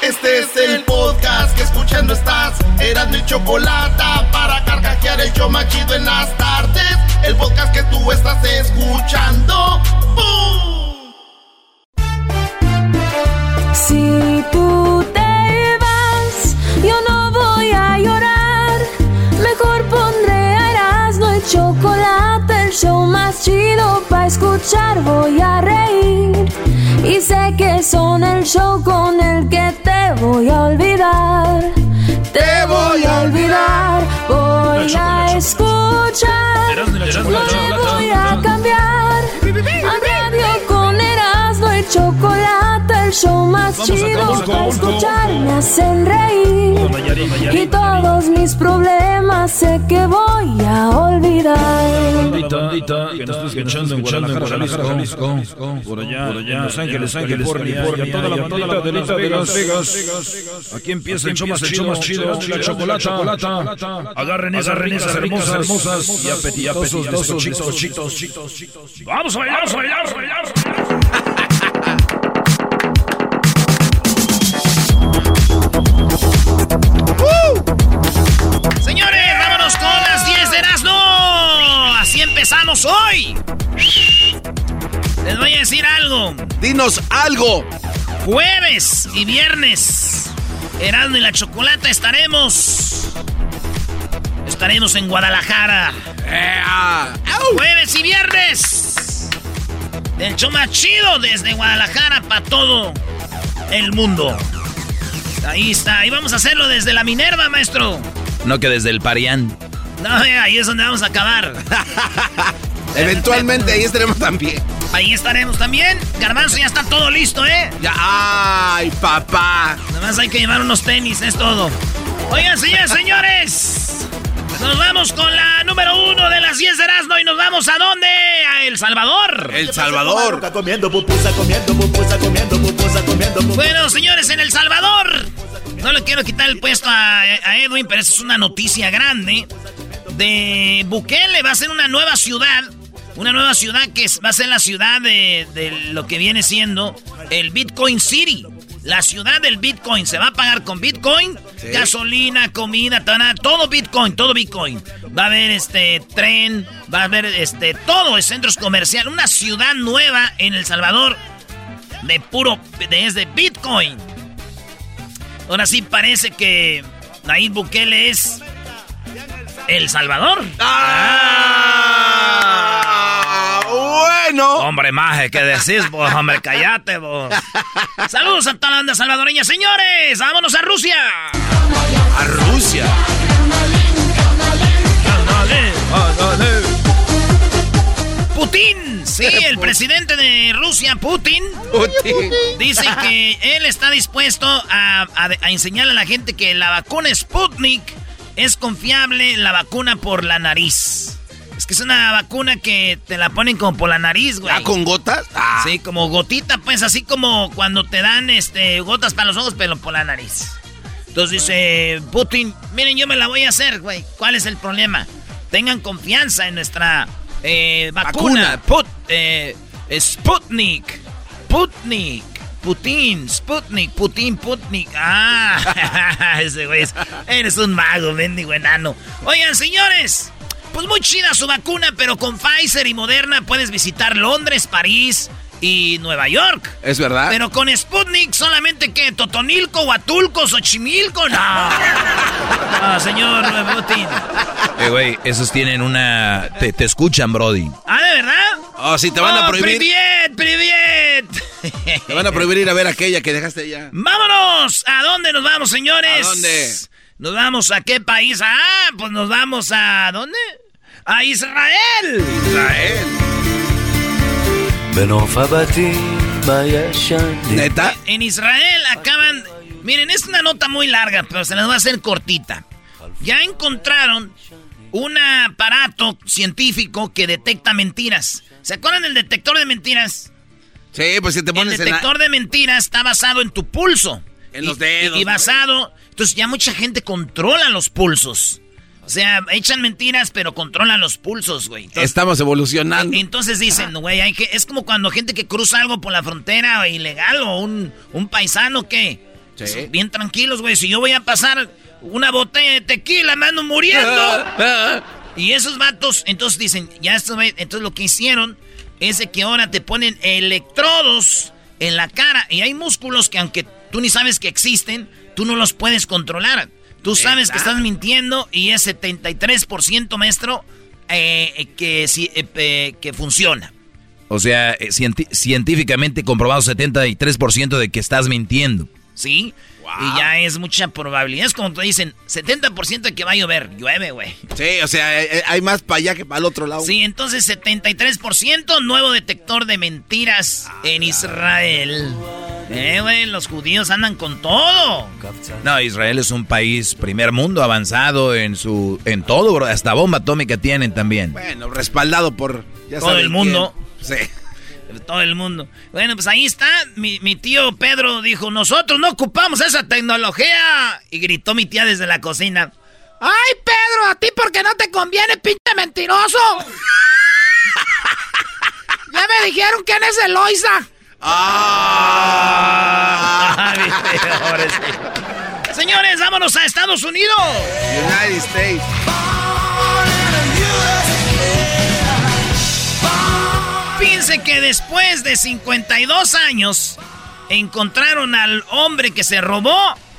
Este es el podcast que escuchando estás. Eran mi Chocolata para carcajear el show más chido en las tardes. El podcast que tú estás escuchando. ¡Bum! Si tú te vas, yo no voy a llorar. Mejor pondré a Erasmo y Chocolate, el show más chido para escuchar. Voy a reír y sé que son el show con el que te voy a olvidar. Te voy a olvidar, voy a escuchar. No me voy a cambiar. A radio con Erasmo y Chocolate, el show más chido para escuchar. Me hacen reír y todos mis problemas sé que voy a olvidar. Bandita, que nos está escuchando en Guadalajara, Jalisco, por allá, en Los Ángeles, California, toda la bandita de Las Vegas. Aquí empieza el show más chido, la Chocolata. Agarren esas hermosas y apetitosos bizcochitos. ¡Vamos a bailar! Señores, vámonos con las 10 de Erasmo. Así empezamos hoy. Les voy a decir algo. Dinos algo. Jueves y viernes, Erasmo y la Chocolata estaremos en Guadalajara. Jueves y viernes, el show más chido desde Guadalajara para todo el mundo. Ahí está, y vamos a hacerlo desde la Minerva, maestro. No que desde el Parián. No, ahí es donde vamos a acabar. Eventualmente ahí estaremos también. Ahí estaremos también. Garbanzo, ya está todo listo, ¿eh? Ya, ¡ay, papá! Nada más hay que llevar unos tenis, es todo. Oigan, señores. Nos vamos con la número 1 de las 10 de Erasmo y nos vamos ¿a dónde? A El Salvador. El Salvador. Bueno, señores, en El Salvador. No le quiero quitar el puesto a Edwin, pero eso es una noticia grande. De Bukele va a ser una nueva ciudad. Una nueva ciudad que va a ser la ciudad de lo que viene siendo el Bitcoin City. La ciudad del Bitcoin. Se va a pagar con Bitcoin. ¿Sí? Gasolina, comida, todo Bitcoin, todo Bitcoin. Va a haber tren, va a haber todo, centros comerciales. Una ciudad nueva en El Salvador de Bitcoin. Ahora sí parece que Nayib Bukele es El Salvador. Bueno. Hombre, maje, ¿qué decís vos? Hombre, cállate vos. Saludos a toda la banda salvadoreña, señores. Vámonos a Rusia. A Rusia. Putin, sí, el presidente de Rusia, Putin, dice que él está dispuesto a enseñarle a la gente que la vacuna Sputnik es confiable, la vacuna por la nariz. Es que es una vacuna que te la ponen como por la nariz, güey. ¿Ah, con gotas? Ah. Sí, como gotita, pues, así como cuando te dan gotas para los ojos, pero por la nariz. Entonces dice Putin, miren, yo me la voy a hacer, güey. ¿Cuál es el problema? Tengan confianza en nuestra vacuna. Sputnik. Putin. Ah, ese güey eres un mago, mendigo enano. Oigan, señores, pues muy chida su vacuna, pero con Pfizer y Moderna puedes visitar Londres, París y Nueva York. ¿Es verdad? Pero con Sputnik solamente que Totonilco, Huatulco, Xochimilco, no. No, señor Putin. Güey, esos tienen una... Te escuchan, brody. ¿Ah, de verdad? Oh, sí, te van a prohibir. ¡Priviet! Te van a prohibir ir a ver aquella que dejaste allá. ¡Vámonos! ¿A dónde nos vamos, señores? ¿A dónde? ¿Nos vamos a qué país? Ah, pues nos vamos a... ¿dónde? ¡A Israel! Israel. ¿Neta? En Israel acaban... Miren, es una nota muy larga, pero se las va a hacer cortita. Ya encontraron un aparato científico que detecta mentiras. ¿Se acuerdan del detector de mentiras? Sí, pues si te pones el detector de mentiras está basado en tu pulso. En los dedos. Y basado... Entonces ya mucha gente controla los pulsos. O sea, echan mentiras, pero controlan los pulsos, güey. Estamos evolucionando. Entonces dicen, güey, es como cuando gente que cruza algo por la frontera ilegal o un paisano que... Sí. Bien tranquilos, güey. Si yo voy a pasar una botella de tequila, me ando muriendo. Y esos vatos, entonces dicen, ya esto, entonces lo que hicieron es de que ahora te ponen electrodos en la cara. Y hay músculos que aunque tú ni sabes que existen, tú no los puedes controlar. Tú sabes que estás mintiendo y es 73%, maestro, que funciona. O sea, científicamente comprobado 73% de que estás mintiendo. Sí, wow. Y ya es mucha probabilidad. Es como te dicen, 70% de que va a llover. Llueve, güey. Sí, o sea, hay más para allá que para el otro lado. Sí, entonces 73%, nuevo detector de mentiras en Israel. Güey, los judíos andan con todo. No, Israel es un país primer mundo, avanzado en todo, bro. Hasta bomba atómica tienen también. Bueno, respaldado por... todo el mundo. Sí. Todo el mundo. Bueno, pues ahí está. Mi tío Pedro dijo, nosotros no ocupamos esa tecnología. Y gritó mi tía desde la cocina. ¡Ay, Pedro! ¿A ti porque no te conviene, pinche mentiroso? Ya me dijeron quién es Eloisa. Señores, vámonos a Estados Unidos. United States. Fíjense que después de 52 años encontraron al hombre que se robó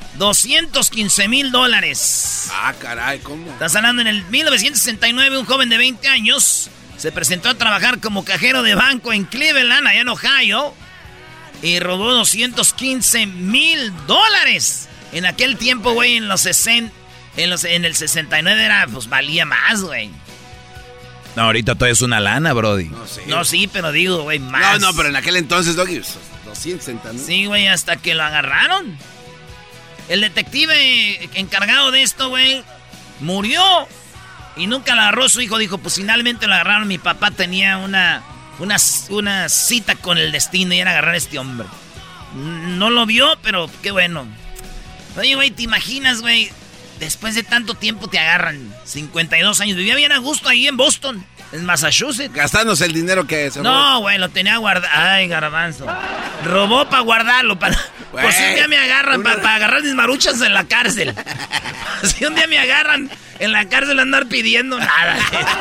$215,000. Ah, caray, ¿cómo? Estás hablando en el 1969, un joven de 20 años se presentó a trabajar como cajero de banco en Cleveland, allá en Ohio, y robó $215,000. En aquel tiempo, güey, en el 69 era, pues valía más, güey. No, ahorita todo es una lana, brody. No, sí, pero digo, güey, más. No, pero en aquel entonces, Doggy, 260, ¿no? Sí, güey, hasta que lo agarraron. El detective encargado de esto, güey, murió. Y nunca lo agarró su hijo. Dijo, pues finalmente lo agarraron. Mi papá tenía una cita con el destino y era agarrar a este hombre. No lo vio, pero qué bueno. Oye, güey, ¿te imaginas, güey? Después de tanto tiempo te agarran. 52 años. Vivía bien a gusto ahí en Boston, en Massachusetts. Gastándose el dinero que se robó. No, güey, lo tenía guardado. Ay, garbanzo. Robó para guardarlo. Por si un día me agarran, para agarrar mis maruchas en la cárcel. Si un día me agarran en la cárcel a andar pidiendo nada.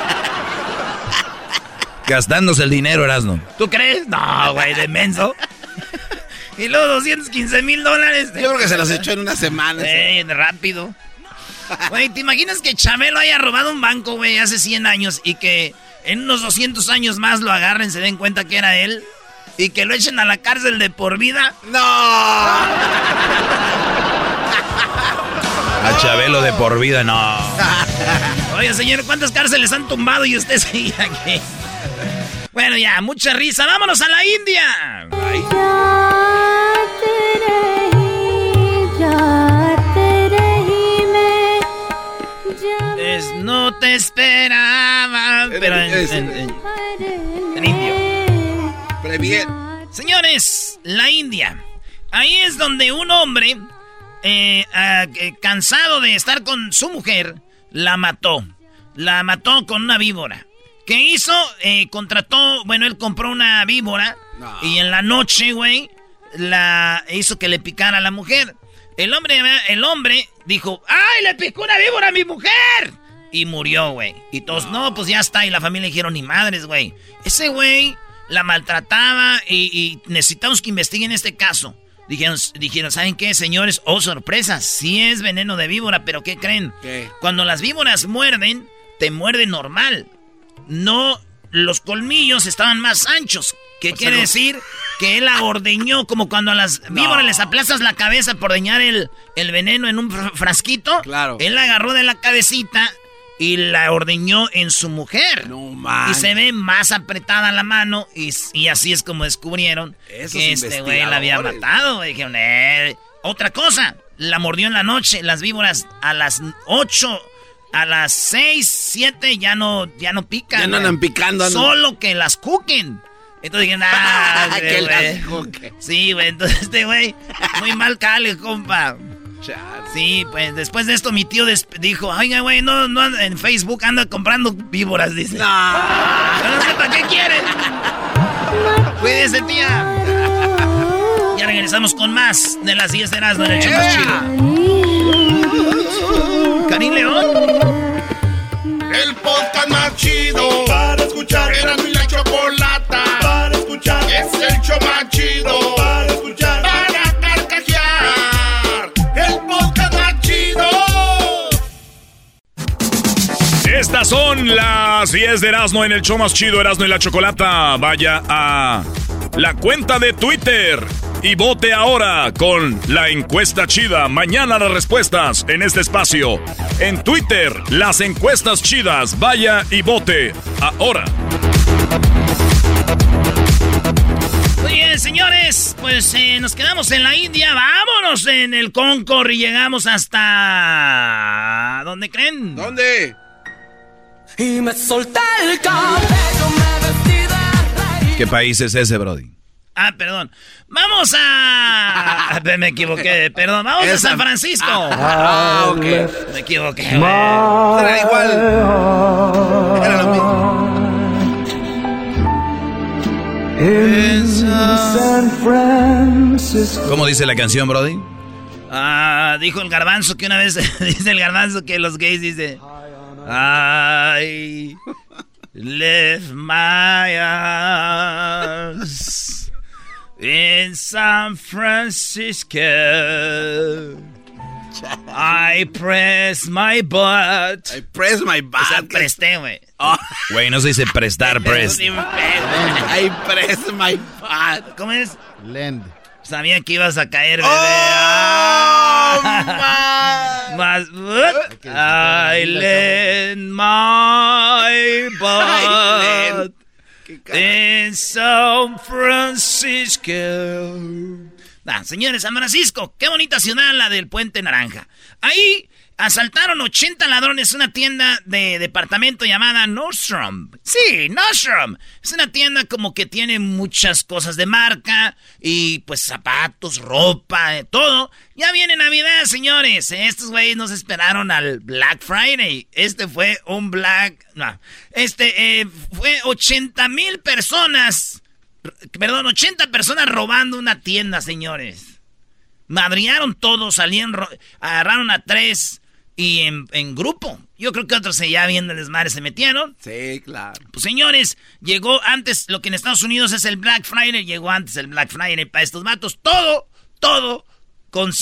Gastándose el dinero, Erasno. ¿Tú crees? No, güey, de menso. Y luego $215,000. Yo creo que se los echó en una semana. Rápido. Güey, ¿te imaginas que Chabelo haya robado un banco, güey, hace 100 años y que en unos 200 años más lo agarren, se den cuenta que era él y que lo echen a la cárcel de por vida? ¡No! A Chabelo de por vida, no. Oye, señor, ¿cuántas cárceles han tumbado y usted sigue aquí? Bueno, ya, mucha risa. ¡Vámonos a la India! Ay. No te esperaba. Pero en indio. Pero bien. Señores, la India. Ahí es donde un hombre, cansado de estar con su mujer, la mató. La mató con una víbora. ¿Qué hizo? Contrató, bueno, él compró una víbora. No. Y en la noche, güey, hizo que le picara a la mujer. El hombre dijo, ¡ay, le picó una víbora a mi mujer! Y murió, güey. Y todos, no, pues ya está. Y la familia dijeron, ni madres, güey. Ese güey la maltrataba y necesitamos que investiguen este caso. Dijeron, ¿saben qué, señores? Oh, sorpresa, sí es veneno de víbora, pero ¿qué creen? ¿Qué? Cuando las víboras muerden, te muerden normal. No, los colmillos estaban más anchos. ¿Qué quiere decir? Que él la ordeñó, como cuando a las víboras les aplastas la cabeza por ordeñar el veneno en un frasquito. Claro. Él la agarró de la cabecita y la ordeñó en su mujer. No, man. Y se ve más apretada la mano y así es como descubrieron que este güey la había matado. Dijeron, otra cosa, la mordió en la noche. Las víboras a las 8, a las 6, 7 ya no pican. Ya no andan picando. Solo que las cuquen. Entonces dijeron, que las cuquen. Sí, güey, entonces este güey, muy mal cale, compa. Sí, pues después de esto mi tío dijo, oiga, güey, no en Facebook anda comprando víboras, dice. No sé para qué quieren. Cuídese, tía. Ya regresamos con más de las 10 de Erasmo en el show más chido. Karim León. El podcast más chido para escuchar. Erasmo y la Chocolata para escuchar. Es el show más chido para escuchar. Para carcajear. El podcast más chido. Estas son las 10 de Erasmo en el show más chido, Erasmo y la Chocolata. Vaya a la cuenta de Twitter y vote ahora con la encuesta chida. Mañana las respuestas en este espacio. En Twitter, las encuestas chidas. Vaya y vote ahora. Muy bien, señores, pues nos quedamos en la India. Vámonos en el Concord y llegamos hasta... ¿Dónde creen? ¿Dónde? Y me solté el cabello, me vestí de rey. ¿Qué país es ese, brody? Ah, perdón. Vamos a... Me equivoqué, perdón. Vamos a San Francisco. Ok. Me equivoqué. Era igual. Era lo mismo. San Francisco. ¿Cómo dice la canción, brody? Dijo el Garbanzo que una vez... dice el Garbanzo que los gays dice... I left my eyes in San Francisco. I press my butt. I press my butt. O sea, presté, güey. Güey, no se dice prestar, prest. I press my butt. ¿Cómo es? Lend. Sabía que ibas a caer, bebé. Más. I lend my butt in San Francisco. Señores, San Francisco, qué bonita ciudad la del Puente Naranja. Ahí asaltaron 80 ladrones una tienda de departamento llamada Nordstrom. Sí, Nordstrom. Es una tienda como que tiene muchas cosas de marca y pues zapatos, ropa, todo. Ya viene Navidad, señores. Estos güeyes nos esperaron al Black Friday. Fue un Black... No. Fue 80,000 personas... Perdón, 80 personas robando una tienda, señores. Madriaron todos, agarraron a 3... Y en grupo. Yo creo que otros ya viendo el desmadre se metieron. Sí, claro. Pues señores, llegó antes, lo que en Estados Unidos es el Black Friday, llegó antes el Black Friday para estos vatos. Todo con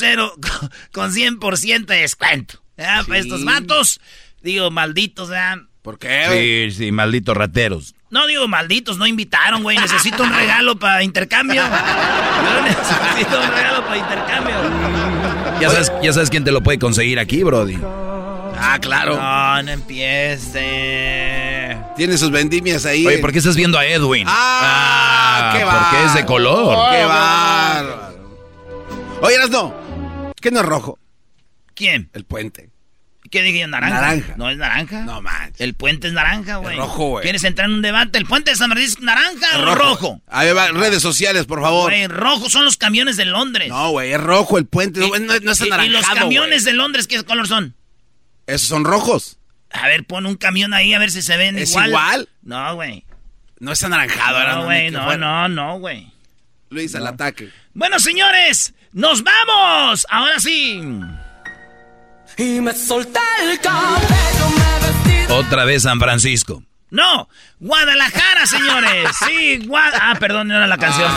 100% de descuento. ¿Verdad? Sí. Para estos vatos, digo, malditos, ¿verdad? ¿Por qué? Sí, malditos rateros. No digo malditos, no invitaron, güey. Necesito un regalo para intercambio. Yo necesito un regalo para intercambio. Ya sabes quién te lo puede conseguir aquí, brody. Claro. No empiece. Tiene sus vendimias ahí. Oye, ¿por qué estás viendo a Edwin? Qué bárbaro. Porque es de color. Qué bárbaro. Oye, Erasmo, ¿qué no es rojo? ¿Quién? El puente. ¿Qué dije yo? ¿Naranja? Naranja. ¿No es naranja? No manches. El puente es naranja, güey. Es rojo, güey. ¿Quieres entrar en un debate? ¿El puente de San Francisco es naranja o rojo? A ver, redes sociales, por favor. Güey, rojo son los camiones de Londres. No, güey, es rojo el puente. No es anaranjado, ¿Y los camiones de Londres qué color son? Esos son rojos. A ver, pon un camión ahí a ver si se ven igual. ¿Es igual? No, güey. No es anaranjado. No, güey, no, güey. Luis, al ataque. Bueno, señores, ¡nos vamos! Ahora sí. Y me solté el cabello, me vestí. Otra vez San Francisco. No, Guadalajara, señores. Sí, perdón, no era la canción.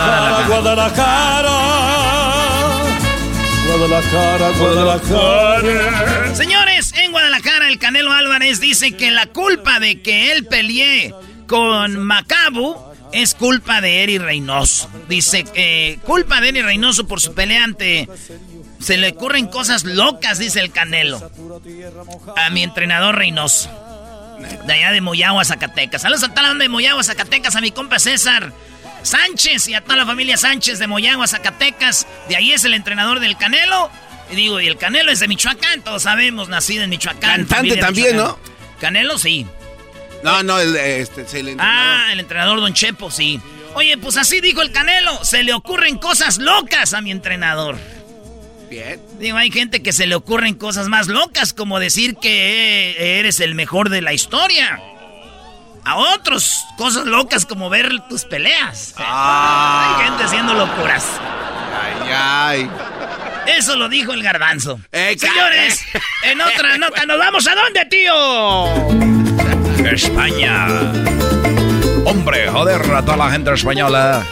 Guadalajara. Señores, en Guadalajara el Canelo Álvarez dice que la culpa de que él pelee con Macabu es culpa de Eri Reynoso. Dice que culpa de Eri Reynoso por su pelea ante... Se le ocurren cosas locas, dice el Canelo. A mi entrenador Reynoso. De allá de Moyagua, Zacatecas. Saludos a toda la banda de Moyagua, Zacatecas, a mi compa César Sánchez y a toda la familia Sánchez de Moyagua, Zacatecas. De ahí es el entrenador del Canelo. Y el Canelo es de Michoacán, todos sabemos, nacido en Michoacán. Cantante también, Michoacán. ¿No? Canelo, sí. No, el entrenador. El entrenador Don Chepo, sí. Oye, pues así dijo el Canelo. Se le ocurren cosas locas a mi entrenador. Bien. Digo, hay gente que se le ocurren cosas más locas, como decir que eres el mejor de la historia. A otros, cosas locas como ver tus peleas. Hay gente haciendo locuras. cae. Eso lo dijo el Garbanzo. Señores, en otra nota, ¿nos vamos a dónde, tío? España. Hombre, joder a toda la gente española.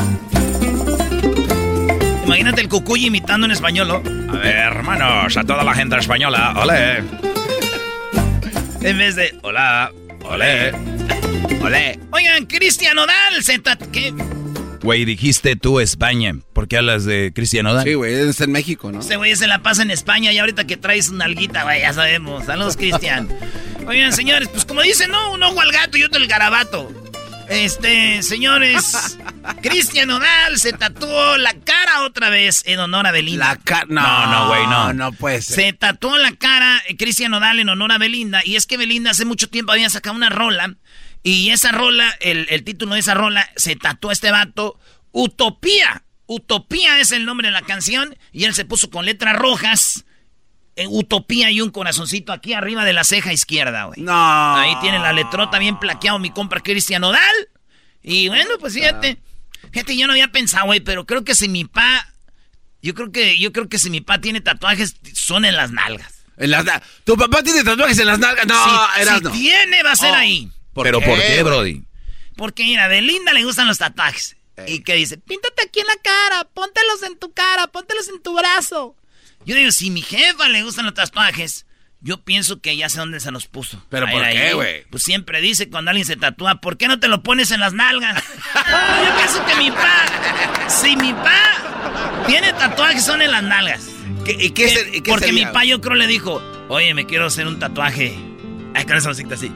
Imagínate el Cucuy imitando en español, ¿no? A ver, hermanos, a toda la gente española. Olé. En vez de hola, olé, olé. Oigan, Cristian Nodal ¿qué? Güey, dijiste tú España. ¿Por qué hablas de Cristian Nodal? Sí, güey, es en México, ¿no? Ese güey se la pasa en España y ahorita que traes una alguita, güey, ya sabemos. Saludos, Cristian. Oigan, señores, pues como dicen, ¿no? Un ojo al gato y otro el garabato. Señores, Cristian Nodal se tatuó la cara otra vez en honor a Belinda. La cara, no, güey, no. No puede ser. Se tatuó la cara Cristian Nodal en honor a Belinda. Y es que Belinda hace mucho tiempo había sacado una rola. Y esa rola, el título de esa rola, se tatuó este vato, Utopía. Utopía es el nombre de la canción. Y él se puso con letras rojas, Utopía y un corazoncito aquí arriba de la ceja izquierda, güey. No. Ahí tiene la letrota bien plaqueado mi compa Cristian Nodal. Y bueno, pues fíjate. Fíjate, yo no había pensado, güey, pero creo que si mi pa... Yo creo que si mi pa tiene tatuajes, son en las nalgas. ¿Tu papá tiene tatuajes en las nalgas? No, si tiene, va a ser ahí. ¿Por qué, Brody? Porque, mira, a Belinda le gustan los tatuajes. ¿Y qué dice? Píntate aquí en la cara, póntelos en tu cara, póntelos en tu brazo. Yo digo, si mi jefa le gustan los tatuajes, yo pienso que ya sé dónde se los puso. ¿Pero por qué, güey? Pues siempre dice cuando alguien se tatúa, ¿por qué no te lo pones en las nalgas? Yo pienso que mi pa, si mi pa tiene tatuajes, son en las nalgas. ¿Qué porque sería? Mi pa yo creo le dijo, oye, me quiero hacer un tatuaje. Ay, con esa música así.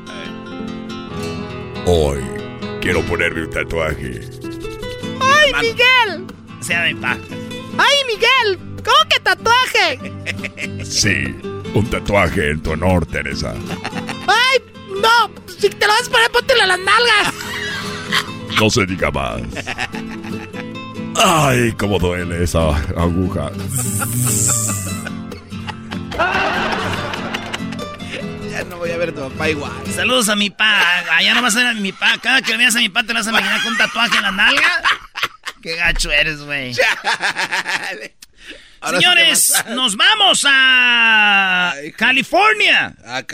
Hoy quiero ponerme un tatuaje. ¡Ay, Miguel! O sea, mi pa. ¡Ay, Miguel! ¿Cómo que tatuaje? Sí, un tatuaje en tu honor, Teresa. ¡Ay, no! Si te lo vas a poner, póntelo en las nalgas. No se diga más. Ay, cómo duele esa aguja. Ya no voy a ver a tu papá igual. Saludos a mi pa. Allá no vas a ver a mi pa. Cada que veas a mi pa te vas a imaginar con un tatuaje en la nalga. Qué gacho eres, güey. Señores, nos vamos a California.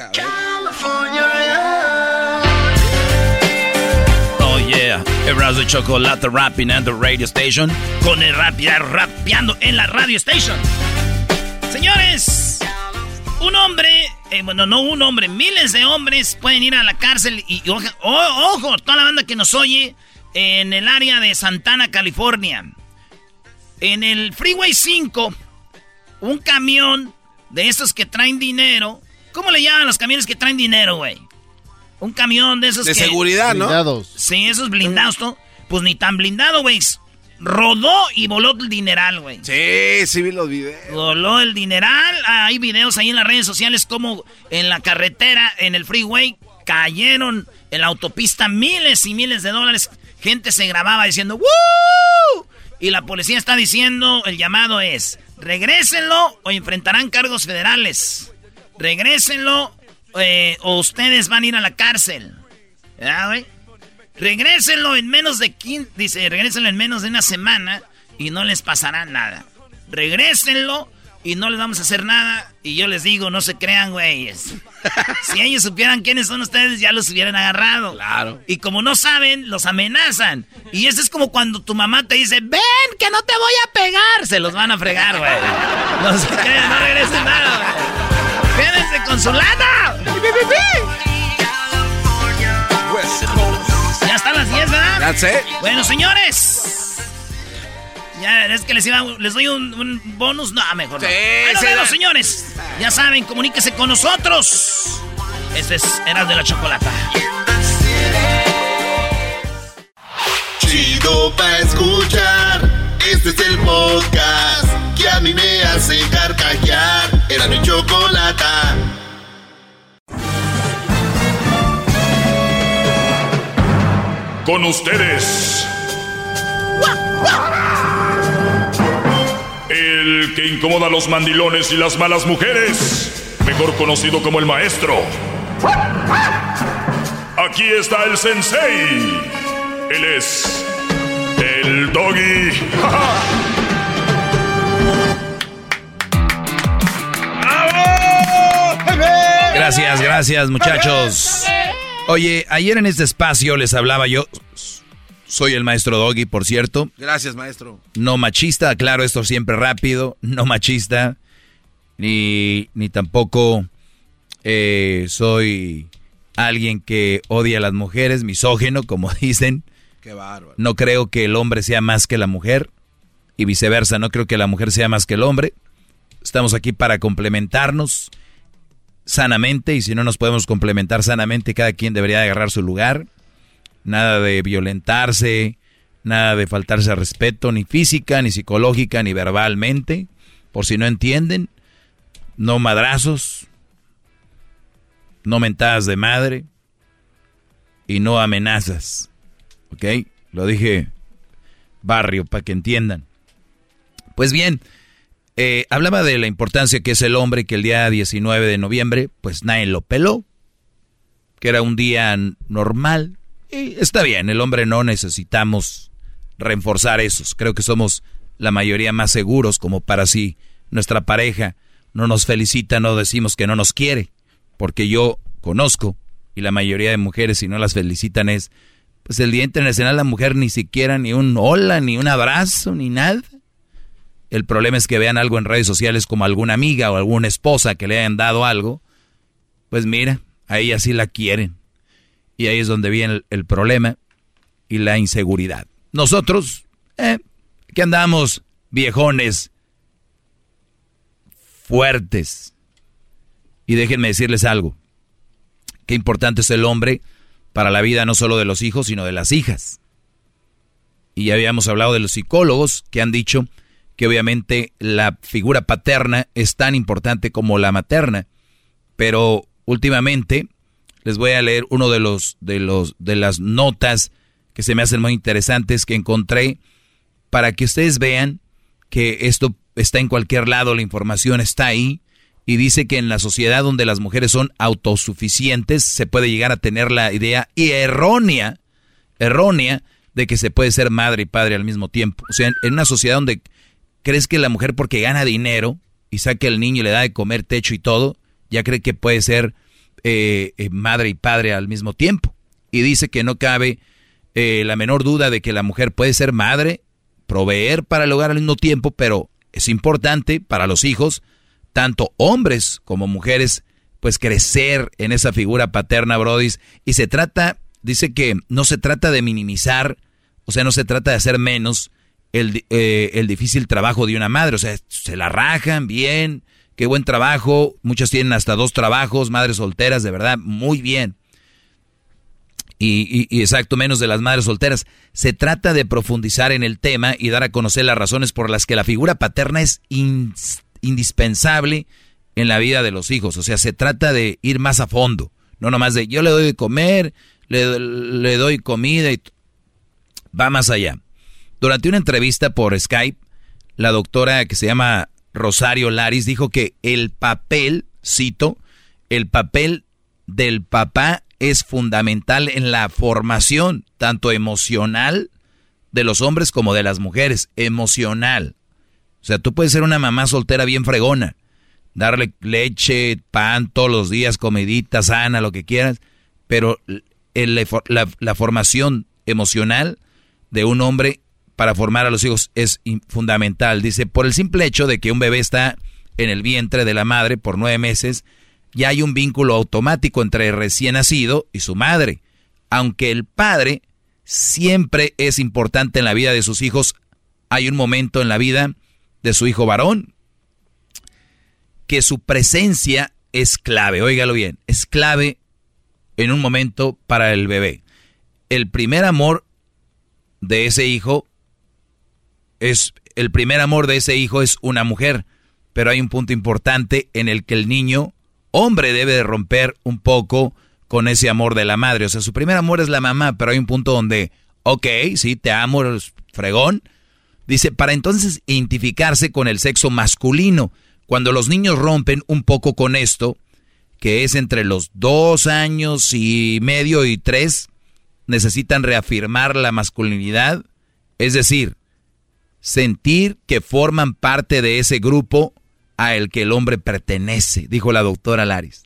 Oh yeah, Erasmo y Chocolate rapping at the radio station. Con el rapeando en la radio station. Señores, un hombre, bueno, no un hombre, miles de hombres pueden ir a la cárcel y ojo, toda la banda que nos oye en el área de Santana, California. En el Freeway 5, un camión de estos que traen dinero. ¿Cómo le llaman los camiones que traen dinero, güey? Un camión de esos de seguridad, ¿no? Blindados. Sí, esos blindados, ¿no? Pues ni tan blindado, güey. Rodó y voló el dineral, güey. Sí vi los videos. Voló el dineral. Hay videos ahí en las redes sociales como en la carretera, en el freeway, cayeron en la autopista miles y miles de dólares. Gente se grababa diciendo ¡woo! Y la policía está diciendo, el llamado es, regrésenlo o enfrentarán cargos federales. Regrésenlo o ustedes van a ir a la cárcel. ¿Ya, güey? Regrésenlo en menos de 15, dice, regrésenlo en menos de una semana y no les pasará nada. Regrésenlo y no les vamos a hacer nada. Y yo les digo, no se crean, güeyes. Si ellos supieran quiénes son ustedes, ya los hubieran agarrado. Claro. Y como no saben, los amenazan. Y eso es como cuando tu mamá te dice, ven, que no te voy a pegar. Se los van a fregar, güey. No se crean, no regresen nada, güey. Quédense con su lana. Ya están las 10, ¿verdad? That's it. Bueno, señores. Ya, es que les doy un bonus. No, mejor no. Sí, Bueno, bueno, señores. Ya saben, comuníquese con nosotros. Este es Eras de la Chocolata. Chido pa' escuchar. Este es el podcast que a mí me hace carcajear. Era mi chocolata. Con ustedes. El que incomoda a los mandilones y las malas mujeres, mejor conocido como el maestro. Aquí está el sensei. Él es el Doggy. Gracias, muchachos. Oye, ayer en este espacio les hablaba yo. Soy el maestro Doggy, por cierto. Gracias, maestro. No machista, aclaro esto siempre rápido. No machista. Ni tampoco soy alguien que odia a las mujeres, misógino, como dicen. Qué bárbaro. No creo que el hombre sea más que la mujer. Y viceversa, no creo que la mujer sea más que el hombre. Estamos aquí para complementarnos sanamente. Y si no nos podemos complementar sanamente, cada quien debería agarrar su lugar. Nada de violentarse, nada de faltarse al respeto, ni física, ni psicológica, ni verbalmente. Por si no entienden, no madrazos, no mentadas de madre y no amenazas. ¿Ok? Lo dije barrio para que entiendan. Pues bien, hablaba de la importancia que es el hombre, que el día 19 de noviembre, pues nadie lo peló, que era un día normal. Y está bien, el hombre no necesitamos reforzar esos. Creo que somos la mayoría más seguros como para si nuestra pareja no nos felicita, no decimos que no nos quiere. Porque yo conozco, y la mayoría de mujeres si no las felicitan es, pues el Día Internacional de la Mujer ni siquiera ni un hola, ni un abrazo, ni nada. El problema es que vean algo en redes sociales como alguna amiga o alguna esposa que le hayan dado algo. Pues mira, a ella sí la quieren. Y ahí es donde viene el problema y la inseguridad. Nosotros, que andamos viejones, fuertes. Y déjenme decirles algo. Qué importante es el hombre para la vida no solo de los hijos, sino de las hijas. Y ya habíamos hablado de los psicólogos que han dicho que obviamente la figura paterna es tan importante como la materna. Pero últimamente les voy a leer uno de las notas que se me hacen muy interesantes que encontré para que ustedes vean que esto está en cualquier lado, la información está ahí. Y dice que en la sociedad donde las mujeres son autosuficientes se puede llegar a tener la idea errónea de que se puede ser madre y padre al mismo tiempo. O sea, en una sociedad donde crees que la mujer porque gana dinero y saca al niño y le da de comer, techo y todo, ya cree que puede ser madre y padre al mismo tiempo. Y dice que no cabe la menor duda de que la mujer puede ser madre, proveer para el hogar al mismo tiempo, pero es importante para los hijos, tanto hombres como mujeres, pues crecer en esa figura paterna, brodis. Y se trata, dice que no se trata de minimizar, o sea, no se trata de hacer menos el difícil trabajo de una madre. O sea, se la rajan bien, qué buen trabajo, muchas tienen hasta 2 trabajos, madres solteras, de verdad, muy bien. Y exacto, menos de las madres solteras. Se trata de profundizar en el tema y dar a conocer las razones por las que la figura paterna es indispensable en la vida de los hijos. O sea, se trata de ir más a fondo, no nomás de yo le doy de comer, le doy comida y va más allá. Durante una entrevista por Skype, la doctora que se llama Rosario Laris dijo que el papel, cito, el papel del papá es fundamental en la formación, tanto emocional de los hombres como de las mujeres, emocional. O sea, tú puedes ser una mamá soltera bien fregona, darle leche, pan todos los días, comidita sana, lo que quieras, pero la formación emocional de un hombre para formar a los hijos es fundamental. Dice, por el simple hecho de que un bebé está en el vientre de la madre por 9 meses, ya hay un vínculo automático entre el recién nacido y su madre. Aunque el padre siempre es importante en la vida de sus hijos, hay un momento en la vida de su hijo varón que su presencia es clave. Óigalo bien, es clave en un momento para el bebé. El primer amor de ese hijo es una mujer, pero hay un punto importante en el que el niño hombre debe de romper un poco con ese amor de la madre. O sea, su primer amor es la mamá, pero hay un punto donde, ok, sí, te amo, fregón. Dice, para entonces identificarse con el sexo masculino. Cuando los niños rompen un poco con esto, que es entre los 2 años y medio y 3, necesitan reafirmar la masculinidad. Es decir, sentir que forman parte de ese grupo a el que el hombre pertenece, dijo la doctora Laris.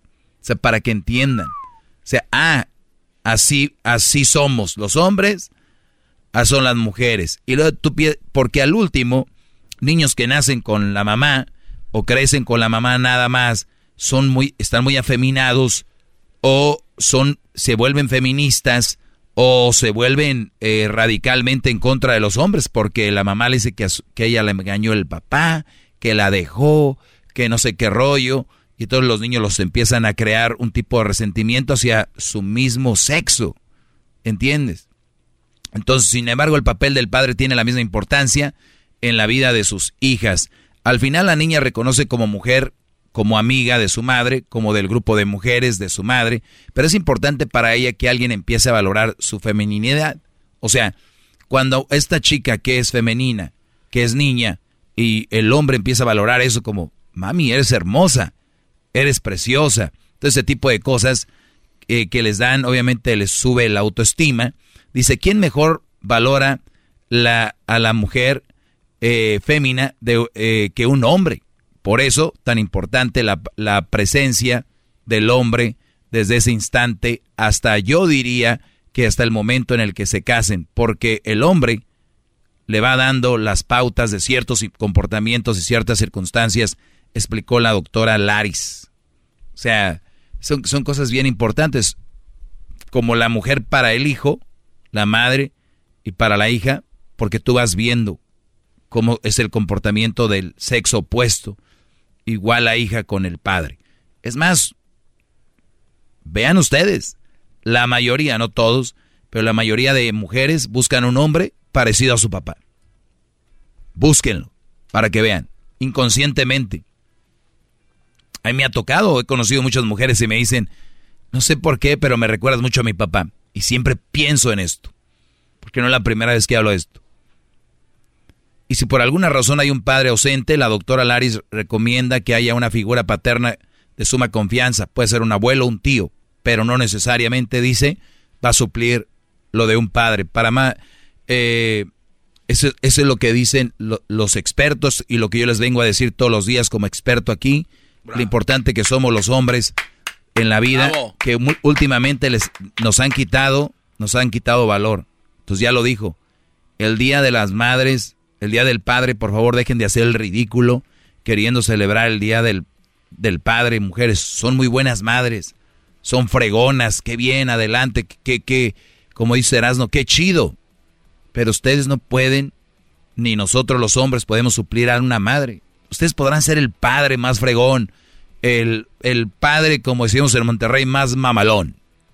sea, para que entiendan. O sea, así somos los hombres, así son las mujeres. Y luego porque al último, niños que nacen con la mamá o crecen con la mamá nada más, están muy afeminados o se vuelven feministas o se vuelven radicalmente en contra de los hombres porque la mamá le dice que ella le engañó el papá, que la dejó, que no sé qué rollo, y todos los niños los empiezan a crear un tipo de resentimiento hacia su mismo sexo, ¿entiendes? Entonces, sin embargo, el papel del padre tiene la misma importancia en la vida de sus hijas. Al final la niña reconoce como mujer, como amiga de su madre, como del grupo de mujeres de su madre, pero es importante para ella que alguien empiece a valorar su feminidad. O sea, cuando esta chica que es femenina, que es niña, y el hombre empieza a valorar eso como, mami, eres hermosa, eres preciosa, todo ese tipo de cosas que les dan, obviamente les sube la autoestima. Dice, ¿quién mejor valora a la mujer fémina que un hombre? Por eso, tan importante la presencia del hombre desde ese instante hasta, yo diría, que hasta el momento en el que se casen, porque el hombre le va dando las pautas de ciertos comportamientos y ciertas circunstancias, explicó la doctora Laris. O sea, son cosas bien importantes, como la mujer para el hijo, la madre, y para la hija, porque tú vas viendo cómo es el comportamiento del sexo opuesto, igual la hija con el padre. Es más, vean ustedes, la mayoría, no todos, pero la mayoría de mujeres buscan un hombre parecido a su papá. Búsquenlo, para que vean, inconscientemente. A mí me ha tocado, he conocido muchas mujeres y me dicen, no sé por qué, pero me recuerdas mucho a mi papá. Y siempre pienso en esto, porque no es la primera vez que hablo de esto. Y si por alguna razón hay un padre ausente, la doctora Laris recomienda que haya una figura paterna de suma confianza. Puede ser un abuelo o un tío, pero no necesariamente, dice, va a suplir lo de un padre. Para más, eso es lo que dicen los expertos y lo que yo les vengo a decir todos los días como experto aquí. Bravo. Lo importante que somos los hombres en la vida, bravo, que últimamente nos han quitado valor. Entonces ya lo dijo, el Día de las Madres, el Día del Padre, por favor dejen de hacer el ridículo queriendo celebrar el Día del Padre. Mujeres, son muy buenas madres, son fregonas, qué bien, adelante, que como dice Erasmo, qué chido. Pero ustedes no pueden, ni nosotros los hombres podemos suplir a una madre. Ustedes podrán ser el padre más fregón, el padre, como decíamos en Monterrey, más mamalón.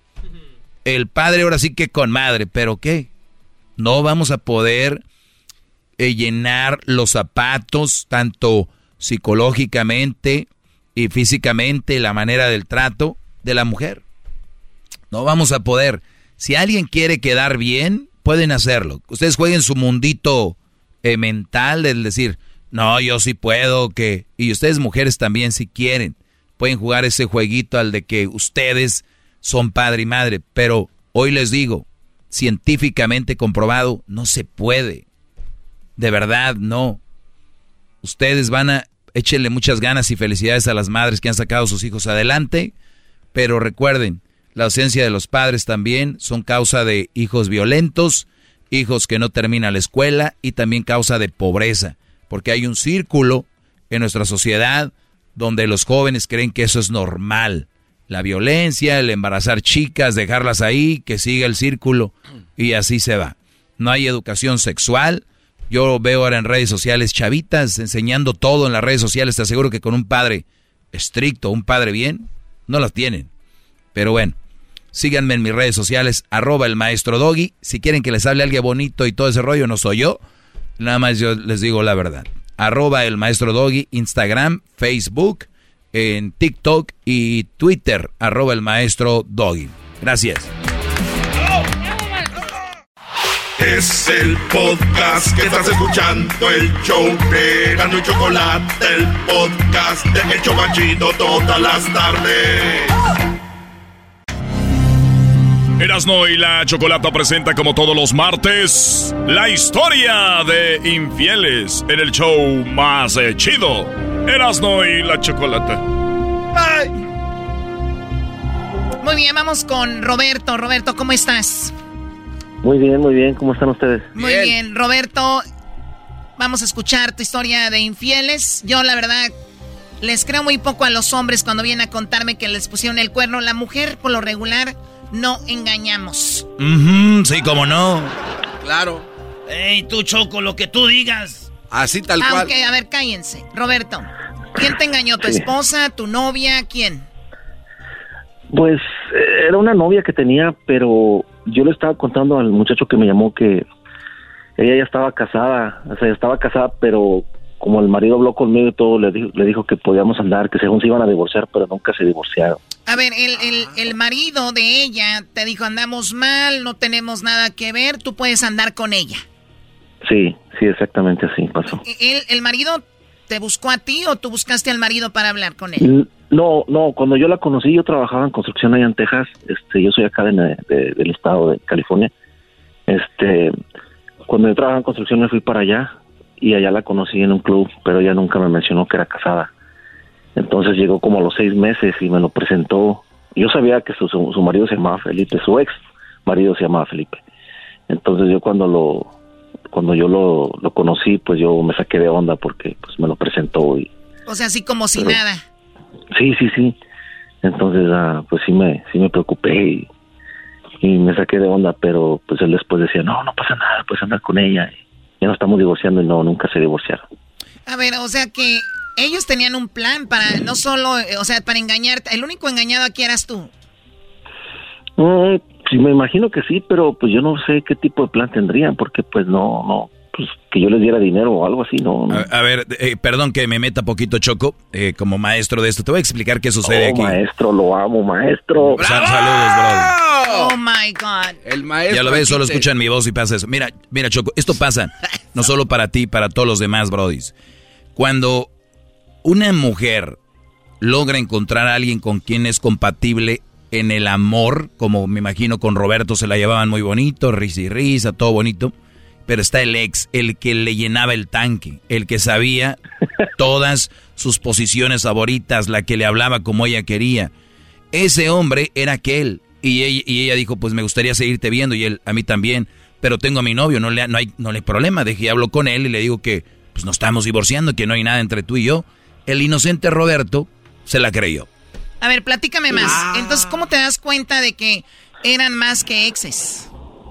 El padre ahora sí que con madre, pero ¿qué? No vamos a poder llenar los zapatos, tanto psicológicamente y físicamente, la manera del trato de la mujer. No vamos a poder. Si alguien quiere quedar bien, pueden hacerlo. Ustedes jueguen su mundito mental del decir, no, yo sí puedo, que... Y ustedes mujeres también, si quieren, pueden jugar ese jueguito al de que ustedes son padre y madre. Pero hoy les digo, científicamente comprobado, no se puede. De verdad, no. Ustedes échenle muchas ganas y felicidades a las madres que han sacado a sus hijos adelante, pero recuerden, la ausencia de los padres también son causa de hijos violentos, hijos que no terminan la escuela y también causa de pobreza, porque hay un círculo en nuestra sociedad donde los jóvenes creen que eso es normal. La violencia, el embarazar chicas, dejarlas ahí, que siga el círculo y así se va. No hay educación sexual. Yo veo ahora en redes sociales chavitas enseñando todo en las redes sociales. Te aseguro que con un padre estricto, un padre bien, no las tienen. Pero bueno, síganme en mis redes sociales, @elmaestrodoggy. Si quieren que les hable alguien bonito y todo ese rollo, no soy yo. Nada más yo les digo la verdad. @elmaestrodoggy, Instagram, Facebook, en TikTok y Twitter, @elmaestrodoggy. Gracias. Es el podcast que estás escuchando, el show de Erasmo y Chocolate, el podcast de El Chobachito todas las tardes. Erasmo y la Chocolata presenta como todos los martes la historia de infieles en el show más chido, Erasmo y la Chocolata. ¡Ay! Muy bien, vamos con Roberto. Roberto, ¿cómo estás? Muy bien. ¿Cómo están ustedes? Muy bien, Roberto. Vamos a escuchar tu historia de infieles. Yo, la verdad, les creo muy poco a los hombres cuando vienen a contarme que les pusieron el cuerno. La mujer, por lo regular, no engañamos. Sí, cómo no. Claro. Ey, tú, Choco, lo que tú digas. Así tal cual. Aunque, a ver, cállense. Roberto, ¿quién te engañó? ¿Tu esposa, tu novia? ¿Quién? Pues era una novia que tenía, pero yo le estaba contando al muchacho que me llamó que ella ya estaba casada, pero como el marido habló conmigo y todo, le dijo que podíamos andar, que según se iban a divorciar, pero nunca se divorciaron. A ver, el marido de ella te dijo, andamos mal, no tenemos nada que ver, tú puedes andar con ella. Sí, exactamente así pasó. ¿El marido te buscó a ti o tú buscaste al marido para hablar con él? No, cuando yo la conocí, yo trabajaba en construcción allá en Texas, yo soy acá del estado de California. Cuando yo trabajaba en construcción me fui para allá y allá la conocí en un club, pero ella nunca me mencionó que era casada. Entonces llegó como a los 6 meses y me lo presentó. Yo sabía que su marido se llamaba Felipe, su ex marido se llamaba Felipe. Entonces yo cuando yo lo conocí, pues yo me saqué de onda porque pues me lo presentó. O sea, así como si nada. Sí. Entonces, pues sí me preocupé y me saqué de onda, pero pues él después decía, no pasa nada, puedes andar con ella. Ya nos estamos divorciando y nunca se divorciaron. A ver, o sea que ellos tenían un plan para, no solo, o sea, para engañarte. El único engañado aquí eras tú. Sí, me imagino que sí, pero pues yo no sé qué tipo de plan tendrían, porque pues no, pues que yo les diera dinero o algo así, no. A ver, perdón que me meta poquito, Choco, como maestro de esto. Te voy a explicar qué sucede aquí. Maestro, lo amo, maestro. Saludos, bro. Oh, my God. El maestro. Ya lo ves, solo escuchan mi voz y pasa eso. Mira, Choco, esto pasa no solo para ti, para todos los demás, brodis. Cuando una mujer logra encontrar a alguien con quien es compatible en el amor, como me imagino con Roberto se la llevaban muy bonito, risa y risa, todo bonito, pero está el ex, el que le llenaba el tanque, el que sabía todas sus posiciones favoritas, la que le hablaba como ella quería. Ese hombre era aquel, y ella dijo, pues me gustaría seguirte viendo, y él, a mí también, pero tengo a mi novio, no hay problema, dejé, hablo con él y le digo que pues nos estamos divorciando, que no hay nada entre tú y yo. El inocente Roberto se la creyó. A ver, platícame más. Entonces, ¿cómo te das cuenta de que eran más que exes?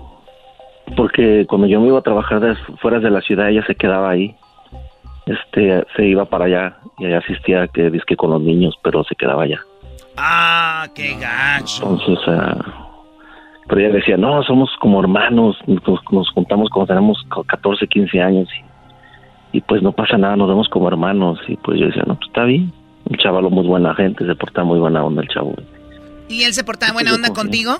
Porque cuando yo me iba a trabajar fuera de la ciudad, ella se quedaba ahí. Se iba para allá y allá asistía que dizque con los niños, pero se quedaba allá. Ah, qué gacho. Entonces, pero ella decía, no, somos como hermanos, nos juntamos cuando tenemos 14, 15 años y pues no pasa nada, nos vemos como hermanos. Y pues yo decía, no, pues está bien. El chavalo muy buena gente, se portaba muy buena onda el chavo. ¿Y él se portaba buena onda contigo?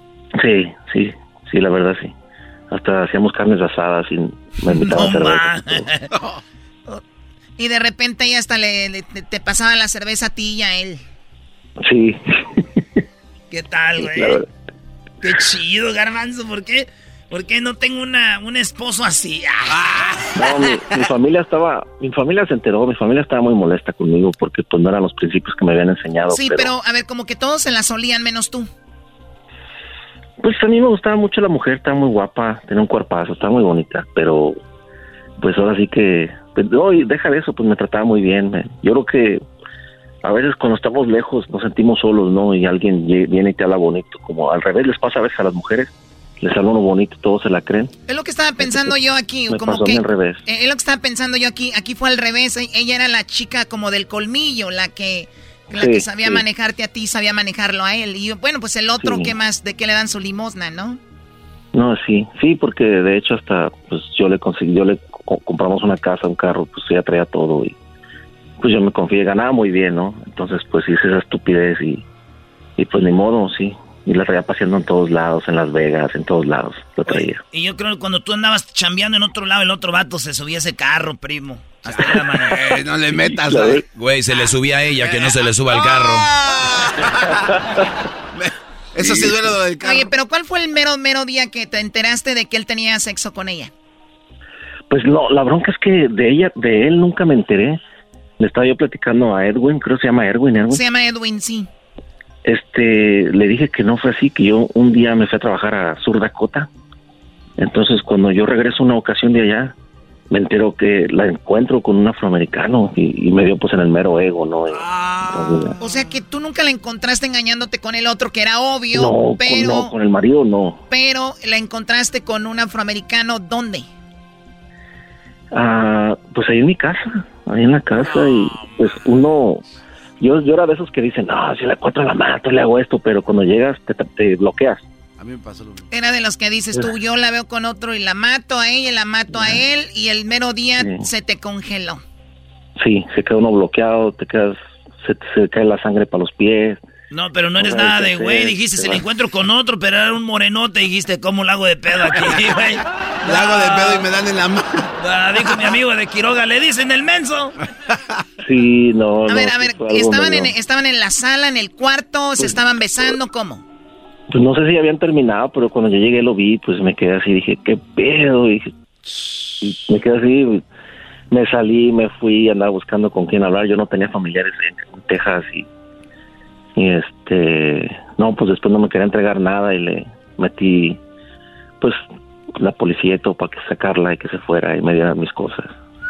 Sí, la verdad sí. Hasta hacíamos carnes asadas y me invitaba a cerveza. Y de repente ella hasta te pasaba la cerveza a ti y a él. Sí. ¿Qué tal, güey? Qué chido, Garbanzo, ¿por qué no tengo un esposo así? No, mi familia se enteró, mi familia estaba muy molesta conmigo porque pues no eran los principios que me habían enseñado. Sí, pero a ver, como que todos se la solían menos tú. Pues a mí me gustaba mucho la mujer, estaba muy guapa, tenía un cuerpazo, estaba muy bonita, pero pues ahora sí que, pues, deja de eso, pues me trataba muy bien. Yo creo que a veces cuando estamos lejos nos sentimos solos, ¿no? Y alguien viene y te habla bonito, como al revés les pasa a veces a las mujeres. Les habla uno bonito, todos se la creen. Es lo que estaba pensando yo aquí, me como pasó que al revés. Es lo que estaba pensando yo aquí fue al revés. Ella era la chica como del colmillo, la que sabía manejarte a ti, sabía manejarlo a él. Y bueno, pues el otro, ¿qué más? ¿De qué le dan su limosna, no? No, sí, porque de hecho hasta pues yo le compramos una casa, un carro, pues ella traía todo y pues yo me confié, ganaba muy bien, ¿no? Entonces pues hice esa estupidez y pues ni modo, sí. Y la traía paseando en todos lados, en Las Vegas, en todos lados, lo traía. Y yo creo que cuando tú andabas chambeando en otro lado, el otro vato se subía a ese carro, primo. Hasta la mano. No le metas, güey, se le subía a ella, que no se le suba al carro. Eso sí duele lo del carro. Oye, pero ¿cuál fue el mero día que te enteraste de que él tenía sexo con ella? Pues no, la bronca es que de él nunca me enteré. Le estaba yo platicando a Edwin, creo que se llama Edwin. Se llama Edwin, sí. le dije que no fue así, que yo un día me fui a trabajar a Sur Dakota. Entonces, cuando yo regreso una ocasión de allá, me entero que la encuentro con un afroamericano y me dio pues en el mero ego, ¿no? O sea que tú nunca la encontraste engañándote con el otro, que era obvio, no, pero... con el marido no. Pero la encontraste con un afroamericano, ¿dónde? Pues ahí en mi casa, ahí en la casa, y pues uno... Yo era de esos que dicen, no, si la encuentro la mato, le hago esto, pero cuando llegas te bloqueas. A mí me pasó lo mismo. Era de los que dices tú, yo la veo con otro y la mato a ella, la mato a él, y el mero día se te congeló. Sí, se queda uno bloqueado, te quedas, se cae la sangre para los pies. No, pero no eres nada de güey, dijiste, si la encuentro con otro, pero era un morenote, dijiste, ¿cómo la hago de pedo aquí, güey? La hago de pedo y me dan en la mano. Dijo mi amigo de Quiroga, le dicen el menso. Sí, no. A ver, estaban en la sala, en el cuarto, se estaban besando, ¿cómo? Pues no sé si habían terminado, pero cuando yo llegué lo vi, pues me quedé así, dije, ¿qué pedo? Y me quedé así, me salí, me fui, andaba buscando con quién hablar. Yo no tenía familiares en Texas y no, pues después no me quería entregar nada y le metí, pues, la policía y todo para que sacarla y que se fuera y me diera mis cosas.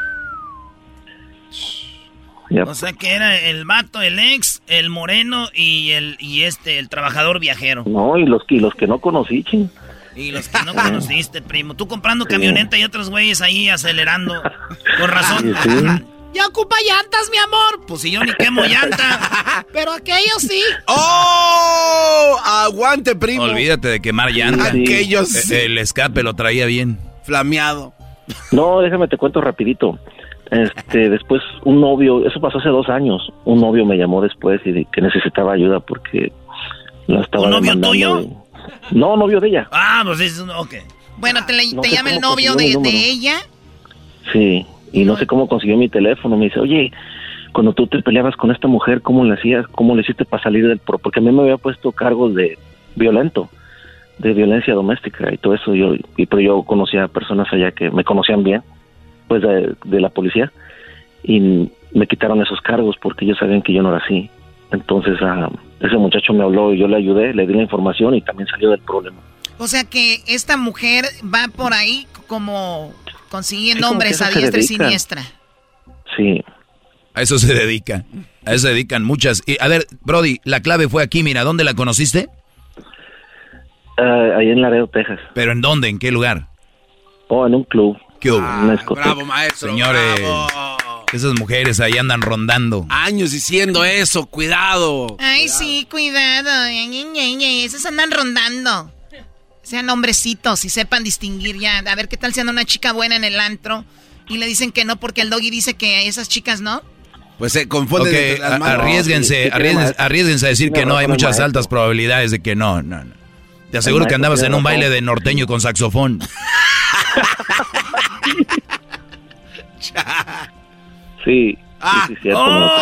Yep. O sea que era el vato, el ex, el moreno y el trabajador viajero. No, y los que no conocí, ching. Y los que no conociste, primo. Tú comprando camioneta y otros güeyes ahí acelerando. Con razón. Sí. ¿Ya ocupa llantas, mi amor? Pues si yo ni quemo llanta. Pero aquellos sí. ¡Oh! ¡Aguante, primo! Olvídate de quemar llanta. Sí. Aquellos sí. El escape lo traía bien. Flameado. No, déjame te cuento rapidito. Después un novio, eso pasó hace 2 años, un novio me llamó después y que necesitaba ayuda porque la estaba ¿Un novio demandando. tuyo? No, novio de ella. Pues es ok. Bueno, te llama el novio de ella. Sí, y no sé cómo consiguió mi teléfono. Me dice, oye, cuando tú te peleabas con esta mujer, ¿cómo le hacías? ¿Cómo le hiciste para salir del porque a mí me había puesto cargos de violencia doméstica y todo eso. Pero yo conocía a personas allá que me conocían bien, pues de la policía, y me quitaron esos cargos porque ellos sabían que yo no era así. Entonces ese muchacho me habló y yo le ayudé, le di la información y también salió del problema. O sea que esta mujer va por ahí como consiguiendo hombres a diestra y siniestra. Sí. A eso se dedica. A eso se dedican muchas. Y, a ver, Brody, la clave fue aquí, mira, ¿dónde la conociste? Ahí en Laredo, Texas. ¿Pero en dónde? ¿En qué lugar? En un club. ¿Qué hubo? Bravo, maestro. Señores, bravo. Esas mujeres ahí andan rondando. Años diciendo eso, cuidado. Ay, sí, cuidado. Esas andan rondando. Sean hombrecitos y sepan distinguir ya. A ver qué tal si anda una chica buena en el antro y le dicen que no porque el doggy dice que esas chicas no. Pues se confunden. Okay, arriésguense a decir que no. Hay muchas altas probabilidades de que no. Te aseguro que andabas en un baile de norteño con saxofón. Sí, cierto.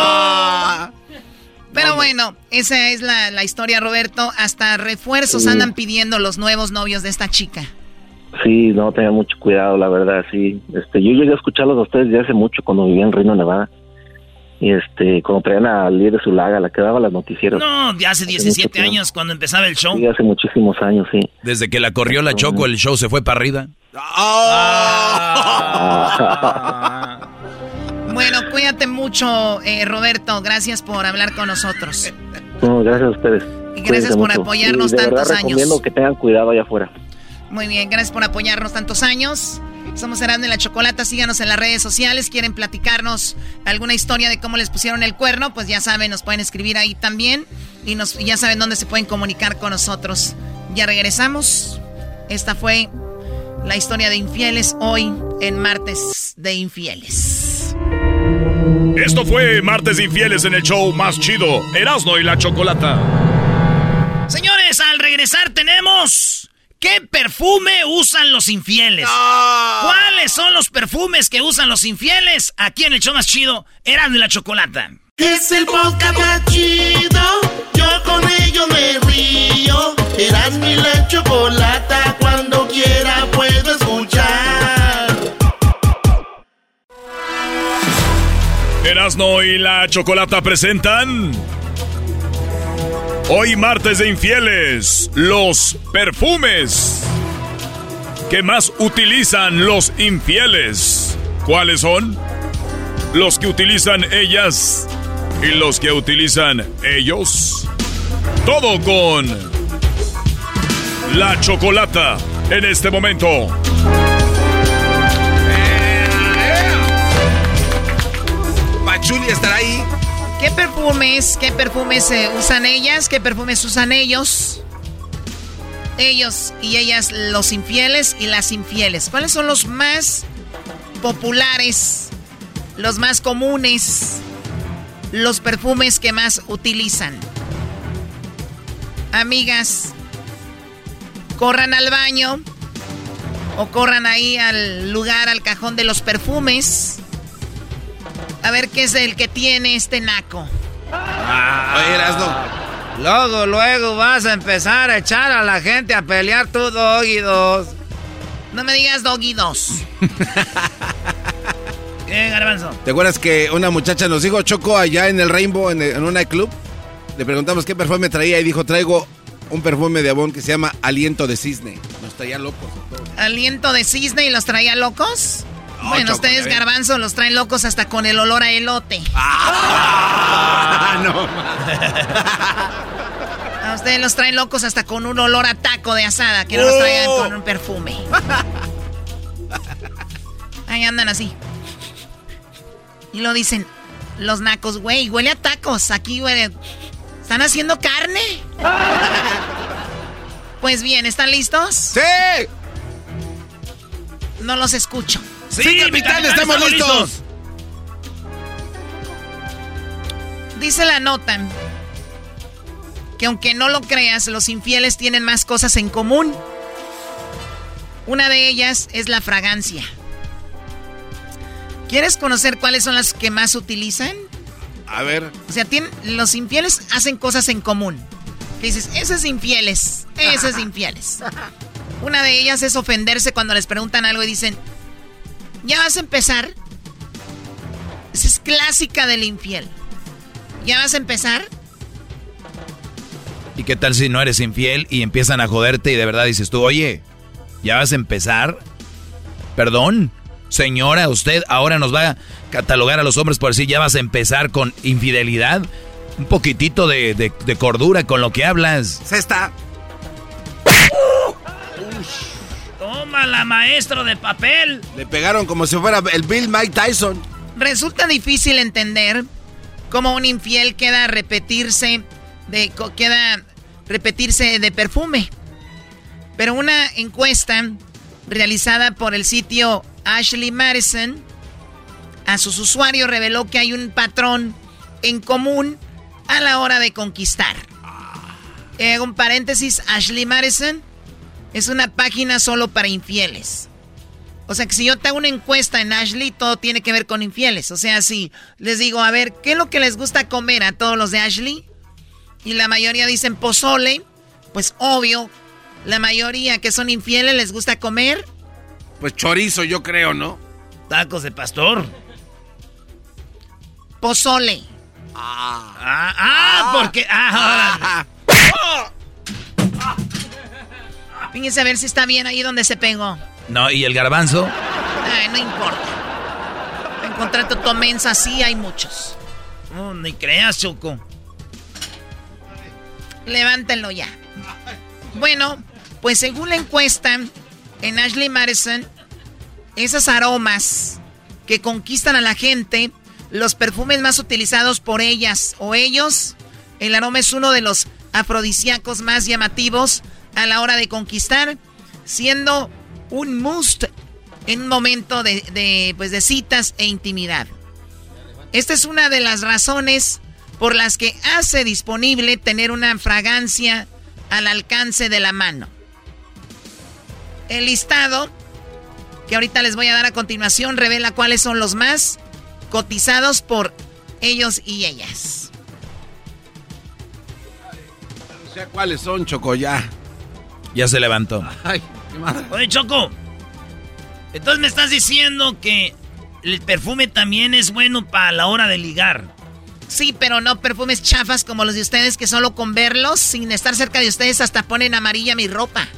Pero bueno, esa es la historia, Roberto. Hasta refuerzos andan pidiendo los nuevos novios de esta chica. Sí, no, tengan mucho cuidado, la verdad, sí. Yo llegué a escucharlos a ustedes ya hace mucho cuando vivía en Reno, Nevada. Y cuando traían a Líder Zulaga, la que daba las noticieros. No, ya hace 17 años cuando empezaba el show. Sí, hace muchísimos años, sí. Desde que la corrió la Choco, el show se fue para arriba. Bueno, cuídate mucho, Roberto. Gracias por hablar con nosotros. No, gracias a ustedes. Y gracias por apoyarnos tantos años. Recomiendo que tengan cuidado allá afuera. Muy bien, gracias por apoyarnos tantos años. Somos Erasmo y la Chocolata, síganos en las redes sociales. ¿Quieren platicarnos alguna historia de cómo les pusieron el cuerno? Pues ya saben, nos pueden escribir ahí también. Y ya saben dónde se pueden comunicar con nosotros. Ya regresamos. Esta fue la historia de infieles hoy en Martes de Infieles. Esto fue Martes de Infieles en el show más chido, Erasmo y la Chocolata. Señores, al regresar tenemos... ¿Qué perfume usan los infieles? ¿Cuáles son los perfumes que usan los infieles? Aquí en el show más chido, Erasmo y la Chocolata. Es el podcast más chido, yo con ello me río. Erasmo y la Chocolata, cuando quiera puedo escuchar. Erasmo y la Chocolata presentan... Hoy martes de infieles, los perfumes que más utilizan los infieles. ¿Cuáles son? Los que utilizan ellas y los que utilizan ellos. Todo con la Chocolata en este momento. Pachuli estará ahí. ¿Qué perfumes usan ellas? ¿Qué perfumes usan ellos? Ellos y ellas, los infieles y las infieles. ¿Cuáles son los más populares, los más comunes, los perfumes que más utilizan? Amigas, corran al baño o corran ahí al lugar, al cajón de los perfumes. A ver qué es el que tiene este naco. Oye, Erasno. Luego vas a empezar a echar a la gente a pelear tú, Doggy 2. No me digas Doggy 2. ¿Qué, Garbanzo? ¿Te acuerdas que una muchacha nos dijo, Choco, allá en el Rainbow, en un nightclub? Le preguntamos qué perfume traía y dijo, traigo un perfume de Avon que se llama Aliento de Cisne. Nos traía locos. ¿Aliento de Cisne y los traía locos? No, bueno, Choco, ustedes, Garbanzo, los traen locos hasta con el olor a elote. No. A ustedes los traen locos hasta con un olor a taco de asada, que no los traigan con un perfume. Ahí andan así. Y lo dicen, los nacos, güey, huele a tacos. Aquí huele... ¿Están haciendo carne? Pues bien, ¿están listos? ¡Sí! No los escucho. Sí, capitán, estamos listos. Dice la nota que aunque no lo creas, los infieles tienen más cosas en común. Una de ellas es la fragancia. ¿Quieres conocer cuáles son las que más utilizan? A ver. O sea, los infieles hacen cosas en común. Que dices, esos infieles. Una de ellas es ofenderse cuando les preguntan algo y dicen, ¿ya vas a empezar? Esa es clásica del infiel. ¿Ya vas a empezar? ¿Y qué tal si no eres infiel y empiezan a joderte y de verdad dices tú, oye, ¿ya vas a empezar? Perdón, señora, usted ahora nos va a catalogar a los hombres por decir, ¿ya vas a empezar con infidelidad? Un poquitito de cordura con lo que hablas. Cesta. Tómala, maestro de papel. Le pegaron como si fuera el Bill Mike Tyson. Resulta difícil entender cómo un infiel queda repetirse de perfume. Pero una encuesta realizada por el sitio Ashley Madison a sus usuarios reveló que hay un patrón en común a la hora de conquistar. Un paréntesis, Ashley Madison es una página solo para infieles. O sea que si yo te hago una encuesta en Ashley, todo tiene que ver con infieles. O sea, si les digo, a ver, ¿qué es lo que les gusta comer a todos los de Ashley? Y la mayoría dicen pozole, pues obvio, la mayoría que son infieles les gusta comer... Pues chorizo, yo creo, ¿no? Tacos de pastor. Pozole. Porque... Fíjense a ver si está bien ahí donde se pegó. No, ¿y el garbanzo? Ay, no importa. Encontrar tu tomenza, sí hay muchos. No, ni creas, Choco. Levántenlo ya. Bueno, pues según la encuesta en Ashley Madison, esos aromas que conquistan a la gente, los perfumes más utilizados por ellas o ellos, el aroma es uno de los afrodisíacos más llamativos a la hora de conquistar, siendo un must en un momento de citas e intimidad. Esta es una de las razones por las que hace disponible tener una fragancia al alcance de la mano. El listado que ahorita les voy a dar a continuación revela cuáles son los más cotizados por ellos y ellas. O sea, ¿cuáles son, Choco? Ya se levantó. Ay, qué madre. Oye, Choco, entonces me estás diciendo que el perfume también es bueno para la hora de ligar. Sí, pero no perfumes chafas como los de ustedes, que solo con verlos, sin estar cerca de ustedes, hasta ponen amarilla mi ropa.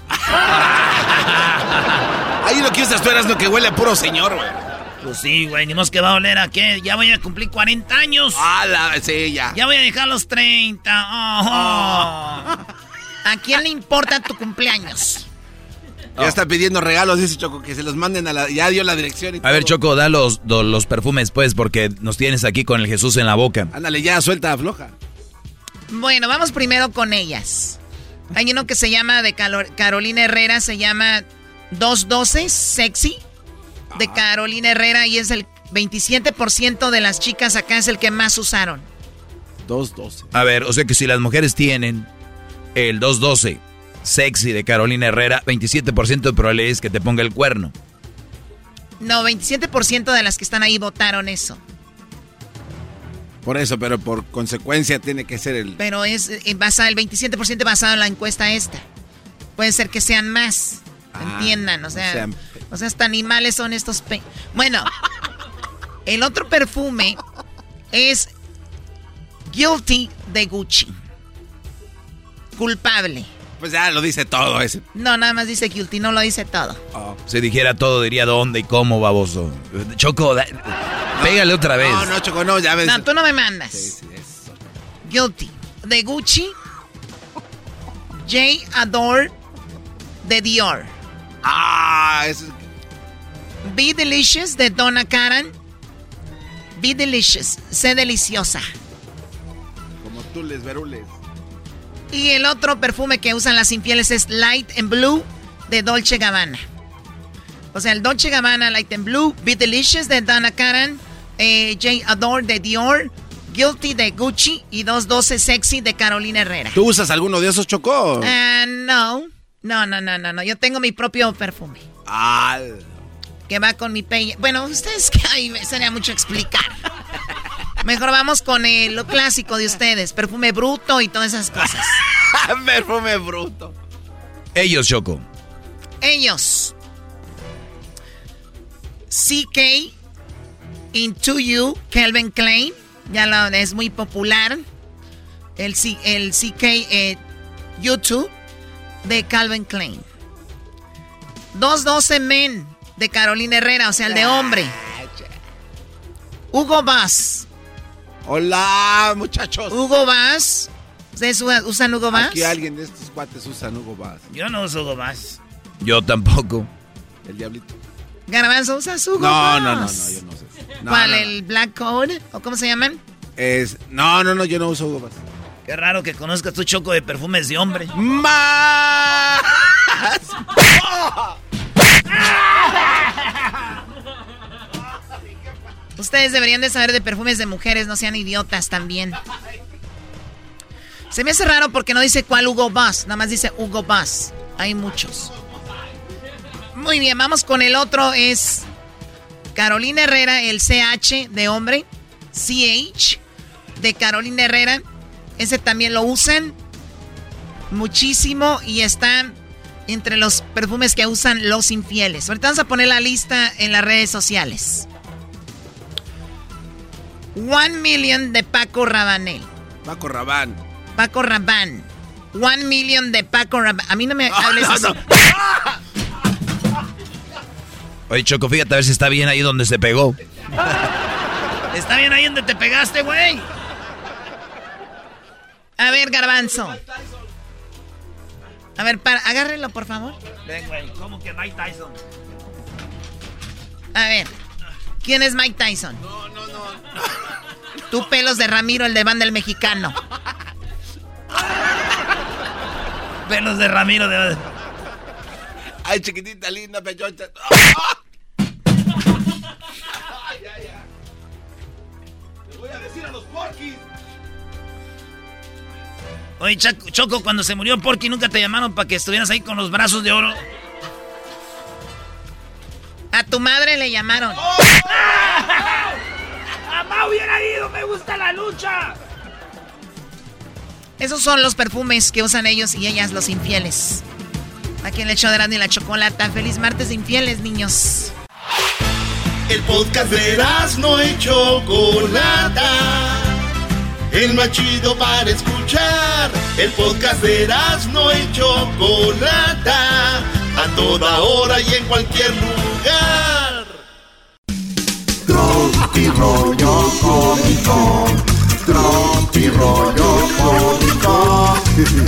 Ahí lo que usas tú, Erasno, que huele a puro señor, güey. Pues sí, güey, ni más que va a oler a qué. Ya voy a cumplir 40 años. Sí, ya. Ya voy a dejar los 30. ¿A quién le importa tu cumpleaños? Ya está pidiendo regalos, dice Choco, que se los manden a la... Ya dio la dirección y todo. A ver, Choco, da los perfumes, pues, porque nos tienes aquí con el Jesús en la boca. Ándale, ya, suelta, afloja. Bueno, vamos primero con ellas. Hay uno que se llama, de Carolina Herrera, se llama 212 Sexy, de Carolina Herrera, y es el 27% de las chicas acá es el que más usaron. 212. A ver, o sea que si las mujeres tienen el 212 Sexy de Carolina Herrera, 27% de probabilidad es que te ponga el cuerno. No, 27% de las que están ahí votaron eso. Por eso, pero por consecuencia tiene que ser el... Pero es basado, el 27% basado en la encuesta esta. Puede ser que sean más, entiendan, o sea, hasta animales son estos... Bueno, el otro perfume es Guilty de Gucci. Culpable. Pues ya lo dice todo ese. No, nada más dice Guilty, no lo dice todo. Si dijera todo, diría dónde y cómo, baboso. Choco, pégale otra vez. No, Choco, no, ya ves. No, tú no me mandas. Sí, eso. Guilty de Gucci. J. Adore de Dior. Eso es... Be Delicious de Donna Karan. Be Delicious, sé deliciosa. Como tú les verules. Y el otro perfume que usan las infieles es Light and Blue de Dolce & Gabbana. O sea, el Dolce & Gabbana Light and Blue, Be Delicious de Donna Karan, J. Adore de Dior, Guilty de Gucci y 212 Sexy de Carolina Herrera. ¿Tú usas alguno de esos, Choco? No. Yo tengo mi propio perfume. Que va con mi peine. Bueno, ustedes que ahí sería mucho explicar. Mejor vamos con lo clásico de ustedes. Perfume bruto y todas esas cosas. Perfume bruto. Ellos, Choco. Ellos. CK Into You, Calvin Klein. Ya es muy popular. El CK YouTube de Calvin Klein. 212 Men de Carolina Herrera, o sea, el de hombre. Hugo Boss. Hola, muchachos. Hugo Boss. ¿Ustedes usan Hugo Boss? Aquí alguien de estos cuates usan Hugo Boss. Yo no uso Hugo Boss. Yo tampoco. El diablito. Garbanzo, ¿usas Hugo Boss? No, yo no sé. ¿Cuál? ¿El Black Code? ¿O cómo se llaman? No, yo no uso Hugo Boss. Qué raro que conozcas tu Choco de perfumes de hombre. ¡Más! Ustedes deberían de saber de perfumes de mujeres, no sean idiotas también. Se me hace raro porque no dice cuál Hugo Boss, nada más dice Hugo Boss. Hay muchos. Muy bien, vamos con el otro, es Carolina Herrera, el CH de hombre. CH de Carolina Herrera. Ese también lo usan muchísimo y está entre los perfumes que usan los infieles. Ahorita vamos a poner la lista en las redes sociales. 1 Million de Paco Rabanne. Paco Rabanne. 1 Million de Paco Rabanne. A mí no me hables así. Oye, Choco, fíjate a ver si está bien ahí donde se pegó. ¿Está bien ahí donde te pegaste, güey? A ver, Garbanzo. A ver, agárrenlo, por favor. Ven, güey, ¿cómo que Mike Tyson? A ver, ¿quién es Mike Tyson? No. Tú, pelos de Ramiro, el de Banda El Mexicano. Pelos de Ramiro de... Ay, chiquitita, linda, pechocha. Le voy a decir a los porquis. Oye, Choco, cuando se murió Porky, ¿nunca te llamaron para que estuvieras ahí con los brazos de oro? A tu madre le llamaron. ¡Oh! ¡Mamá hubiera ido! ¡Me gusta la lucha! Esos son los perfumes que usan ellos y ellas, los infieles. Aquí en el show de Erasmo y la Chocolata. Feliz martes de infieles, niños. El podcast de Erasmo y Chocolata, el más chido para escuchar. El podcast de Erazno y Chocolata, a toda hora y en cualquier lugar. Tropi rollo cómico, tropi rollo cómico.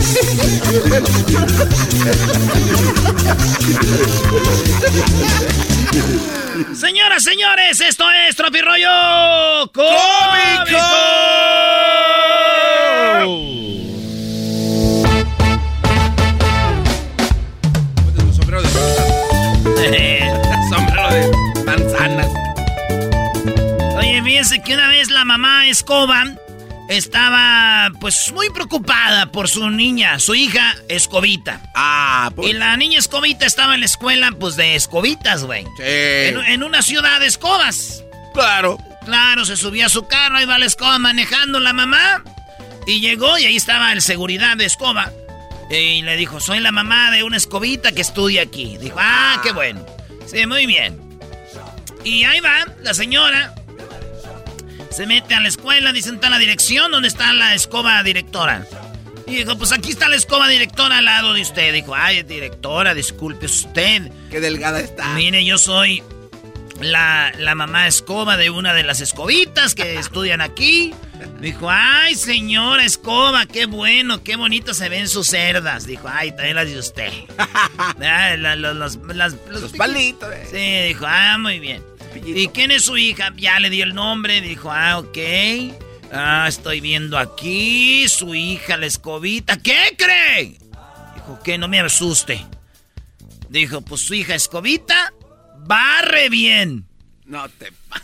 Señoras, señores, esto es Tropi Rollo Cómico. Sombrero de manzanas. Oye, fíjense que una vez la mamá Escoba estaba, pues, muy preocupada por su niña, su hija Escobita. Y la niña Escobita estaba en la escuela, pues, de escobitas, güey. Sí. En una ciudad de escobas. Claro. Claro, se subía a su carro, ahí va la escoba manejando la mamá. Y llegó y ahí estaba el seguridad de Escoba. Y le dijo, soy la mamá de una escobita que estudia aquí. Dijo, qué bueno. Sí, muy bien. Y ahí va la señora. Se mete a la escuela, dicen, está la dirección, ¿dónde está la escoba directora? Y dijo, pues aquí está la escoba directora al lado de usted. Dijo, ay, directora, disculpe usted. Qué delgada está. Mire, yo soy la mamá Escoba de una de las escobitas que estudian aquí. Dijo, ay, señora Escoba, qué bueno, qué bonito se ven sus cerdas. Dijo, ay, también las de usted. Los palitos. Sí, dijo, muy bien. ¿Y quién es su hija? Ya le dio el nombre. Dijo, ok. Estoy viendo aquí. Su hija, la Escobita. ¿Qué cree? Dijo, que no me asuste. Dijo, pues su hija Escobita barre bien. No te...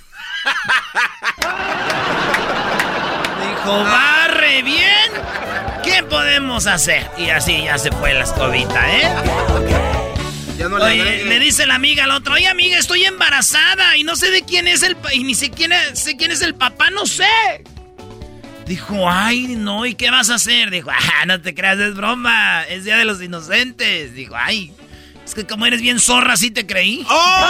Dijo, barre bien. ¿Qué podemos hacer? Y así ya se fue la Escobita, ¿eh? Ya no Oye, le dice la amiga al otro, oye, amiga, estoy embarazada y no sé de quién es y ni sé quién es el papá, no sé. Dijo, ay, no, ¿y qué vas a hacer? Dijo, no te creas, es broma, es Día de los Inocentes. Dijo, ay, es que como eres bien zorra, sí te creí.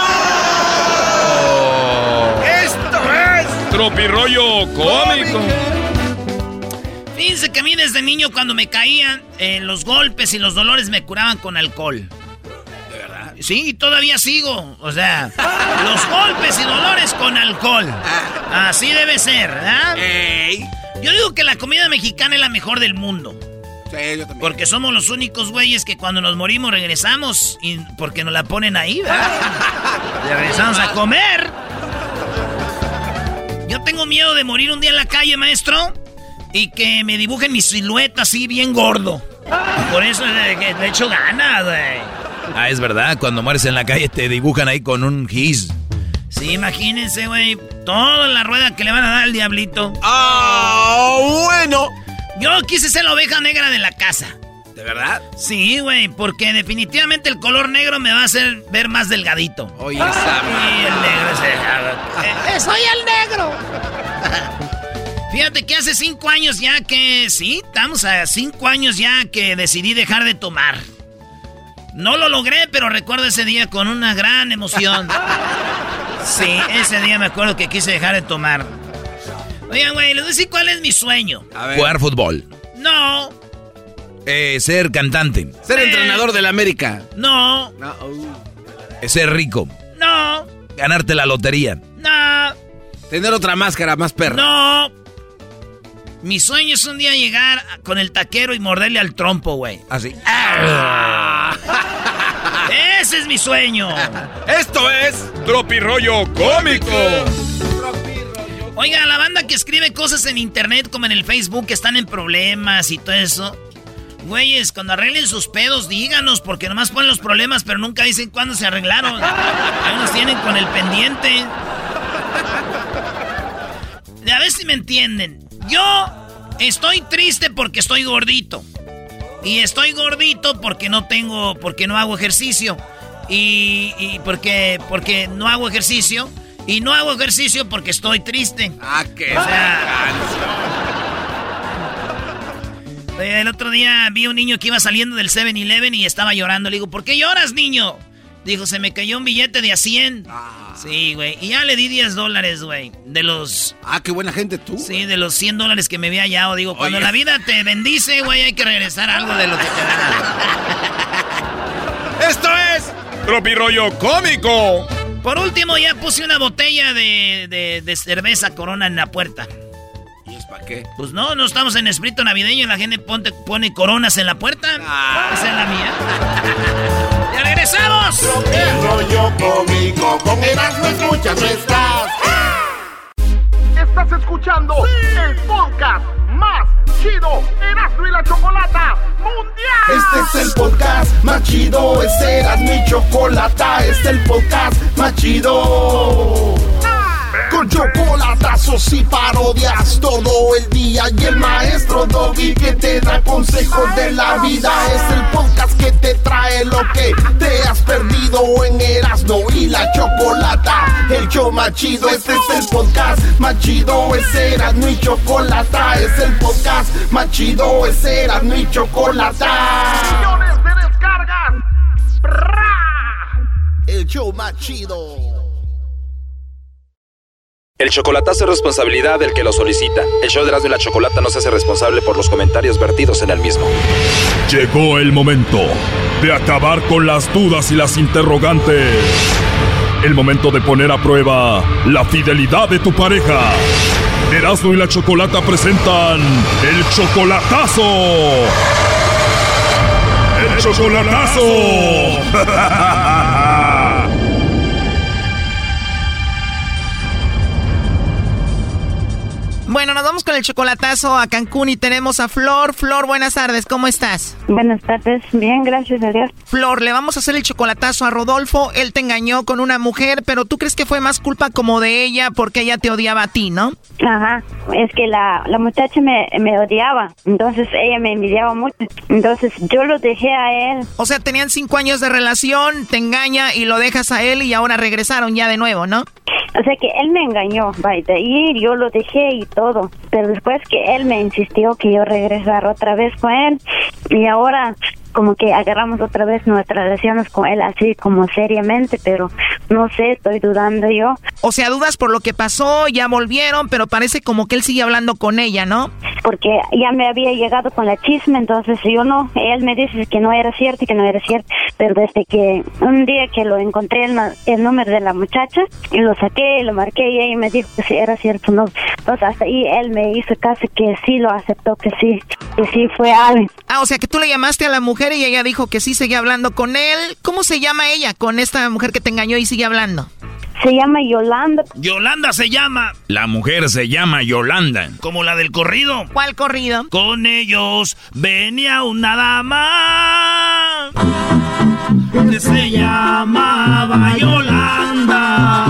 ¡Esto es Tropirollo Cómico! Fíjense que a mí desde niño cuando me caían, los golpes y los dolores me curaban con alcohol. Sí, y todavía sigo. O sea, los golpes y dolores con alcohol. Así debe ser, ¿verdad? Yo digo que la comida mexicana es la mejor del mundo. Sí, yo también. Porque somos los únicos güeyes que cuando nos morimos regresamos y porque nos la ponen ahí, ¿verdad? Regresamos a comer. Yo tengo miedo de morir un día en la calle, maestro, y que me dibujen mi silueta así bien gordo. Por eso le echo ganas, güey. Es verdad, cuando mueres en la calle te dibujan ahí con un gis. Sí, imagínense, güey, toda la rueda que le van a dar al diablito. Bueno. Yo quise ser la oveja negra de la casa. ¿De verdad? Sí, güey, porque definitivamente el color negro me va a hacer ver más delgadito. Oye, esa y el negro soy el negro. Fíjate que hace 5 años ya que... Sí, estamos a 5 años ya que decidí dejar de tomar. No lo logré, pero recuerdo ese día con una gran emoción. Sí, ese día me acuerdo que quise dejar de tomar. Oigan, güey, les voy a decir cuál es mi sueño. Jugar fútbol. No. Ser cantante. Ser entrenador del América. No. Ser rico. No. Ganarte la lotería. No. Tener otra máscara más perra. No. Mi sueño es un día llegar con el taquero y morderle al trompo, güey. Así. Ese es mi sueño. Esto es Tropirollo Cómico. Oiga, la banda que escribe cosas en internet como en el Facebook que están en problemas y todo eso. Güeyes, cuando arreglen sus pedos, díganos, porque nomás ponen los problemas, pero nunca dicen cuándo se arreglaron. Ahí nos tienen con el pendiente. A ver si me entienden. Yo estoy triste porque estoy gordito. Y estoy gordito porque no hago ejercicio. Y porque no hago ejercicio. Y no hago ejercicio porque estoy triste. ¿Qué? O sea, el otro día vi a un niño que iba saliendo del 7-Eleven y estaba llorando. Le digo, ¿por qué lloras, niño? Dijo, se me cayó un billete de a 100. Sí, güey. Y ya le di $10, güey. De los... Ah, qué buena gente tú. Sí, de los $100 que me había hallado. Digo, cuando la vida te bendice, güey, hay que regresar algo de lo que te da. Esto es Tropirollo Cómico. Por último, ya puse una botella de cerveza Corona en la puerta. ¿Y es para qué? Pues no estamos en espíritu navideño y la gente pone coronas en la puerta. Esa es la mía. ¡Ya regresamos! Tropirollo Cómico, con Erasmo escuchas, no estás. Estás escuchando el podcast más chido, Erasmo y la Chocolata Mundial. Este es el podcast más chido, es Erasmo y Chocolata, es el podcast más chido. Con chocolatazos y parodias todo el día y el maestro Doggy que te da consejos de la vida. Es el podcast que te trae lo que te has perdido en Erasmo y la Chocolata, el show más chido. Este es el podcast más chido, es Erasmo y Chocolata, es el podcast más chido, es Erasmo y Chocolata. Millones de descargas. El show más chido. El chocolatazo es responsabilidad del que lo solicita. El show de Erasmo y la Chocolata no se hace responsable por los comentarios vertidos en el mismo. Llegó el momento de acabar con las dudas y las interrogantes. El momento de poner a prueba la fidelidad de tu pareja. Erasmo y la Chocolata presentan el chocolatazo. ¡El chocolatazo! Bueno, nos vamos con el chocolatazo a Cancún y tenemos a Flor. Flor, buenas tardes, ¿cómo estás? Buenas tardes, bien, gracias a Dios. Flor, le vamos a hacer el chocolatazo a Rodolfo. Él te engañó con una mujer, pero tú crees que fue más culpa como de ella porque ella te odiaba a ti, ¿no? Ajá, es que la muchacha me odiaba, entonces ella me envidiaba mucho, entonces yo lo dejé a él. O sea, tenían 5 años de relación, te engaña y lo dejas a él y ahora regresaron ya de nuevo, ¿no? O sea que él me engañó, de ahí yo lo dejé y todo, pero después que él me insistió que yo regresara otra vez con él y ahora como que agarramos otra vez nuestras relaciones con él así como seriamente, pero no sé, estoy dudando yo. O sea, dudas por lo que pasó, ya volvieron, pero parece como que él sigue hablando con ella, ¿no? Porque ya me había llegado con la chisme, entonces yo no, él me dice que no era cierto y que no era cierto, pero desde que un día que lo encontré el número de la muchacha y lo saqué, lo marqué y ella me dijo que sí era cierto, no. Entonces hasta ahí él me hizo casi que sí lo aceptó, que sí fue alguien. Ah, o sea que tú le llamaste a la mujer y ella dijo que sí seguía hablando con él. ¿Cómo se llama ella con esta mujer que te engañó y sigue hablando? Se llama Yolanda. Yolanda se llama. La mujer se llama Yolanda. Como la del corrido. ¿Cuál corrido? Con ellos venía una dama que se llamaba Yolanda.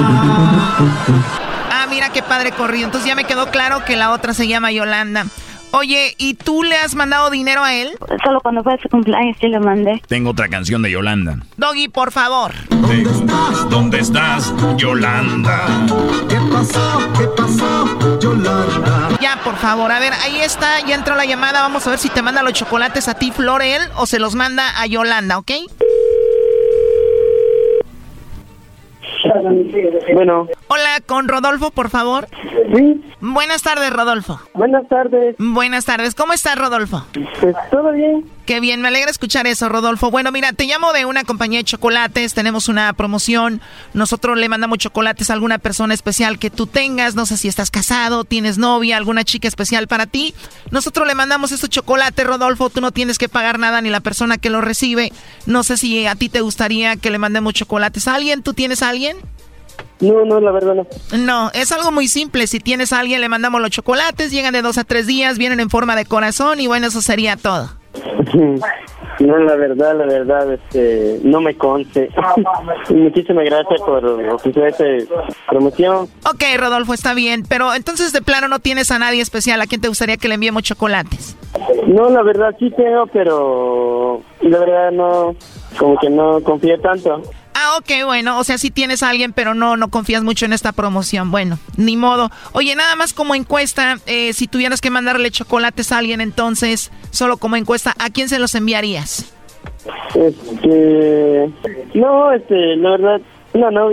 Ah, mira qué padre corrido. Entonces ya me quedó claro que la otra se llama Yolanda. Oye, ¿y tú le has mandado dinero a él? Solo cuando fue su cumpleaños sí le mandé. Tengo otra canción de Yolanda. Doggy, por favor. ¿Dónde estás, Yolanda? ¿Qué pasó, Yolanda? Ya, por favor. A ver, ahí está, ya entró la llamada. Vamos a ver si te manda los chocolates a ti, Flor, él, o se los manda a Yolanda, ¿ok? Bueno. Hola, con Rodolfo, por favor. Sí. Buenas tardes, Rodolfo. Buenas tardes. Buenas tardes. ¿Cómo estás, Rodolfo? Pues todo bien. Qué bien, me alegra escuchar eso, Rodolfo. Bueno, mira, te llamo de una compañía de chocolates, tenemos una promoción. Nosotros le mandamos chocolates a alguna persona especial que tú tengas. No sé si estás casado, tienes novia, alguna chica especial para ti. Nosotros le mandamos estos chocolates, Rodolfo. Tú no tienes que pagar nada ni la persona que lo recibe. No sé si a ti te gustaría que le mandemos chocolates a alguien. ¿Tú tienes a alguien? No, la verdad no. No, es algo muy simple. Si tienes a alguien, le mandamos los chocolates. Llegan de 2 a 3 días, vienen en forma de corazón y bueno, eso sería todo. No, la verdad, no me conste. Muchísimas gracias por ofrecer esta promoción. Ok, Rodolfo, está bien. Pero entonces, de plano, no tienes a nadie especial. ¿A quién te gustaría que le enviemos chocolates? No, la verdad sí tengo, pero la verdad no, como que no confío tanto. Ah, ok, bueno, o sea, sí tienes a alguien, pero no confías mucho en esta promoción. Bueno, ni modo. Oye, nada más como encuesta, si tuvieras que mandarle chocolates a alguien, entonces, solo como encuesta, ¿a quién se los enviarías? La verdad, una novia.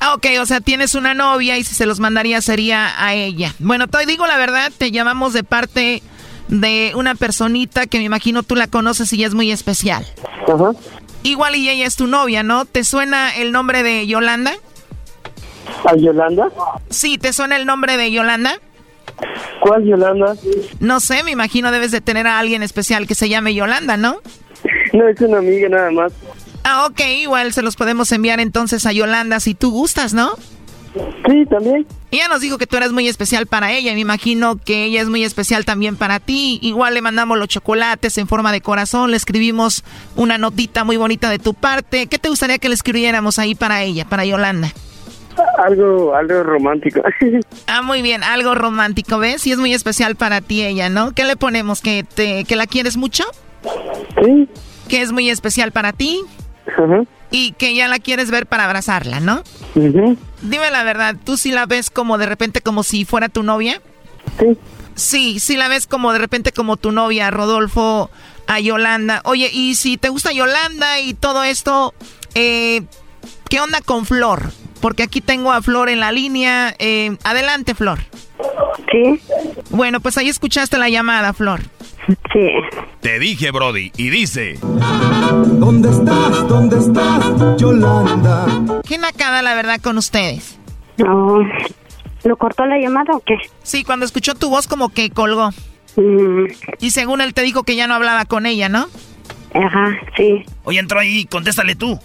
Ok, o sea, tienes una novia y si se los mandaría sería a ella. Bueno, te digo la verdad, te llamamos de parte de una personita que me imagino tú la conoces y es muy especial. Ajá. Igual y ella es tu novia, ¿no? ¿Te suena el nombre de Yolanda? ¿A Yolanda? Sí, ¿te suena el nombre de Yolanda? ¿Cuál Yolanda? No sé, me imagino debes de tener a alguien especial que se llame Yolanda, ¿no? No, es una amiga nada más. Ah, ok, igual se los podemos enviar entonces a Yolanda si tú gustas, ¿no? Sí, también. Ella nos dijo que tú eres muy especial para ella, me imagino que ella es muy especial también para ti. Igual le mandamos los chocolates en forma de corazón, le escribimos una notita muy bonita de tu parte. ¿Qué te gustaría que le escribiéramos ahí para ella, para Yolanda? Algo romántico. Ah, muy bien, algo romántico, ¿ves? Y es muy especial para ti ella, ¿no? ¿Qué le ponemos? ¿Que la quieres mucho? Sí. ¿Que es muy especial para ti? Ajá. Y que ya la quieres ver para abrazarla, ¿no? Uh-huh. Dime la verdad, ¿tú sí la ves como de repente como si fuera tu novia? Sí. Sí la ves como de repente como tu novia, Rodolfo, a Yolanda. Oye, y si te gusta Yolanda y todo esto, ¿qué onda con Flor? Porque aquí tengo a Flor en la línea. Adelante, Flor. Sí. Bueno, pues ahí escuchaste la llamada, Flor. Sí. Te dije, Brody, y dice... ¿Dónde estás, Yolanda? ¿Qué nacada, la verdad, con ustedes? No. ¿Lo cortó la llamada o qué? Sí, cuando escuchó tu voz como que colgó. Y según él te dijo que ya no hablaba con ella, ¿no? Ajá, sí. Oye, entró ahí, contéstale tú.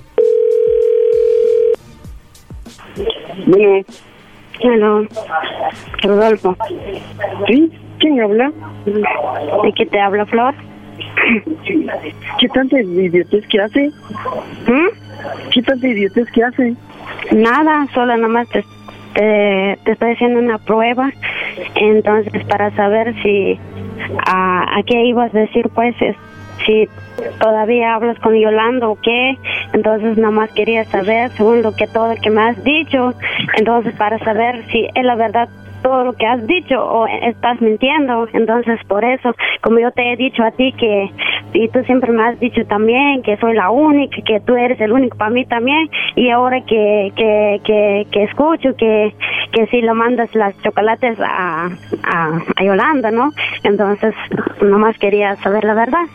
Bueno. Hello. Rodolfo. ¿Sí? ¿Quién habla? ¿De qué te habla, Flor? ¿Qué tanta idiotez que hace? ¿Qué tanta idiotez que hace? Nada, solo nomás te estoy haciendo una prueba. Entonces, para saber si... ¿A qué ibas a decir, pues? Si todavía hablas con Yolanda o qué. Entonces, nomás quería saber, según todo lo que me has dicho. Entonces, para saber si es la verdad todo lo que has dicho o estás mintiendo. Entonces, por eso, como yo te he dicho a ti que, y tú siempre me has dicho también que soy la única, que tú eres el único para mí también, y ahora que escucho que si lo mandas las chocolates a Yolanda, ¿no? Entonces, nomás quería saber la verdad.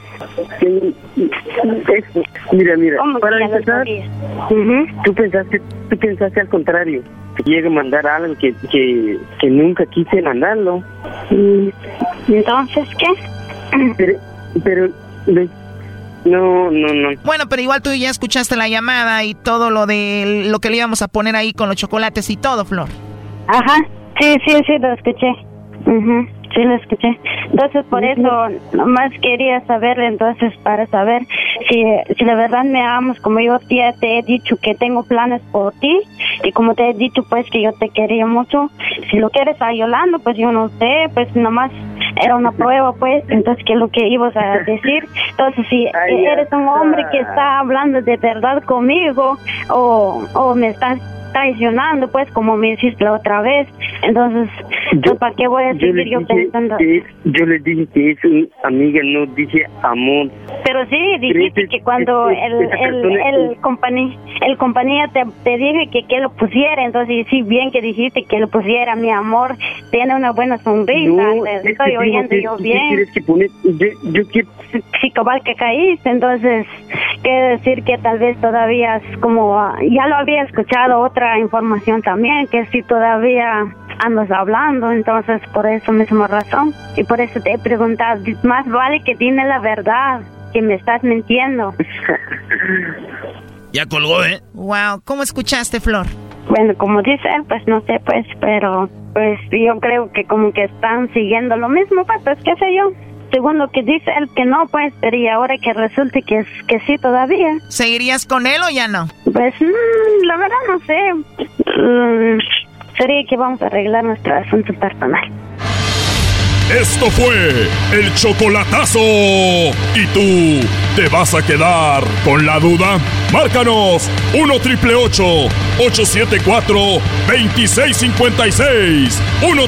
Mira, ¿Cómo para empezar, tú pensaste al contrario, que llegue a mandar algo que nunca quise mandarlo. Entonces, ¿qué? Pero no. Bueno, pero igual tú ya escuchaste la llamada y todo lo de lo que le íbamos a poner ahí con los chocolates y todo, Flor. Ajá, sí, lo escuché. Sí, lo escuché. Entonces, por eso, nomás quería saber, entonces, para saber si de verdad me amas, como yo ya te he dicho que tengo planes por ti, y como te he dicho, pues, que yo te quería mucho. Si lo quieres a Yolanda, pues, yo no sé, pues, nomás era una prueba, pues, entonces, ¿qué es lo que ibas a decir? Entonces, si eres un hombre que está hablando de verdad conmigo, o me estás traicionando, pues, como me hiciste la otra vez, entonces, ¿para qué voy a seguir yo pensando? Yo le dije que es una amiga, no dije amor. Pero sí, dijiste que cuando el compañía te dije que lo pusiera, entonces sí, bien que dijiste que lo pusiera, mi amor, tiene una buena sonrisa, no, estoy oyendo yo bien. ¿Quieres que poner? Yo quiero... Sí, cabal que caíste, entonces, quiere decir que tal vez todavía es como, ya lo había escuchado otra información también, que si todavía andas hablando, entonces por eso misma razón, y por eso te he preguntado, más vale que dime la verdad, que me estás mintiendo. Ya colgó, ¿eh? Wow, ¿cómo escuchaste, Flor? Bueno, como dice él, pues no sé, pues, pero pues yo creo que como que están siguiendo lo mismo, pues qué sé yo. Según lo que dice él que no, pues, pero y ahora que resulte que sí todavía. ¿Seguirías con él o ya no? Pues, la verdad no sé. Sería que vamos a arreglar nuestro asunto personal. Esto fue el chocolatazo. ¿Y tú te vas a quedar con la duda? Márcanos 1-888-874-2656.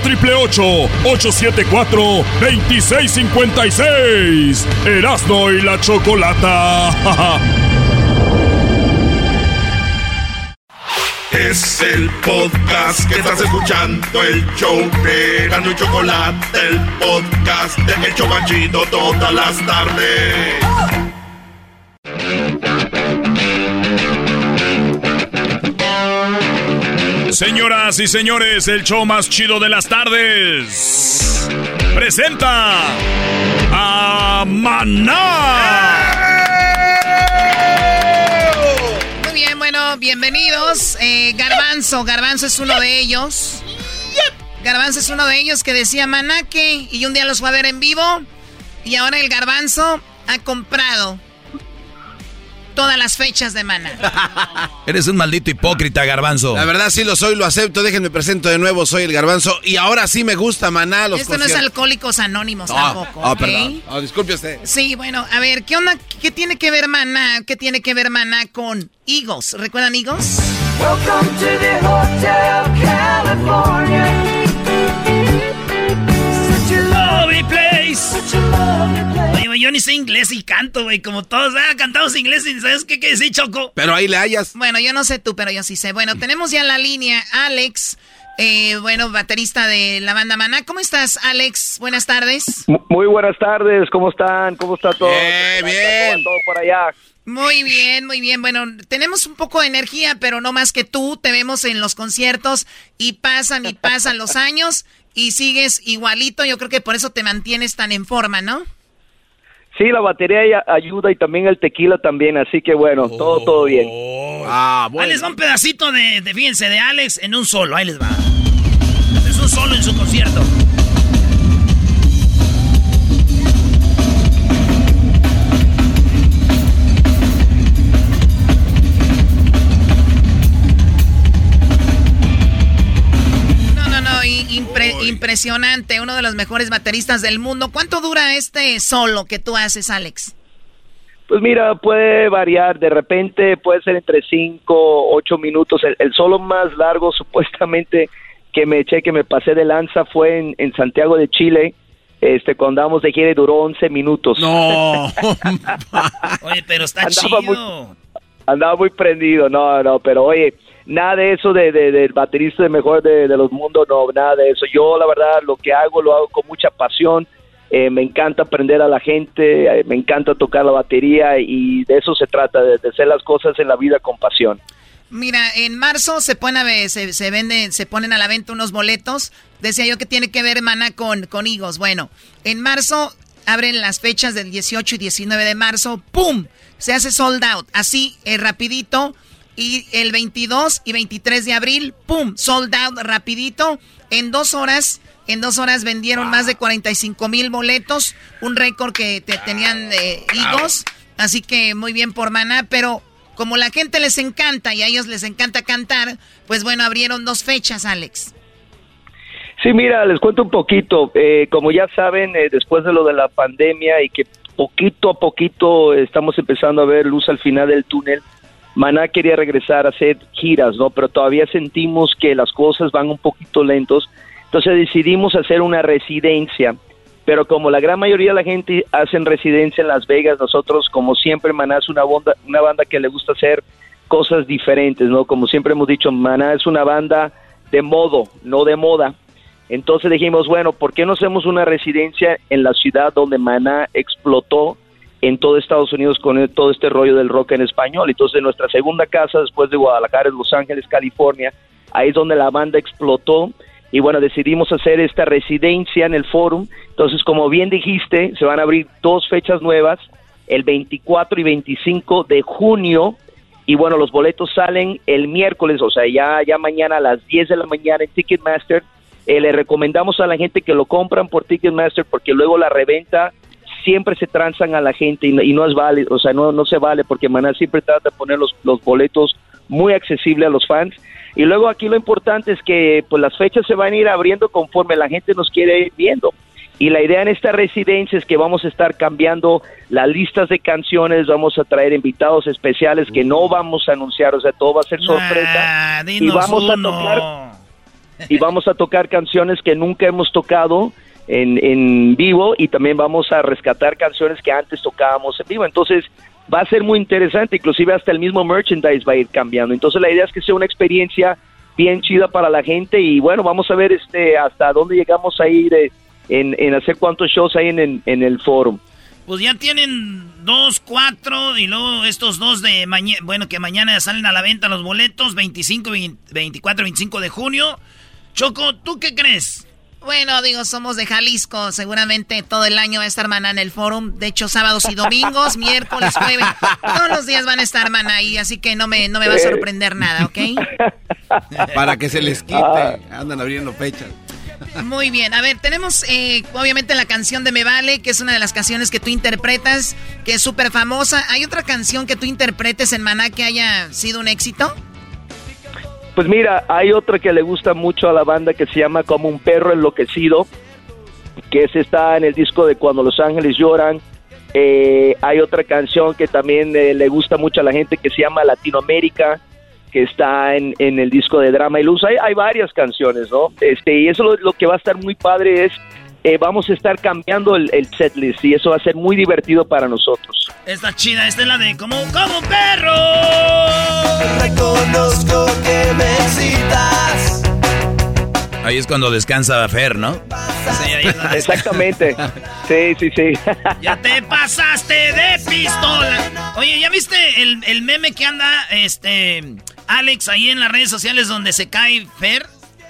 1-888-874-2656. Erasmo y la Chocolata. Es el podcast que estás escuchando, el show de Erasmo y Chocolate, el podcast de El Chobachito todas las tardes. Señoras y señores, el show más chido de las tardes presenta a Maná. Muy bien, bueno, bienvenidos. Garbanzo es uno de ellos. Garbanzo es uno de ellos que decía Maná que, y un día los fue a ver en vivo, y ahora el Garbanzo ha comprado todas las fechas de Maná. Eres un maldito hipócrita, Garbanzo. La verdad sí lo soy, lo acepto. Déjenme presento de nuevo, soy el Garbanzo. Y ahora sí me gusta Maná. Esto no es Alcohólicos Anónimos tampoco. Oh, perdón. Oh, disculpe usted. Sí, bueno, a ver, ¿qué onda? ¿Qué tiene que ver Maná? ¿Qué tiene que ver Maná con Eagles? ¿Recuerdan Eagles? Welcome to the Hotel California. Such a lovely place. Such a lovely place. Oye, yo ni sé inglés y canto, güey, como todos. Cantamos inglés y ¿sabes qué decir, Choco? Pero ahí le hallas. Bueno, yo no sé tú, pero yo sí sé. Bueno, tenemos ya en la línea Alex, baterista de la banda Maná. ¿Cómo estás, Alex? Buenas tardes. Muy buenas tardes, ¿cómo están? ¿Cómo está todo? Bien. Todo por allá. Muy bien, muy bien. Bueno, tenemos un poco de energía, pero no más que tú. Te vemos en los conciertos y pasan los años y sigues igualito. Yo creo que por eso te mantienes tan en forma, ¿no? Sí, la batería ayuda y también el tequila también, así que bueno, todo bien. Bueno. Ahí les va un pedacito fíjense, de Alex en un solo, ahí les va. Es un solo en su concierto. Impresionante, uno de los mejores bateristas del mundo. ¿Cuánto dura este solo que tú haces, Alex? Pues mira, puede variar, de repente puede ser entre 5 o 8 minutos. El solo más largo supuestamente que me eché, que me pasé de lanza fue en Santiago de Chile, cuando andábamos de gira y duró 11 minutos. No. Oye, pero está chido. Andaba muy prendido, no, pero oye, nada de eso del baterista de mejor de los mundos, no, nada de eso. Yo, la verdad, lo hago con mucha pasión. Me encanta aprender a la gente, me encanta tocar la batería y de eso se trata, de hacer las cosas en la vida con pasión. Mira, en marzo se ponen a la venta unos boletos. Decía yo que tiene que ver Maná con Eagles. Bueno, en marzo abren las fechas del 18 y 19 de marzo. ¡Pum! Se hace sold out, así rapidito. Y el 22 y 23 de abril, ¡pum! Sold out rapidito. En 2 horas vendieron más de 45,000 boletos. Un récord que tenían Eagles. Así que muy bien por Maná. Pero como la gente les encanta y a ellos les encanta cantar, pues bueno, abrieron 2 fechas, Alex. Sí, mira, les cuento un poquito. Como ya saben, después de lo de la pandemia y que poquito a poquito estamos empezando a ver luz al final del túnel, Maná quería regresar a hacer giras, ¿no? Pero todavía sentimos que las cosas van un poquito lentos. Entonces decidimos hacer una residencia. Pero como la gran mayoría de la gente hacen residencia en Las Vegas, nosotros, como siempre, Maná es una banda que le gusta hacer cosas diferentes, ¿no? Como siempre hemos dicho, Maná es una banda de modo, no de moda. Entonces dijimos, bueno, ¿por qué no hacemos una residencia en la ciudad donde Maná explotó en todo Estados Unidos con todo este rollo del rock en español? Entonces nuestra segunda casa después de Guadalajara es Los Ángeles, California. Ahí es donde la banda explotó y bueno, decidimos hacer esta residencia en el Forum. Entonces, como bien dijiste, se van a abrir 2 fechas nuevas, el 24 y 25 de junio. Y bueno, los boletos salen el miércoles, o sea, ya mañana a las 10 de la mañana en Ticketmaster. Le recomendamos a la gente que lo compran por Ticketmaster porque luego la reventa siempre se transan a la gente y no es válido, o sea, no se vale porque Maná siempre trata de poner los boletos muy accesibles a los fans. Y luego aquí lo importante es que pues las fechas se van a ir abriendo conforme la gente nos quiere ir viendo. Y la idea en esta residencia es que vamos a estar cambiando las listas de canciones, vamos a traer invitados especiales que no vamos a anunciar, o sea, todo va a ser sorpresa. Y vamos a tocar canciones que nunca hemos tocado en vivo y también vamos a rescatar canciones que antes tocábamos en vivo. Entonces va a ser muy interesante, inclusive hasta el mismo merchandise va a ir cambiando. Entonces la idea es que sea una experiencia bien chida para la gente y bueno, vamos a ver hasta dónde llegamos a ir en hacer cuántos shows hay en el Forum. Pues ya tienen 2, 4 y luego estos 2 de mañana, bueno, que mañana salen a la venta los boletos, 25, 24, 25 de junio. Choco, ¿tú qué crees? Bueno, digo, somos de Jalisco, seguramente todo el año va a estar Maná en el Forum. De hecho, sábados y domingos, miércoles, jueves, todos los días van a estar Maná ahí, así que no me va a sorprender nada, ¿ok? Para que se les quite, andan abriendo fechas. Muy bien, a ver, tenemos obviamente la canción de Me Vale, que es una de las canciones que tú interpretas, que es súper famosa. ¿Hay otra canción que tú interpretes en Maná que haya sido un éxito? Pues mira, hay otra que le gusta mucho a la banda que se llama Como un perro enloquecido, que está en el disco de Cuando los ángeles lloran. Hay otra canción que también le gusta mucho a la gente que se llama Latinoamérica, que está en el disco de Drama y Luz. Hay varias canciones, ¿no? Y eso lo que va a estar muy padre es, vamos a estar cambiando el setlist y eso va a ser muy divertido para nosotros. Esta chida, esta es la de Como un perro. Reconozco que me excitas. Ahí es cuando descansa Fer, ¿no? Sí, ahí es exactamente. Sí. Ya te pasaste de pistola. Oye, ¿ya viste el meme que anda Alex ahí en las redes sociales donde se cae Fer?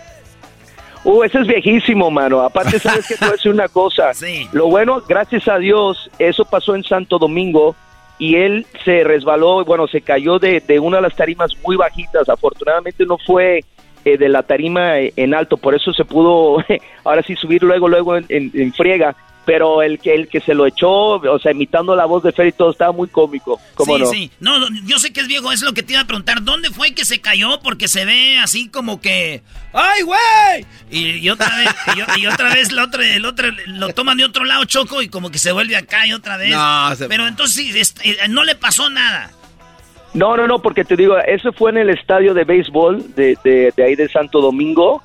Ese es viejísimo, mano. Aparte, sabes que te voy a decir una cosa. Sí. Lo bueno, gracias a Dios, eso pasó en Santo Domingo y él se resbaló, bueno, se cayó de una de las tarimas muy bajitas. Afortunadamente no fue de la tarima en alto, por eso se pudo ahora sí subir luego en friega. Pero el que se lo echó, o sea, imitando la voz de Fer y todo, estaba muy cómico. ¿Cómo no? Sí. No, yo sé que es viejo, es lo que te iba a preguntar. ¿Dónde fue que se cayó? Porque se ve así como que... ¡Ay, güey! Y otra vez el otro lo toman de otro lado, Choco, y como que se vuelve acá y otra vez. Pero entonces no le pasó nada. No, porque te digo, eso fue en el estadio de béisbol de ahí de Santo Domingo.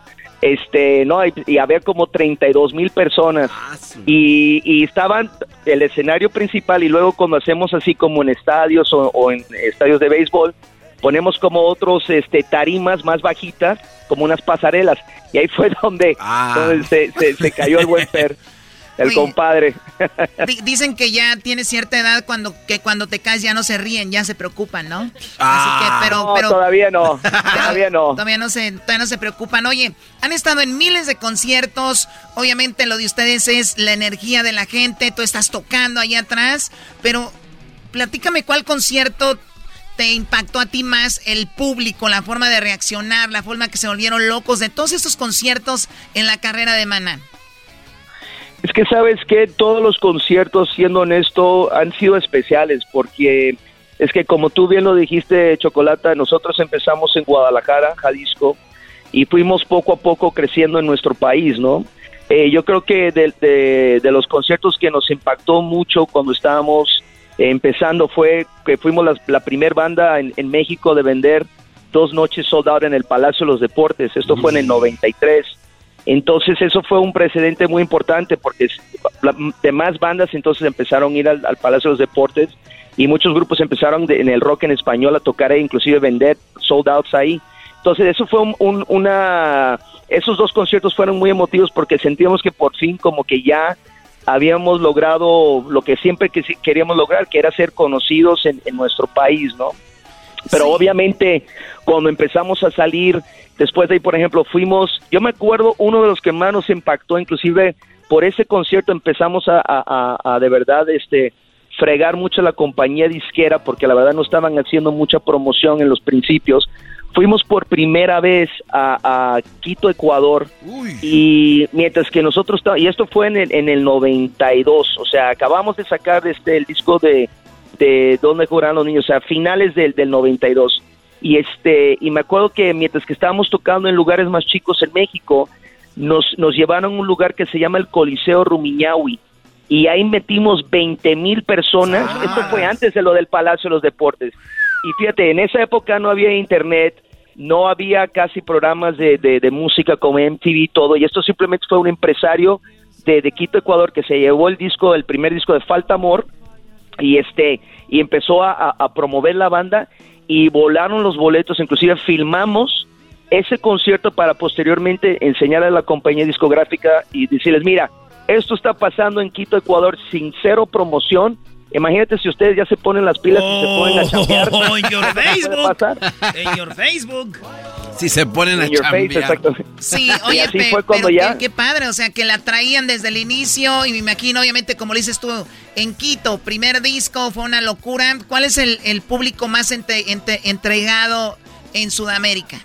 Y había como 32,000 personas y estaban el escenario principal y luego cuando hacemos así como en estadios o en estadios de béisbol ponemos como otros tarimas más bajitas, como unas pasarelas, y ahí fue donde se cayó el buen Fer. El compadre. Dicen que ya tienes cierta edad cuando te caes ya no se ríen, ya se preocupan, ¿no? Así que, pero todavía no. Todavía no se preocupan. Oye, han estado en miles de conciertos. Obviamente lo de ustedes es la energía de la gente. Tú estás tocando ahí atrás. Pero platícame cuál concierto te impactó a ti más, el público, la forma de reaccionar, la forma que se volvieron locos de todos estos conciertos en la carrera de Maná. Es que sabes que todos los conciertos, siendo honesto, han sido especiales porque es que como tú bien lo dijiste, Chocolata, nosotros empezamos en Guadalajara, Jalisco, y fuimos poco a poco creciendo en nuestro país, ¿no? Yo creo que de los conciertos que nos impactó mucho cuando estábamos empezando fue que fuimos la primer banda en México de vender 2 noches sold out en el Palacio de los Deportes. Esto fue en el 93. Entonces eso fue un precedente muy importante porque demás bandas entonces empezaron a ir al Palacio de los Deportes y muchos grupos empezaron en el rock en español a tocar e inclusive vender sold outs ahí. Entonces eso fue esos 2 conciertos fueron muy emotivos porque sentíamos que por fin como que ya habíamos logrado lo que siempre queríamos lograr, que era ser conocidos en nuestro país, ¿no? Pero obviamente cuando empezamos a salir, después de ahí, por ejemplo, yo me acuerdo, uno de los que más nos impactó, inclusive por ese concierto empezamos a de verdad fregar mucho a la compañía disquera porque la verdad no estaban haciendo mucha promoción en los principios. Fuimos por primera vez a Quito, Ecuador. Uy. Y mientras que nosotros y esto fue en el 92, o sea, acabamos de sacar el disco de Donde Jugarán los Niños, o sea, finales del 92. Y me acuerdo que mientras que estábamos tocando en lugares más chicos en México, nos llevaron a un lugar que se llama el Coliseo Rumiñahui. Y ahí metimos 20,000 personas. Esto fue antes de lo del Palacio de los Deportes. Y fíjate, en esa época no había internet, no había casi programas de música como MTV y todo. Y esto simplemente fue un empresario de Quito, Ecuador, que se llevó el primer disco de Falta Amor. Y y empezó a promover la banda y volaron los boletos, inclusive filmamos ese concierto para posteriormente enseñar a la compañía discográfica y decirles, mira, esto está pasando en Quito, Ecuador, sin cero promoción. Imagínate si ustedes ya se ponen las pilas y se ponen a chambear. En your Facebook. En your Facebook. Si se ponen a chambear. Sí, oye, pero qué padre, o sea, que la traían desde el inicio y me imagino, obviamente, como lo dices tú, en Quito, primer disco, fue una locura. ¿Cuál es el público más entregado en Sudamérica?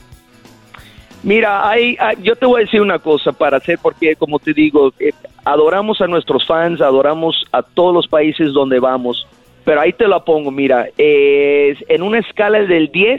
Mira, yo te voy a decir una cosa porque, como te digo, adoramos a nuestros fans, adoramos a todos los países donde vamos, pero ahí te la pongo, mira, en una escala del 10,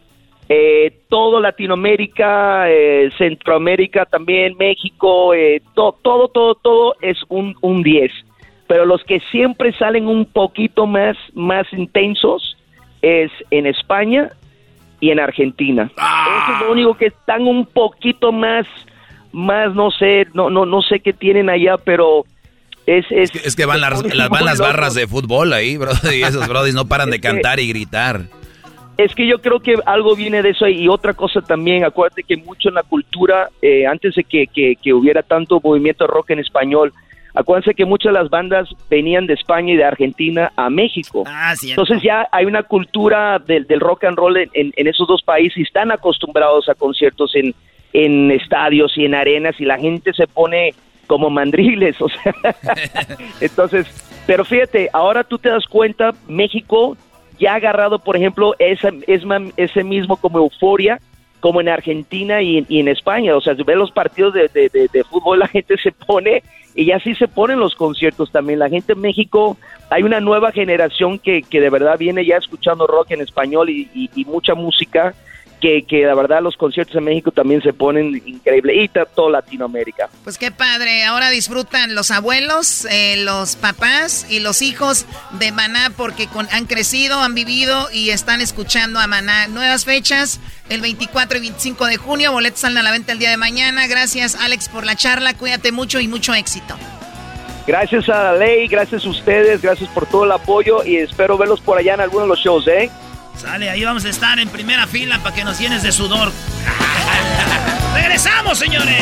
todo Latinoamérica, Centroamérica también, México, todo es un 10, pero los que siempre salen un poquito más intensos es en España y en Argentina. Eso es lo único que están un poquito más no sé qué tienen allá, pero es que van las barras de fútbol ahí, bro, y esos brodis no paran de cantar y gritar. Es que yo creo que algo viene de eso ahí. Y otra cosa también, acuérdate que mucho en la cultura, antes de que hubiera tanto movimiento de rock en español, acuérdense que muchas de las bandas venían de España y de Argentina a México. Entonces ya hay una cultura del rock and roll en esos dos países y están acostumbrados a conciertos en estadios y en arenas y la gente se pone como mandriles, o sea. Entonces, pero fíjate, ahora tú te das cuenta, México ya ha agarrado, por ejemplo, ese mismo como euforia como en Argentina y en España. O sea, si ves los partidos de fútbol, la gente se pone, y así se ponen los conciertos también. La gente en México, hay una nueva generación que de verdad viene ya escuchando rock en español y mucha música, que la verdad los conciertos en México también se ponen increíbles, y toda Latinoamérica. Pues qué padre, ahora disfrutan los abuelos, los papás y los hijos de Maná porque han crecido, han vivido y están escuchando a Maná. Nuevas fechas, el 24 y 25 de junio, boletos salen a la venta el día de mañana. Gracias, Alex, por la charla, cuídate mucho y mucho éxito. Gracias a la ley, gracias a ustedes, gracias por todo el apoyo y espero verlos por allá en algunos de los shows, ¿eh? Sale, ahí vamos a estar en primera fila para que nos llenes de sudor. ¡Regresamos, señores!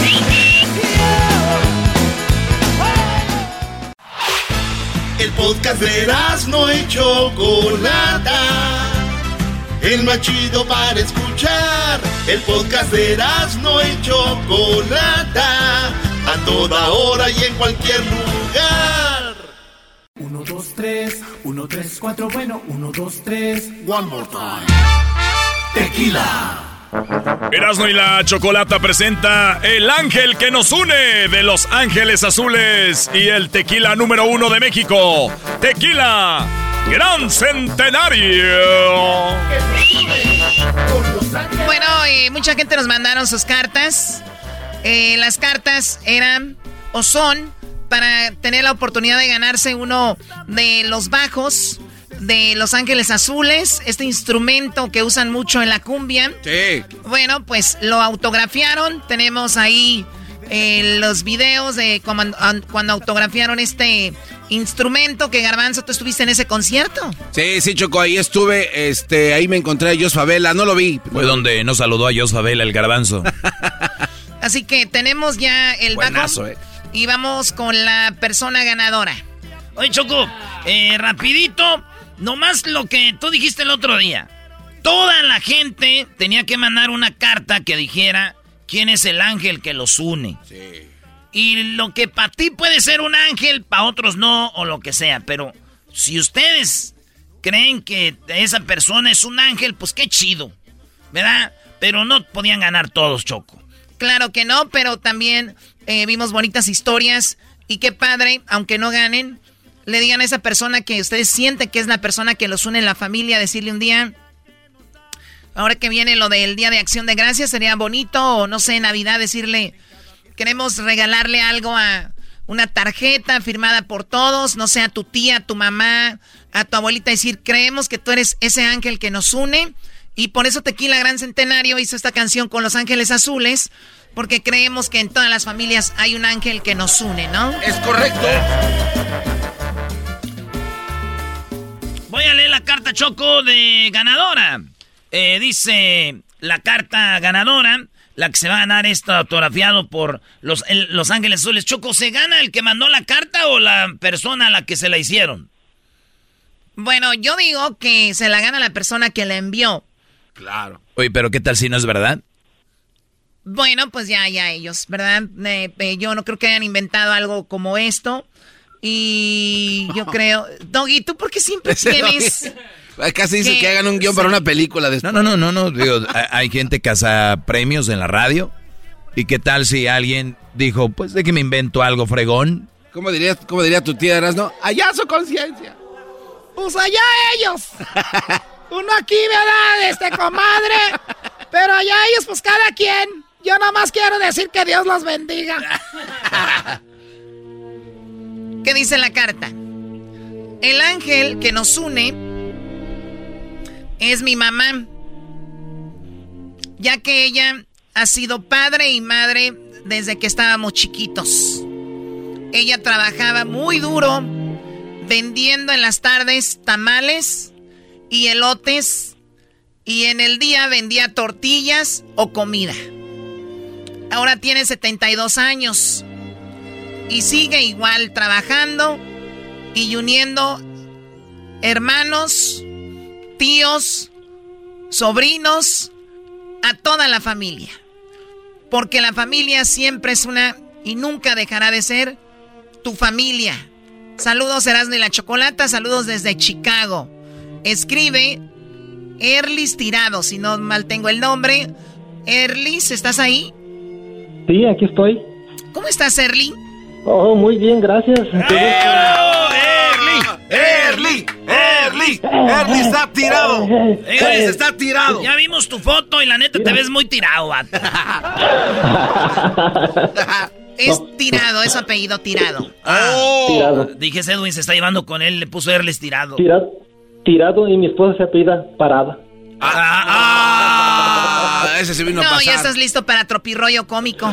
El podcast de Erazno y Chocolata, el más chido para escuchar. El podcast de Erazno y Chocolata, a toda hora y en cualquier lugar. 1, 2, 3, 1, 3, 4, bueno, 1, 2, 3, one more time. Tequila. Erazno y la Chocolata presenta El Ángel que nos une de Los Ángeles Azules y el tequila número 1 de México. Tequila Gran Centenario. Bueno, mucha gente nos mandaron sus cartas. Las cartas eran o son para tener la oportunidad de ganarse uno de los bajos de Los Ángeles Azules, este instrumento que usan mucho en la cumbia. Sí. Bueno, pues lo autografiaron. Tenemos ahí los videos de cuando autografiaron este instrumento. Que Garbanzo, ¿tú estuviste en ese concierto? Sí, Choco, ahí estuve. Ahí me encontré a Jos Favela, no lo vi. Fue donde nos saludó a Jos Favela, el Garbanzo. Así que tenemos ya el buenazo, bajo. Y vamos con la persona ganadora. Oye, Choco, rapidito, nomás lo que tú dijiste el otro día. Toda la gente tenía que mandar una carta que dijera quién es el ángel que los une. Sí. Y lo que para ti puede ser un ángel, para otros no, o lo que sea. Pero si ustedes creen que esa persona es un ángel, pues qué chido, ¿verdad? Pero no podían ganar todos, Choco. Claro que no, pero también vimos bonitas historias. Y qué padre, aunque no ganen, le digan a esa persona que ustedes sienten que es la persona que los une en la familia, decirle un día, ahora que viene lo del Día de Acción de Gracias, sería bonito, o no sé, Navidad, decirle, queremos regalarle algo, a una tarjeta firmada por todos, no sé, a tu tía, a tu mamá, a tu abuelita, decir, creemos que tú eres ese ángel que nos une. Y por eso Tequila Gran Centenario hizo esta canción con Los Ángeles Azules, porque creemos que en todas las familias hay un ángel que nos une, ¿no? Es correcto. carta, Choco, de ganadora. Dice la carta ganadora, la que se va a ganar esto autografiado por Los Ángeles Azules. Choco, ¿se gana el que mandó la carta o la persona a la que se la hicieron? Bueno, yo digo que se la gana la persona que la envió. Claro. Oye, pero ¿qué tal si no es verdad? Bueno, pues ya ellos, ¿verdad? Yo no creo que hayan inventado algo como esto. Y yo creo... Doggy, ¿tú por qué siempre tienes...? Casi dice que hagan un guión para una película. No. Digo, hay gente que caza premios en la radio. ¿Y qué tal si alguien dijo, pues de que me invento algo fregón? ¿Cómo diría tu tía Erasno? Allá su conciencia. Pues allá ellos. Uno aquí, ¿verdad? Comadre. Pero allá ellos, pues cada quien. Yo nada más quiero decir que Dios los bendiga. ¿Qué dice la carta? El ángel que nos une es mi mamá, ya que ella ha sido padre y madre desde que estábamos chiquitos. Ella trabajaba muy duro vendiendo en las tardes tamales y elotes, y en el día vendía tortillas o comida. Ahora tiene 72 años y sigue igual trabajando y uniendo hermanos, tíos, sobrinos, a toda la familia. Porque la familia siempre es una y nunca dejará de ser tu familia. Saludos, Erasmo y la Chocolata, saludos desde Chicago. Escribe Erlis Tirado, si no mal tengo el nombre. Erlis, ¿estás ahí? Sí, aquí estoy. ¿Cómo estás, Erli? Oh, muy bien, gracias. ¡Erli está tirado! ¡Erli está tirado! Ya vimos tu foto y la neta te ves muy tirado, vato. Es Tirado, es su apellido, Tirado. Tirado. Dije, Edwin se está llevando con él, le puso Erles Tirado. Tirado, y mi esposa se apellida Parada. Ese se vino a pasar. No, ya estás listo para tropirroyo cómico.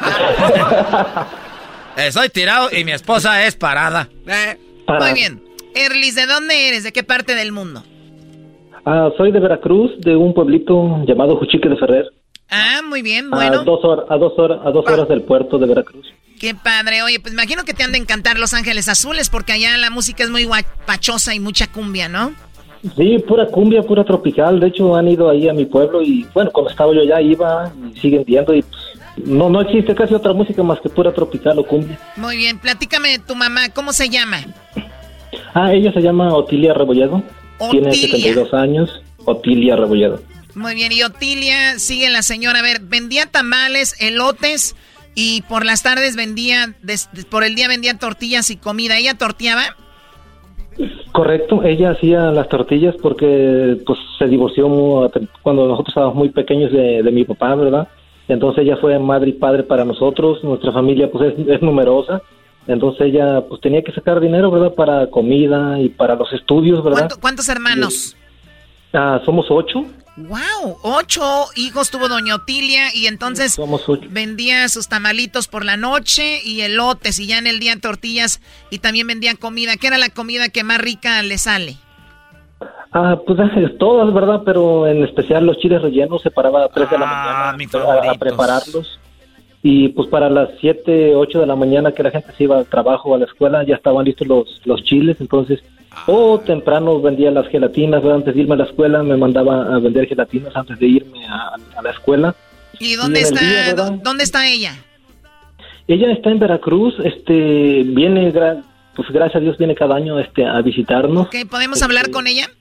Soy Tirado y mi esposa es Parada. Muy bien. Erlis, ¿de dónde eres? ¿De qué parte del mundo? Soy de Veracruz, de un pueblito llamado Juchique de Ferrer. Muy bien, bueno. A dos horas del puerto de Veracruz. Qué padre. Oye, pues imagino que te han de encantar Los Ángeles Azules, porque allá la música es muy guapachosa y mucha cumbia, ¿no? Sí, pura cumbia, pura tropical. De hecho, han ido ahí a mi pueblo y, bueno, cuando estaba yo allá iba y siguen viendo y pues, no existe casi otra música más que pura tropical o cumbia. Muy bien, platícame de tu mamá, ¿cómo se llama? Ella se llama Otilia Rebolledo. Otilia. Tiene 72 años, Otilia Rebolledo. Muy bien, y Otilia, sigue la señora, a ver, vendía tamales, elotes y por las tardes por el día vendía tortillas y comida. ¿Ella torteaba? Correcto, ella hacía las tortillas porque pues se divorció cuando nosotros estábamos muy pequeños de mi papá, ¿verdad? Entonces ella fue madre y padre para nosotros, nuestra familia pues es numerosa, entonces ella pues tenía que sacar dinero, ¿verdad? Para comida y para los estudios, ¿verdad? ¿Cuántos hermanos? Somos 8. ¡Wow! 8 hijos tuvo doña Otilia y entonces vendía sus tamalitos por la noche y elotes y ya en el día tortillas y también vendía comida. ¿Qué era la comida que más rica le sale? Pues todas, ¿verdad? Pero en especial los chiles rellenos se paraba a 3 de la mañana a prepararlos. Y pues para las 7, 8 de la mañana que la gente se iba al trabajo o a la escuela ya estaban listos los chiles, entonces temprano vendía las gelatinas, ¿verdad? Antes de irme a la escuela me mandaba a vender gelatinas antes de irme a la escuela. ¿Y dónde está? ¿Dónde está ella? Ella está en Veracruz, viene, pues gracias a Dios viene cada año a visitarnos. Okay, ¿podemos hablar con ella?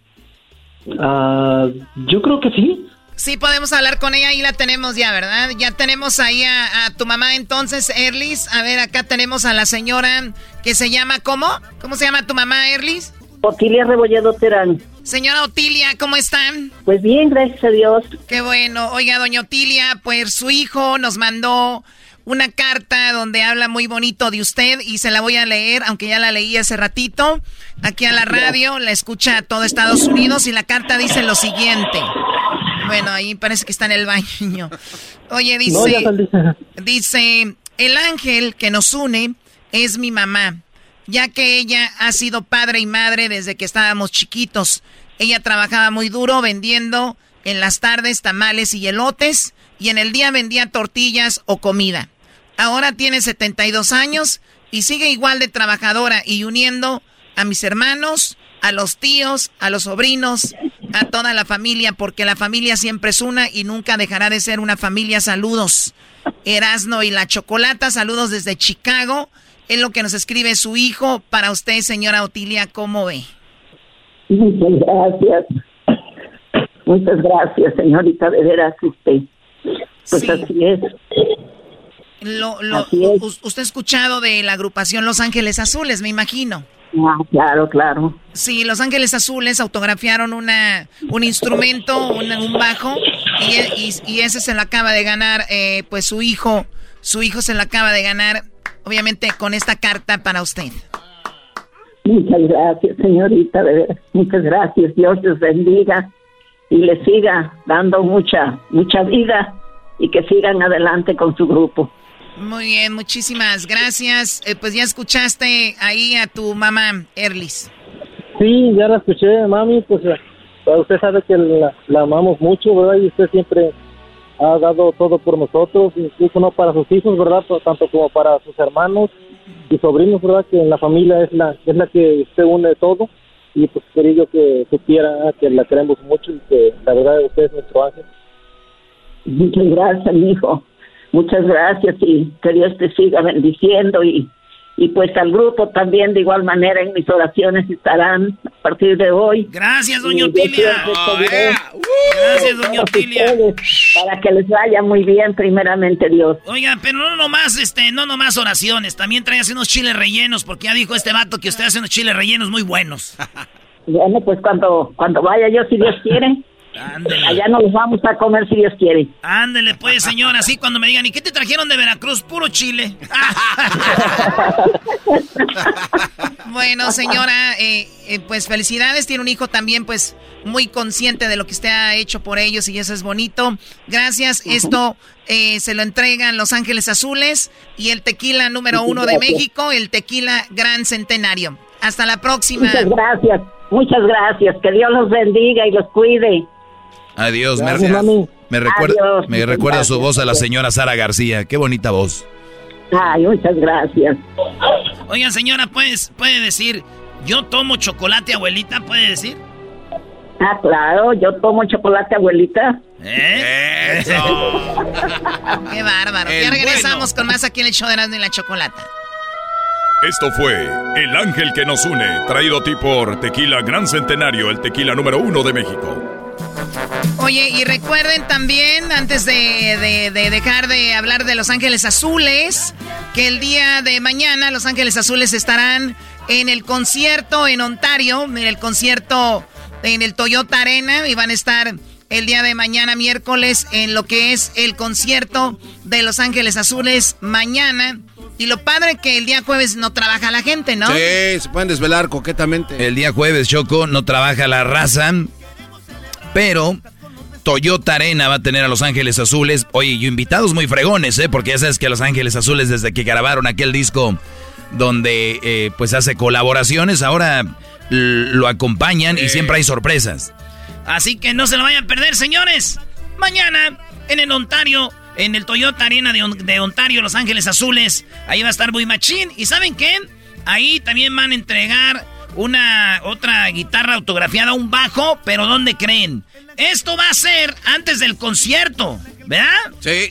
Yo creo que sí. Sí, podemos hablar con ella, ahí la tenemos ya, ¿verdad? Ya tenemos ahí a tu mamá entonces, Erlis. A ver, acá tenemos a la señora que se llama, ¿cómo? ¿Cómo se llama tu mamá, Erlis? Otilia Rebolledo Terán. Señora Otilia, ¿cómo están? Pues bien, gracias a Dios. Qué bueno. Oiga, doña Otilia, pues su hijo nos mandó una carta donde habla muy bonito de usted y se la voy a leer, aunque ya la leí hace ratito, aquí a la radio, la escucha todo Estados Unidos y la carta dice lo siguiente. Bueno, ahí parece que está en el baño. Oye, dice, el ángel que nos une es mi mamá, ya que ella ha sido padre y madre desde que estábamos chiquitos. Ella trabajaba muy duro vendiendo en las tardes tamales y elotes y en el día vendía tortillas o comida. Ahora tiene 72 años y sigue igual de trabajadora y uniendo a mis hermanos, a los tíos, a los sobrinos, a toda la familia, porque la familia siempre es una y nunca dejará de ser una familia. Saludos, Erasno y la Chocolata, saludos desde Chicago. Es lo que nos escribe su hijo para usted, señora Otilia, ¿cómo ve? Muchas gracias. Muchas gracias, señorita, de veras usted. Pues sí. Así es. Así es. Usted ha escuchado de la agrupación Los Ángeles Azules, me imagino. Ah, claro, claro. Sí, Los Ángeles Azules autografiaron un instrumento, un bajo, y ese se lo acaba de ganar, pues su hijo se lo acaba de ganar, obviamente con esta carta para usted. Muchas gracias, señorita, de verdad. Muchas gracias. Dios les bendiga y les siga dando mucha vida y que sigan adelante con su grupo. Muy bien, muchísimas gracias. Pues ya escuchaste ahí a tu mamá, Erlis. Sí, ya la escuché, mami. Pues usted sabe que la amamos mucho, ¿verdad? Y usted siempre ha dado todo por nosotros, incluso no para sus hijos, ¿verdad? Pero tanto como para sus hermanos y sobrinos, ¿verdad? Que en la familia es la que usted une todo. Y pues quería yo que supiera que la queremos mucho y que la verdad usted es nuestro ángel. Muchas gracias, mijo. Muchas gracias y que Dios te siga bendiciendo y pues al grupo también de igual manera en mis oraciones estarán a partir de hoy. Gracias, doña Otilia. Gracias, doña Otilia. Para que les vaya muy bien, primeramente Dios. Oiga, pero no nomás oraciones, también traes unos chiles rellenos, porque ya dijo este vato que usted hace unos chiles rellenos muy buenos. Bueno, pues cuando vaya yo, si Dios quiere. Ándele. Allá nos los vamos a comer si Dios quiere. Ándele pues, señora, así cuando me digan, ¿y qué te trajeron de Veracruz? Puro chile. Bueno, señora, pues felicidades, tiene un hijo también pues muy consciente de lo que usted ha hecho por ellos y eso es bonito. Gracias, esto se lo entregan Los Ángeles Azules y el tequila número 1 de México, el tequila Gran Centenario. Hasta la próxima. Muchas gracias, que Dios los bendiga y los cuide. Adiós, me recuerda su voz a la señora Sara García. Qué bonita voz. Ay, muchas gracias. Oigan, señora, ¿puede decir, yo tomo chocolate, abuelita? ¿Puede decir? Ah, claro, yo tomo chocolate, abuelita. Eso. Qué bárbaro. Ya regresamos con más aquí en el show de Erasmo y la Chocolata. Esto fue El Ángel que nos une, traído a ti por Tequila Gran Centenario, el tequila número 1 de México. Oye, y recuerden también, antes de dejar de hablar de Los Ángeles Azules, que el día de mañana Los Ángeles Azules estarán en el concierto en Ontario, en el concierto en el Toyota Arena, y van a estar el día de mañana, miércoles, en lo que es el concierto de Los Ángeles Azules mañana. Y lo padre que el día jueves no trabaja la gente, ¿no? Sí, se pueden desvelar coquetamente. El día jueves, Choco, no trabaja la raza, pero Toyota Arena va a tener a Los Ángeles Azules. Oye, y invitados muy fregones, porque ya sabes que Los Ángeles Azules, desde que grabaron aquel disco donde pues hace colaboraciones, ahora lo acompañan y siempre hay sorpresas. Así que no se lo vayan a perder, señores. Mañana en el Ontario, en el Toyota Arena de Ontario, Los Ángeles Azules, ahí va a estar Boy Machine. ¿Y saben qué? Ahí también van a entregar otra guitarra autografiada, un bajo, pero ¿dónde creen? Esto va a ser antes del concierto, ¿verdad? Sí.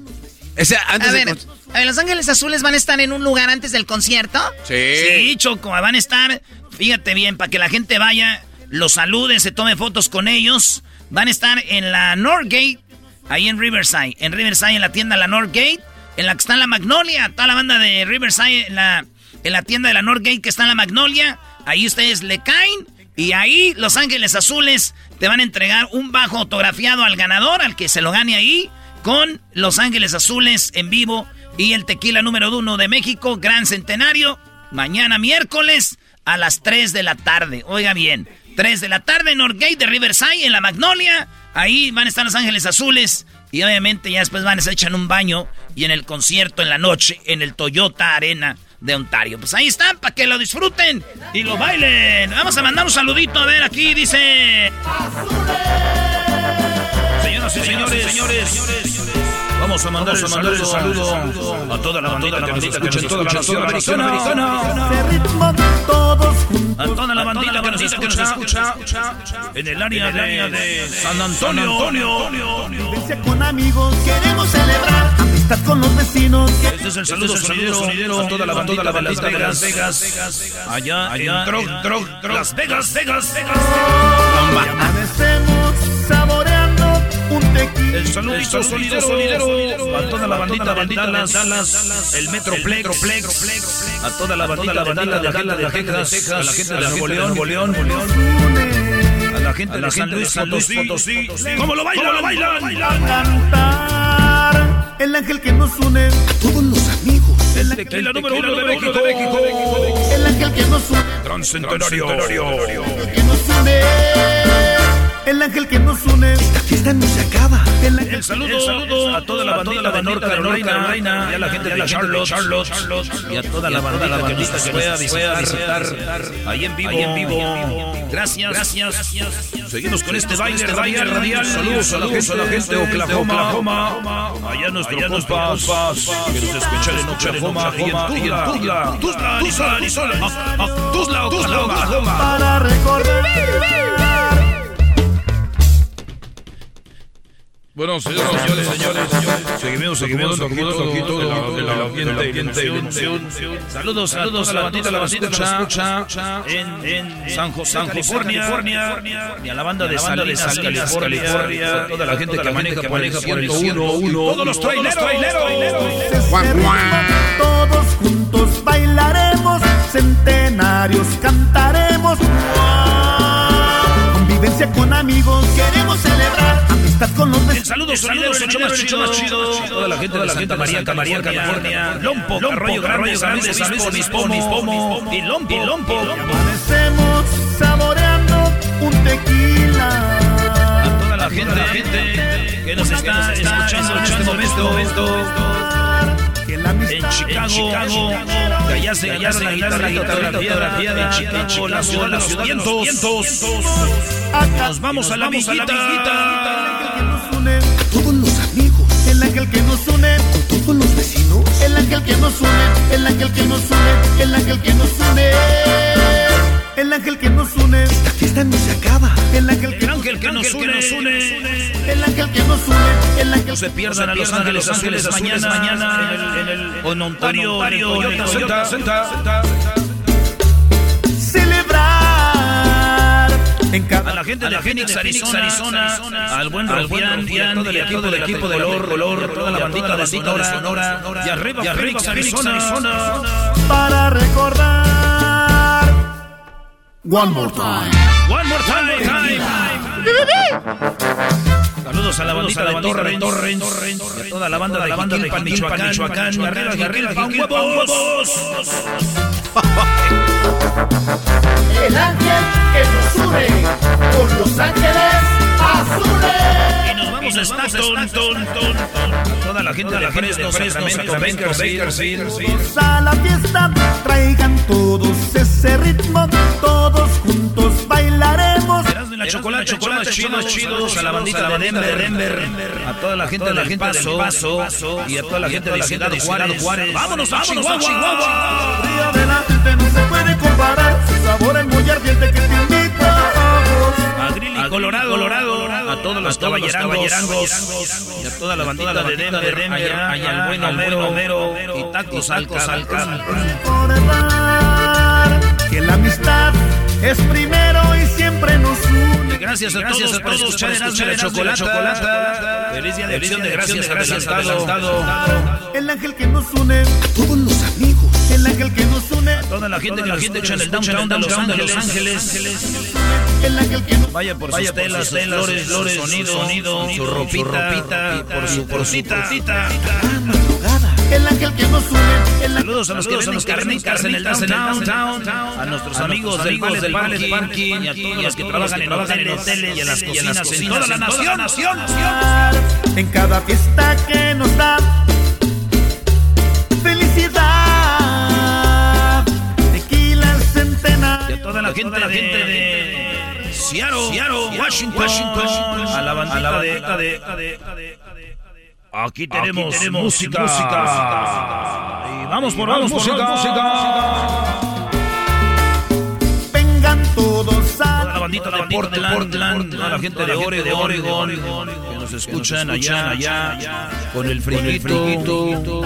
A ver, Los Ángeles Azules van a estar en un lugar antes del concierto. Sí, Choco, van a estar, fíjate bien, para que la gente vaya, los salude, se tome fotos con ellos. Van a estar en la Northgate, ahí en Riverside, en la tienda La Northgate, en la que está la Magnolia, toda la banda de Riverside, en la tienda de la Northgate que está en la Magnolia. Ahí ustedes le caen y ahí Los Ángeles Azules te van a entregar un bajo autografiado al ganador, al que se lo gane ahí, con Los Ángeles Azules en vivo y el tequila número 1 de México, Gran Centenario, mañana miércoles a las 3 de la tarde. Oiga bien, 3 de la tarde en Northgate de Riverside, en la Magnolia. Ahí van a estar Los Ángeles Azules y obviamente ya después se echan un baño y en el concierto en la noche en el Toyota Arena de Ontario. Pues ahí están, para que lo disfruten y lo bailen. Vamos a mandar un saludito, a ver, aquí dice... Señoras y señores, vamos a mandar el saludo a toda la bandita que nos escucha en toda la nación americana. A toda la bandita que nos escucha en el área de San Antonio. Con amigos queremos celebrar amistad con los vecinos. Este es el saludo sonidero a toda la bandita de Las Vegas. Allá en Las Vegas. Amanecemos saboreando un tequila. El saludito sonidero a toda la bandita de Dallas, el Metroplex, a toda la bandita de Texas, a la gente de Nuevo León, a la gente de San Luis Potosí. ¿Cómo lo bailan? Cantar el ángel que nos une a todos los amigos. El tequila número 1 de México. El ángel que nos une. Transcentenario. Que nos une. El ángel que nos une. Esta fiesta no se acaba. El saludo a toda la bandita de North Carolina y a la gente de Charlotte y a toda la bandita que nos pueda visitar ahí en vivo. Gracias. Seguimos con este baile radial. Saludos a la gente de Oklahoma. Allá nuestros compas que nos escuchan en Oklahoma y en Tuzla, Oklahoma. Para recordar. Bueno, señores, seguimos aquí todo el ambiente. Saludos a la bandita que escucha en San José, California, y a la banda de Salinas, California, toda la gente que maneja por el 101, todos los traileros. Todos juntos bailaremos, centenarios cantaremos. Convivencia con amigos, queremos celebrar amistad con los vecinos. El saludo sonidero, el hecho más chido. Toda la gente de Santa María, California, Lompo, Arroyo Grande, San Luis Obispo, y Lompo. Amanecemos saboreando un tequila. A toda la gente que nos está escuchando en este momento. En Chicago, que allá se gallaron la guitarra en Chicago, la ciudad de los vientos. Nos vamos a la visita. Todos los amigos. El ángel que nos une con todos los vecinos. El ángel que nos une. El ángel que nos une. El ángel que nos une. El ángel que nos une. Esta fiesta no se acaba. El ángel que nos une. El ángel que nos une. El ángel. No se pierdan a Los Ángeles mañana en Ontario. Celebrar. A la gente de Phoenix, Arizona, al buen Rufián, todo el equipo de Olor, toda la bandita de Sonora, y arriba Phoenix, Arizona. Para recordar. One more time. Saludos a la bandita de Torrens, y a toda la banda de Jiquilpan, Michoacán, y arriba Jiquilpan, huevos. El ángel que nos une con Los Ángeles Azules. Y nos vamos a Stockton. Toda la gente de Fresno, Sacramento, Bakersfield. A la fiesta traigan todos ese ritmo, todos juntos bailaremos. La chocolate chidos a la bandita de Denver, a toda la gente del Paso y a toda la gente de la ciudad de Juárez. Vámonos a Chihuahua. Río de la gente no se puede comparar, su sabor es muy ardiente que te invita. A Greeley, Colorado, a todos los caballerangos y a toda la bandita de Denver, allá al buen Homero y tacos al Recordar que la amistad es primero y siempre nos une. Gracias a todos por escuchar la Chocolata. Feliz día de acción de gracias adelantado. El ángel que nos une a todos los amigos. El ángel que nos une a toda la gente que escucha en el downtown de Los Ángeles. El ángel que nos vaya por sus telas, flores, sonido, su ropita, por su porcita. El ángel que nos une. Saludos a los que venden carnitas en el downtown, a nuestros amigos del parking, y a todos los que trabajan en hoteles y en las cocinas en toda la nación. En cada fiesta que nos da felicidad. la gente de Seattle, Washington, a la bandita de aquí tenemos música. Y vamos por música. Vengan todos a la bandita de Portland, a la gente de Oregon, que nos escuchan allá, con el friquito.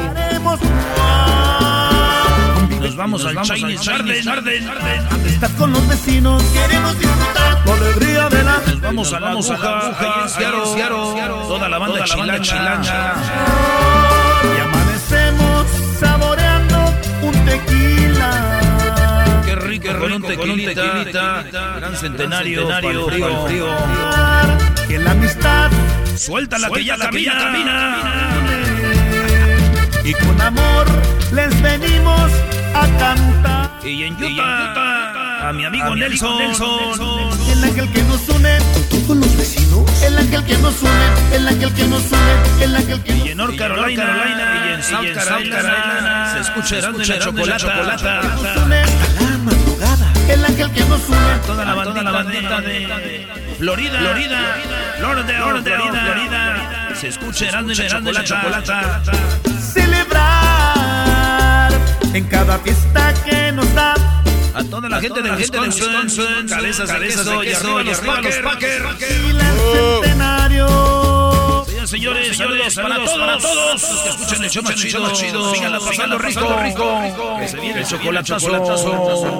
Nos vamos al Chinese Garden. Estás con los vecinos, queremos disfrutar la alegría de la... Nos vamos a la aguja, toda la banda chilanga. Y amanecemos saboreando un tequila. Qué rico, con un tequilita, gran centenario, para el frío. Que la amistad suéltala que ya camina. Y con amor les venimos a cantar. Y en Utah, a mi amigo Nelson. El ángel que nos une con todos los vecinos. El ángel que nos une, el ángel que nos une, el ángel que nos une. Y en North Carolina, y en South Carolina, se escucha Erasmo y la Chocolata. El ángel que nos une. Toda la bandita de Florida. Se escucha Erasmo y la Chocolata. Celebrar en cada fiesta que nos da. A toda la gente de Wisconsin, cabezas de queso y arriba los Packers. Y el centenario. Señores, saludos para todos los que escuchan el show más chido. Síganla pasando rico. Que se viene el chocolatazo.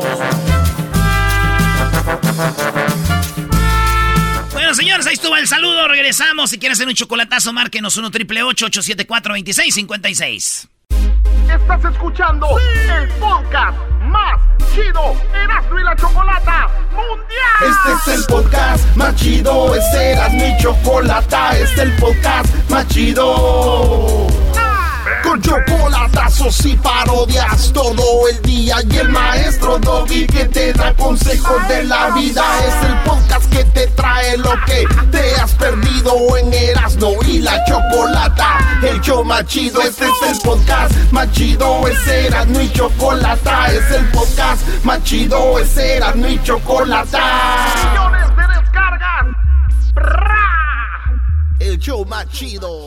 Bueno, señores, ahí estuvo el saludo. Regresamos. Si quieren hacer un chocolatazo, márquenos 1-888-874-2656. Estás escuchando el podcast más chido, Erasmo y la Chocolata Mundial. Este es el podcast más chido, es Erasmo y Chocolata. Este es el podcast más chido. Con chocolatazos y parodias todo el día. Y el maestro Doggy que te da consejos de la vida. Es el podcast que te trae lo que te has perdido en Erasmo y la Chocolata. El show más chido, este es el podcast más chido. Es Erasmo y Chocolata. Es el podcast más chido, es Erasmo y Chocolata. Millones de descargas. El show más chido.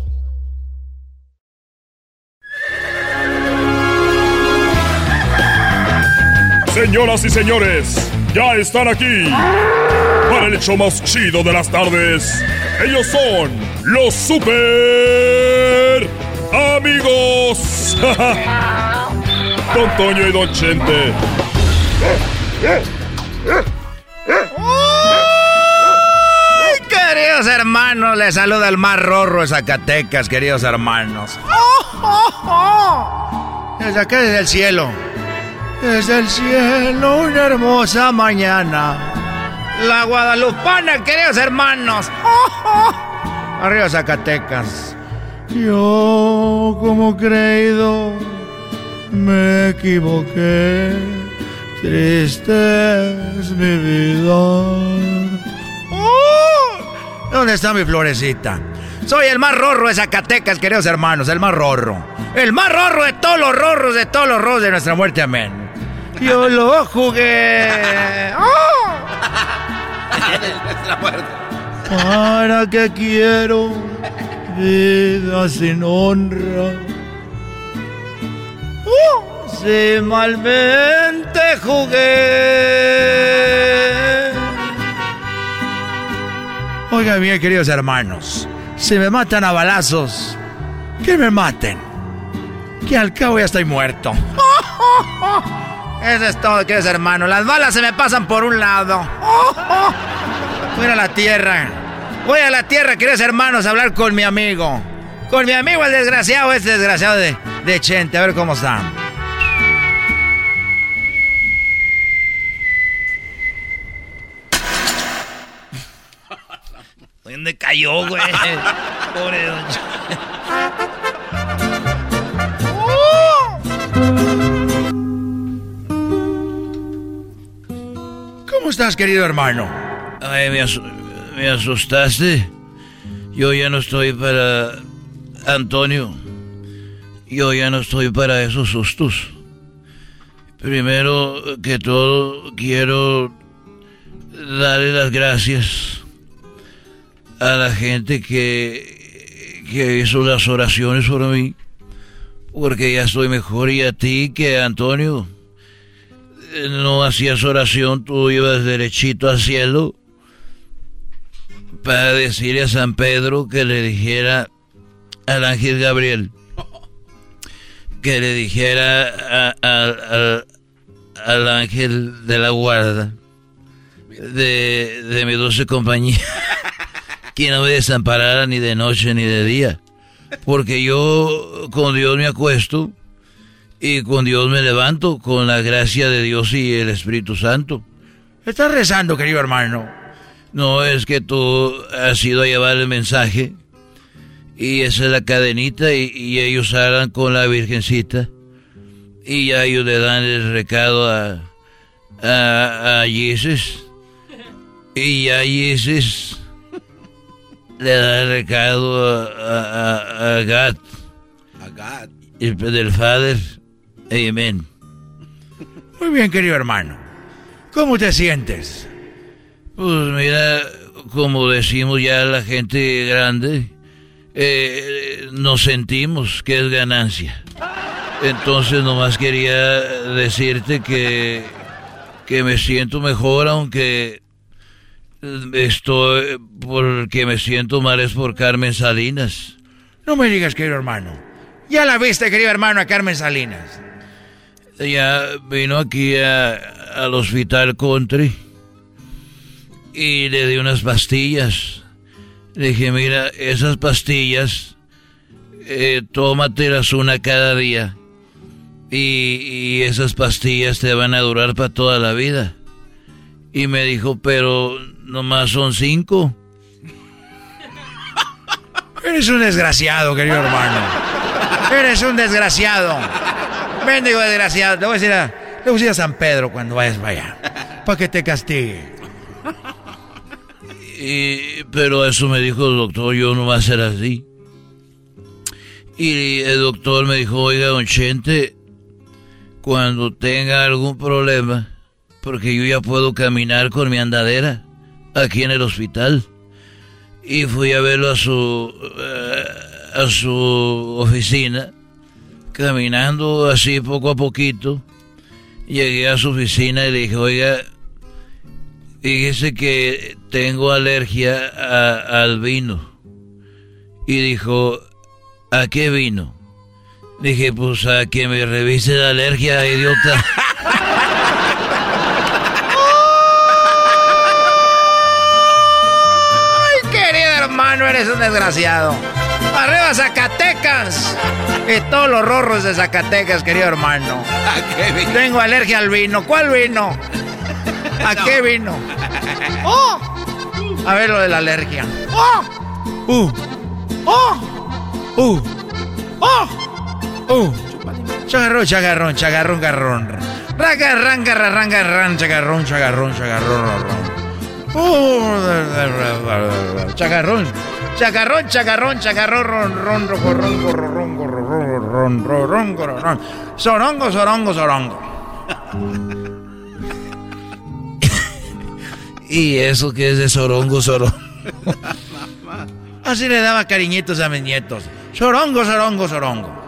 Señoras y señores, ya están aquí para el show más chido de las tardes. Ellos son los super amigos. Don Toño y Don Chente. Queridos hermanos, les saluda el más rorro de Zacatecas, queridos hermanos. Desde acá, desde el cielo. Desde el cielo, una hermosa mañana. La guadalupana, queridos hermanos. Arriba Zacatecas. Yo, como creído, me equivoqué. Triste es mi vida. ¿Dónde está mi florecita? Soy el más rorro de Zacatecas, queridos hermanos, el más rorro. El más rorro de todos los rorros de nuestra muerte, amén. Yo lo jugué. ¿Para qué quiero vida sin honra? Si malmente jugué. Oigan bien, queridos hermanos, si me matan a balazos, que me maten, que al cabo ya estoy muerto. Eso es todo, queridos hermanos. Las balas se me pasan por un lado. Voy a la tierra. Voy a la tierra, queridos hermanos, a hablar con mi amigo. Con mi amigo el desgraciado, este desgraciado de Chente. A ver cómo está. ¿Dónde cayó, güey? Pobre don Chente. ¿Cómo estás, querido hermano? Ay, me asustaste. Yo ya no estoy para... Antonio, yo ya no estoy para esos sustos. primero que todo quiero darle las gracias a la gente que hizo las oraciones por mí, porque ya estoy mejor, y a ti, que Antonio no hacías oración, tú ibas derechito al cielo para decirle a San Pedro que le dijera al ángel Gabriel, que le dijera al ángel de la guarda de mi dulce compañía que no me desamparara ni de noche ni de día, porque yo con Dios me acuesto y con Dios me levanto, con la gracia de Dios y el Espíritu Santo. ¿Estás rezando, querido hermano? No, es que tú has ido a llevar el mensaje y esa es la cadenita y ellos hablan con la Virgencita y ya ellos le dan el recado a Jesus y ya Jesus le da el recado a God. A God. Del Father. Amén. Muy bien, querido hermano. ¿Cómo te sientes? Pues mira, como decimos ya la gente grande, nos sentimos que es ganancia. Entonces nomás quería decirte que me siento mejor, aunque porque me siento mal es por Carmen Salinas. No me digas, querido hermano. ¿Ya la viste, querido hermano, a Carmen Salinas? Ella vino aquí al Hospital Country y le di unas pastillas. Le dije, mira, esas pastillas, tómatelas una cada día. Y esas pastillas te van a durar para toda la vida. Y me dijo, pero nomás son 5. Eres un desgraciado, querido hermano. Eres un desgraciado. Bendigo desgraciado. Le voy a decir a San Pedro cuando vayas para allá, para que te castigue. Pero eso me dijo el doctor, yo no voy a ser así. Y el doctor me dijo, oiga, don Chente, cuando tenga algún problema, porque yo ya puedo caminar con mi andadera aquí en el hospital. Y fui a verlo a su oficina, caminando así poco a poquito. Llegué a su oficina y le dije, oiga, fíjese que tengo alergia al vino. Y dijo, ¿a qué vino? Dije, pues a que me revise la alergia, idiota. Ay, querido hermano, eres un desgraciado. ¡Arriba Zacatecas! Y todos los rorros de Zacatecas, querido hermano. ¿A qué vino? Tengo alergia al vino. ¿Cuál vino? ¿A qué vino? ¡Oh! A ver lo de la alergia. ¡Oh! ¡Oh! Chagarrón, chagarrón, chagarrón, garrón. Raga, ranga, ranga, ran, chagarrón, chagarrón, chagarrón. Chagarrón. Chagarrón, chagarrón, chagarrón, ron, ron, sorongo, sorongo, sorongo. ¿Y eso qué es de sorongo, sorongo? Así le daba cariñitos a mis nietos. Sorongo, sorongo, sorongo.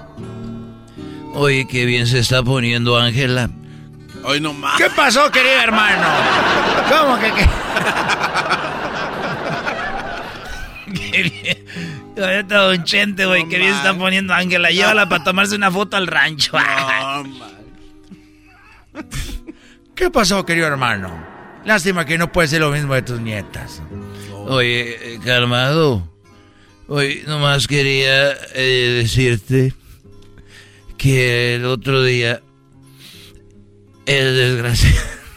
Oye, qué bien se está poniendo Ángela. Hoy no más. ¿Qué pasó, querido hermano? ¿Cómo que qué? Qué bien. Ahorita don Chente, güey, qué bien se está poniendo Ángela. Llévala para tomarse una foto al rancho. ¿Qué pasó, querido hermano? Lástima que no puede ser lo mismo de tus nietas. Oye, calmado. Oye, nomás quería decirte que el otro día el desgraciado...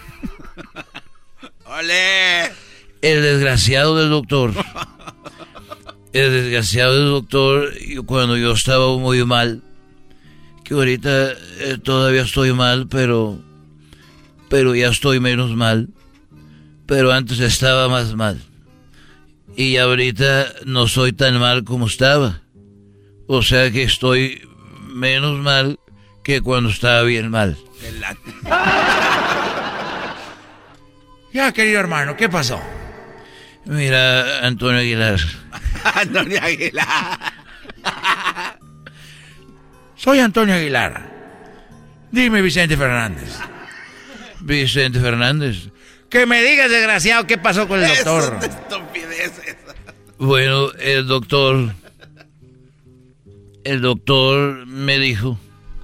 ¡Ole! El desgraciado del doctor. El desgraciado del doctor, cuando yo estaba muy mal, que ahorita todavía estoy mal, pero ya estoy menos mal. Pero antes estaba más mal. Y ahorita no soy tan mal como estaba. O sea que estoy menos mal que cuando estaba bien mal. Ya, querido hermano, ¿qué pasó? Mira, Antonio Aguilar. Antonio Aguilar. Soy Antonio Aguilar. Dime, Vicente Fernández. Vicente Fernández. Que me digas, desgraciado, ¿qué pasó con el doctor? Es estupideces. Bueno, el doctor me dijo.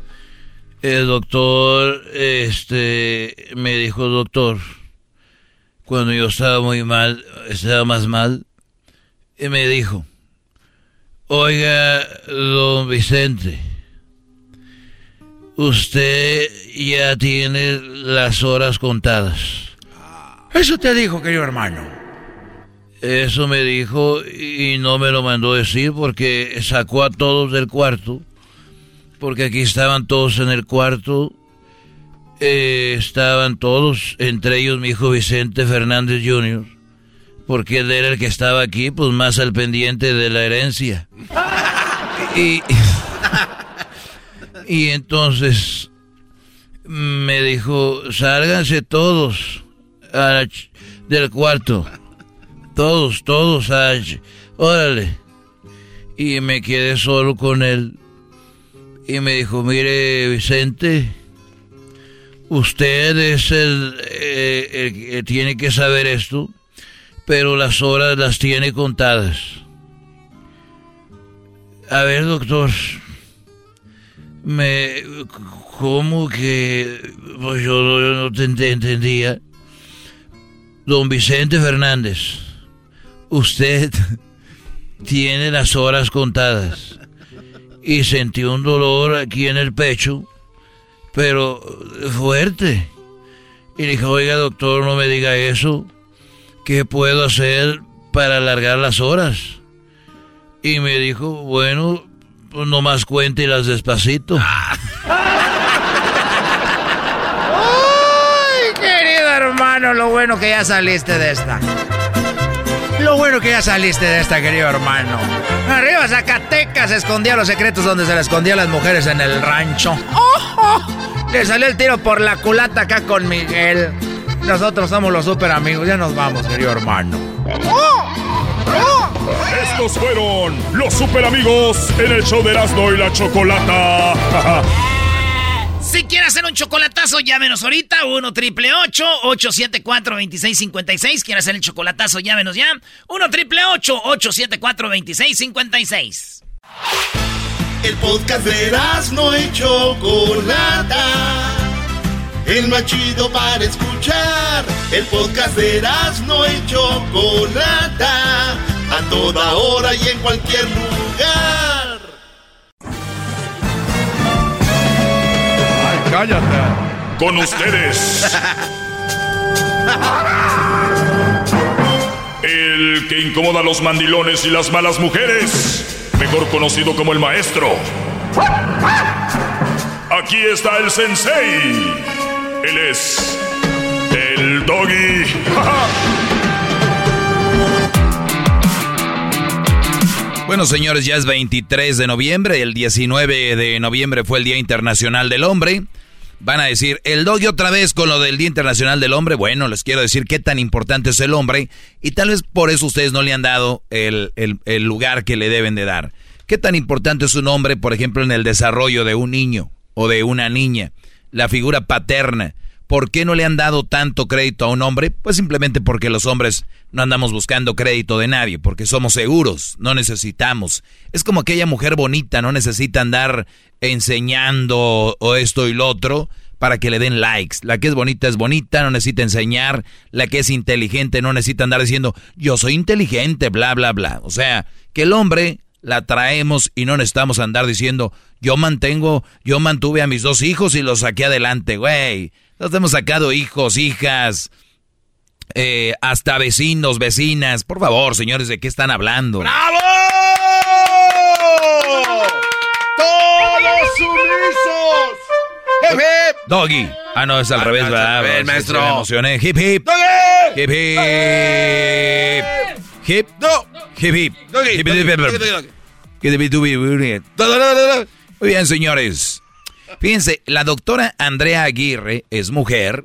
Me dijo, doctor, cuando yo estaba muy mal, estaba más mal, y me dijo, oiga, don Vicente, usted ya tiene las horas contadas. Eso te dijo, querido hermano. Eso me dijo y no me lo mandó decir porque sacó a todos del cuarto. Porque aquí estaban todos en el cuarto. Estaban todos, entre ellos mi hijo Vicente Fernández Jr. Porque él era el que estaba aquí, pues más al pendiente de la herencia. Y entonces me dijo, sálganse todos del cuarto. Todos, órale. Y me quedé solo con él. Y me dijo, mire, Vicente, usted es el que tiene que saber esto, pero las horas las tiene contadas. A ver, doctor, ¿cómo que? Pues yo no te entendía. Don Vicente Fernández, usted tiene las horas contadas. Y sentí un dolor aquí en el pecho, pero fuerte. Y dije, oiga, doctor, no me diga eso. ¿Qué puedo hacer para alargar las horas? Y me dijo, bueno, pues nomás cuéntelas despacito. ¡Ay, querido hermano! Lo bueno que ya saliste de esta. Querido hermano. Arriba Zacatecas escondía los secretos donde se le escondían las mujeres en el rancho. Le salió el tiro por la culata acá con Miguel. Nosotros somos los super amigos. Ya nos vamos, querido hermano. Estos fueron los super amigos en el show de Erasmo y la Chocolata. Si quiere hacer un chocolatazo, llámenos ahorita, 1-888-874-2656. ¿Quiere hacer el chocolatazo? Llámenos ya, 1-888-874-2656. El podcast de Erasmo y Chocolata, el más chido para escuchar. El podcast de Erasmo y Chocolata, a toda hora y en cualquier lugar. ¡Cállate! Con ustedes, el que incomoda a los mandilones y las malas mujeres, mejor conocido como el maestro. Aquí está el sensei. Él es el Doggy. Bueno, señores, ya es 23 de noviembre. El 19 de noviembre fue el Día Internacional del Hombre. Van a decir, el Doggy otra vez con lo del Día Internacional del Hombre. Bueno, les quiero decir qué tan importante es el hombre. Y tal vez por eso ustedes no le han dado el lugar que le deben de dar. ¿Qué tan importante es un hombre, por ejemplo, en el desarrollo de un niño o de una niña? La figura paterna. ¿Por qué no le han dado tanto crédito a un hombre? Pues simplemente porque los hombres no andamos buscando crédito de nadie, porque somos seguros, no necesitamos. Es como aquella mujer bonita, no necesita andar enseñando o esto y lo otro para que le den likes. La que es bonita, no necesita enseñar. La que es inteligente no necesita andar diciendo, yo soy inteligente, bla, bla, bla. O sea, que el hombre la traemos y no necesitamos andar diciendo, yo mantuve a mis 2 hijos y los saqué adelante, güey. Nos hemos sacado hijos, hijas, hasta vecinos, vecinas. Por favor, señores, ¿de qué están hablando? ¡Bravo! ¡Todos sumisos! ¡Hip, hip! Doggy. Ah, no, es al revés, ¿verdad? Ver, maestro. Me emocioné. Hip, hip. ¡Doggy! Hip, hip. Hip. No. Hip, hip. Doggy. Hip, hip, hip. Muy bien, señores. Fíjense, la doctora Andrea Aguirre es mujer.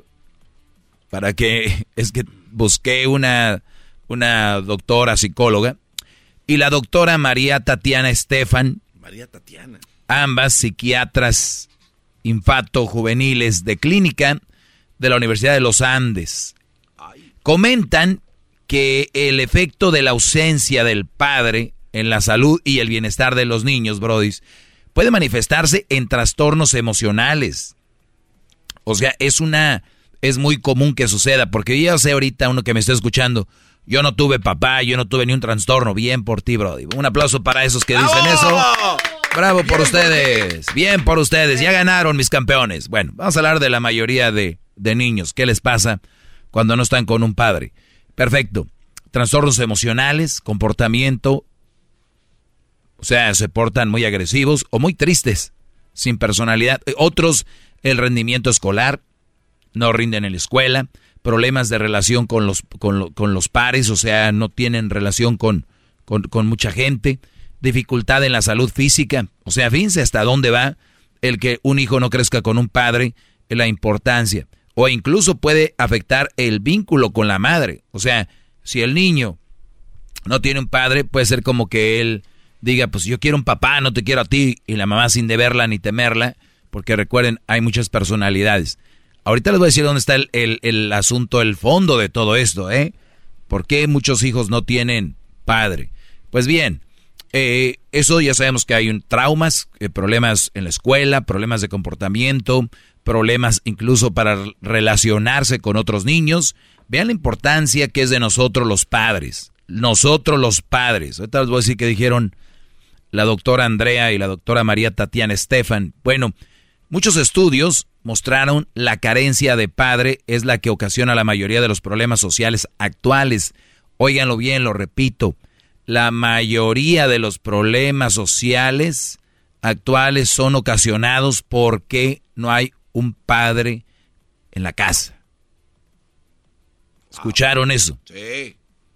Es que busqué una doctora psicóloga. Y la doctora María Tatiana Estefan. María Tatiana. Ambas psiquiatras infanto-juveniles de clínica de la Universidad de los Andes. Comentan que el efecto de la ausencia del padre en la salud y el bienestar de los niños, brodis, puede manifestarse en trastornos emocionales. O sea, es muy común que suceda, porque yo sé ahorita, uno que me está escuchando, yo no tuve papá, yo no tuve ni un trastorno. Bien por ti, brody. Un aplauso para esos que dicen eso. Bravo por ustedes. Bien por ustedes. Ya ganaron, mis campeones. Bueno, vamos a hablar de la mayoría de niños. ¿Qué les pasa cuando no están con un padre? Perfecto. Trastornos emocionales, comportamiento. O sea, se portan muy agresivos o muy tristes, sin personalidad. Otros, el rendimiento escolar, no rinden en la escuela. Problemas de relación con los pares, o sea, no tienen relación con mucha gente. Dificultad en la salud física. O sea, fíjense hasta dónde va el que un hijo no crezca con un padre, la importancia. O incluso puede afectar el vínculo con la madre. O sea, si el niño no tiene un padre, puede ser como que él diga, pues yo quiero un papá, no te quiero a ti. Y la mamá sin deberla ni temerla, porque recuerden, hay muchas personalidades. Ahorita les voy a decir dónde está el asunto, el fondo de todo esto, ¿eh? ¿Por qué muchos hijos no tienen padre? Pues bien, eso ya sabemos que hay traumas, problemas en la escuela, problemas de comportamiento, problemas incluso para relacionarse con otros niños. Vean la importancia que es de nosotros los padres. Nosotros los padres. Ahorita les voy a decir que dijeron la doctora Andrea y la doctora María Tatiana Estefan. Bueno, muchos estudios mostraron la carencia de padre es la que ocasiona la mayoría de los problemas sociales actuales. Óiganlo bien, lo repito. La mayoría de los problemas sociales actuales son ocasionados porque no hay un padre en la casa. ¿Escucharon eso? Sí.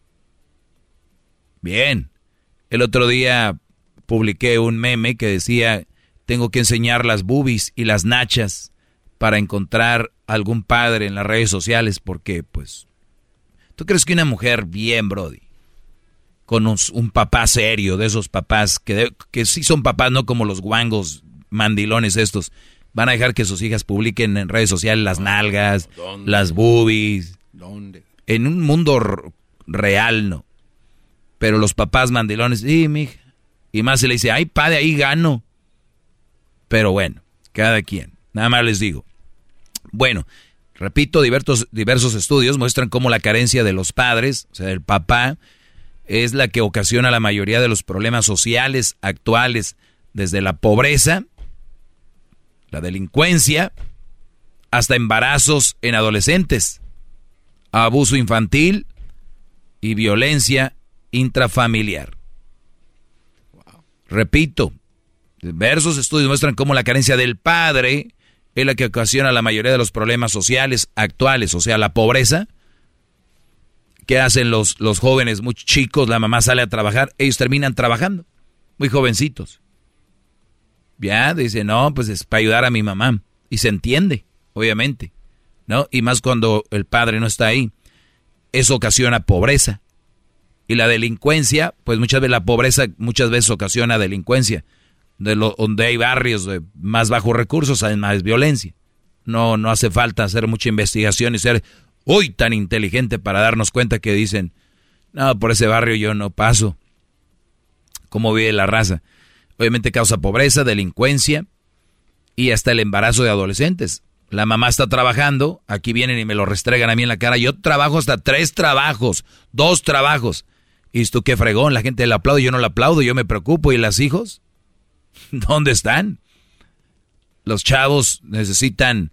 Bien. El otro día publiqué un meme que decía, tengo que enseñar las boobies y las nachas para encontrar algún padre en las redes sociales, porque, pues, ¿tú crees que una mujer bien, brody, con un papá serio, de esos papás que sí son papás, no como los guangos mandilones estos, van a dejar que sus hijas publiquen en redes sociales las nalgas, las boobies? ¿Dónde? En un mundo real, no. Pero los papás mandilones, sí, mija. Y más se le dice, ay, padre, ahí gano. Pero bueno, cada quien. Nada más les digo. Bueno, repito, diversos estudios muestran cómo la carencia de los padres, o sea, del papá, es la que ocasiona la mayoría de los problemas sociales actuales, desde la pobreza, la delincuencia, hasta embarazos en adolescentes, abuso infantil y violencia intrafamiliar. Repito, diversos estudios muestran cómo la carencia del padre es la que ocasiona la mayoría de los problemas sociales actuales, o sea, la pobreza. ¿Qué hacen los jóvenes muy chicos? La mamá sale a trabajar, ellos terminan trabajando, muy jovencitos. Ya, dice, no, pues es para ayudar a mi mamá. Y se entiende, obviamente, ¿no? Y más cuando el padre no está ahí. Eso ocasiona pobreza. Y la delincuencia, pues muchas veces la pobreza muchas veces ocasiona delincuencia. Donde hay barrios de más bajos recursos, hay más violencia. No hace falta hacer mucha investigación y ser tan inteligente para darnos cuenta que dicen, no, por ese barrio yo no paso. ¿Cómo vive la raza? Obviamente causa pobreza, delincuencia y hasta el embarazo de adolescentes. La mamá está trabajando, aquí vienen y me lo restregan a mí en la cara. Yo trabajo hasta 3 trabajos, 2 trabajos. ¿Y tú qué fregón? La gente le aplaude, yo no le aplaudo, yo me preocupo. ¿Y las hijos? ¿Dónde están? Los chavos necesitan,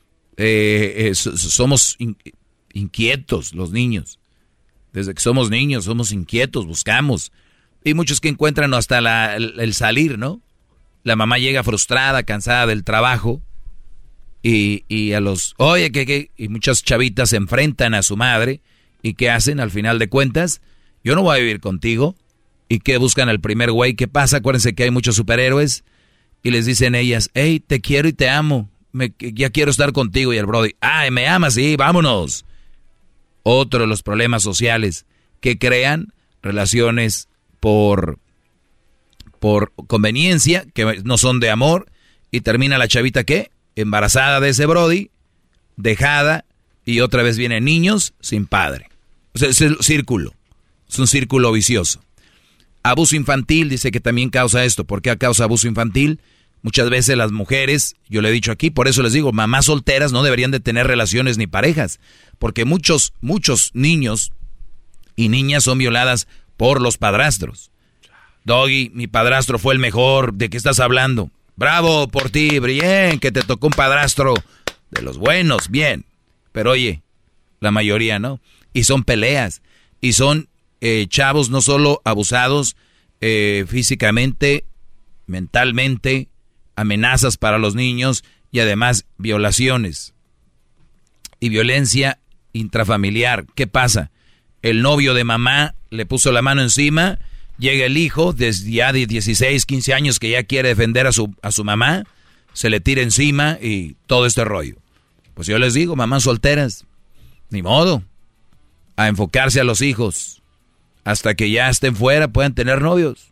somos inquietos los niños. Desde que somos niños somos inquietos, buscamos. Y muchos que encuentran hasta el salir, ¿no? La mamá llega frustrada, cansada del trabajo. Y a los, y muchas chavitas se enfrentan a su madre. ¿Y qué hacen al final de cuentas? Yo no voy a vivir contigo. ¿Y qué buscan al primer güey? ¿Qué pasa? Acuérdense que hay muchos superhéroes. y les dicen ellas, hey, te quiero y te amo, ya quiero estar contigo. Y el brody, me amas, sí, vámonos. Otro de los problemas sociales que crean relaciones por conveniencia, que no son de amor, y termina la chavita, ¿qué? Embarazada de ese brody, dejada, y otra vez vienen niños sin padre. O sea, es el círculo, es un círculo vicioso. Abuso infantil, dice que también causa esto. ¿Por qué causa abuso infantil? Muchas veces las mujeres, yo le he dicho aquí, por eso les digo, mamás solteras no deberían de tener relaciones ni parejas, porque muchos niños y niñas son violadas por los padrastros. Doggy, mi padrastro fue el mejor, ¿de qué estás hablando? Bravo por ti, bien, que te tocó un padrastro de los buenos, bien. Pero oye, la mayoría no. Y son peleas, y son chavos no solo abusados físicamente, mentalmente, amenazas para los niños y además violaciones y violencia intrafamiliar. ¿Qué pasa? El novio de mamá le puso la mano encima, llega el hijo desde ya de 16, 15 años que ya quiere defender a su mamá, se le tira encima y todo este rollo. Pues yo les digo, mamás solteras, ni modo, a enfocarse a los hijos. Hasta que ya estén fuera puedan tener novios.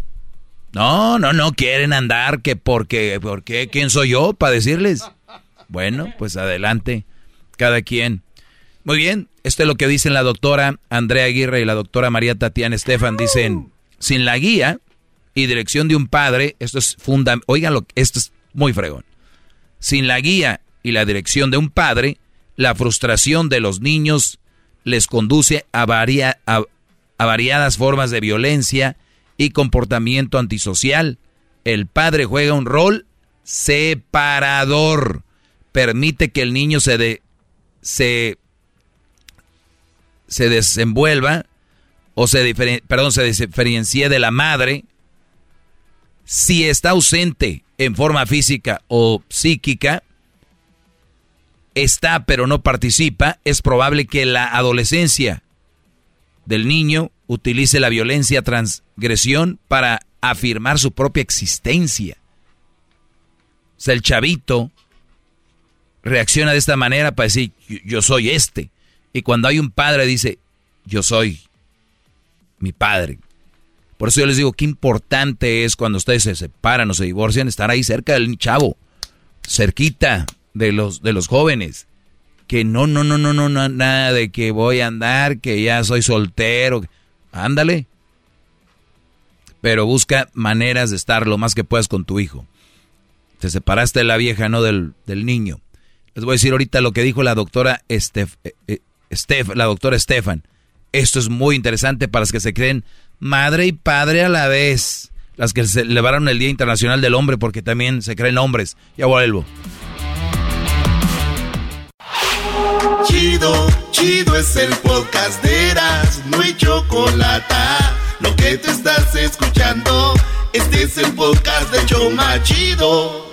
No quieren andar que ¿por qué? ¿Quién soy yo para decirles? Bueno, pues adelante, cada quien. Muy bien, esto es lo que dicen la doctora Andrea Aguirre y la doctora María Tatiana Estefan. Dicen, sin la guía y dirección de un padre, esto es fundamental, esto es muy fregón. Sin la guía y la dirección de un padre, la frustración de los niños les conduce a variadas formas de violencia y comportamiento antisocial. El padre juega un rol separador. Permite que el niño se desenvuelva o se diferencie de la madre. Si está ausente en forma física o psíquica, está pero no participa, es probable que la adolescencia del niño utilice la violencia transgresión para afirmar su propia existencia. O sea, el chavito reacciona de esta manera para decir, yo soy este. Y cuando hay un padre dice, yo soy mi padre. Por eso yo les digo, qué importante es cuando ustedes se separan o se divorcian, estar ahí cerca del chavo, cerquita de los jóvenes. Que no, nada de que voy a andar, que ya soy soltero. Ándale. Pero busca maneras de estar lo más que puedas con tu hijo. Te separaste de la vieja, no del niño. Les voy a decir ahorita lo que dijo la doctora la doctora Estefan. Esto es muy interesante para las que se creen madre y padre a la vez. Las que celebraron el Día Internacional del Hombre porque también se creen hombres. Ya vuelvo. Chido es el podcast de Erazno y Chocolata. Lo que te estás escuchando, este es el podcast de Choma Chido.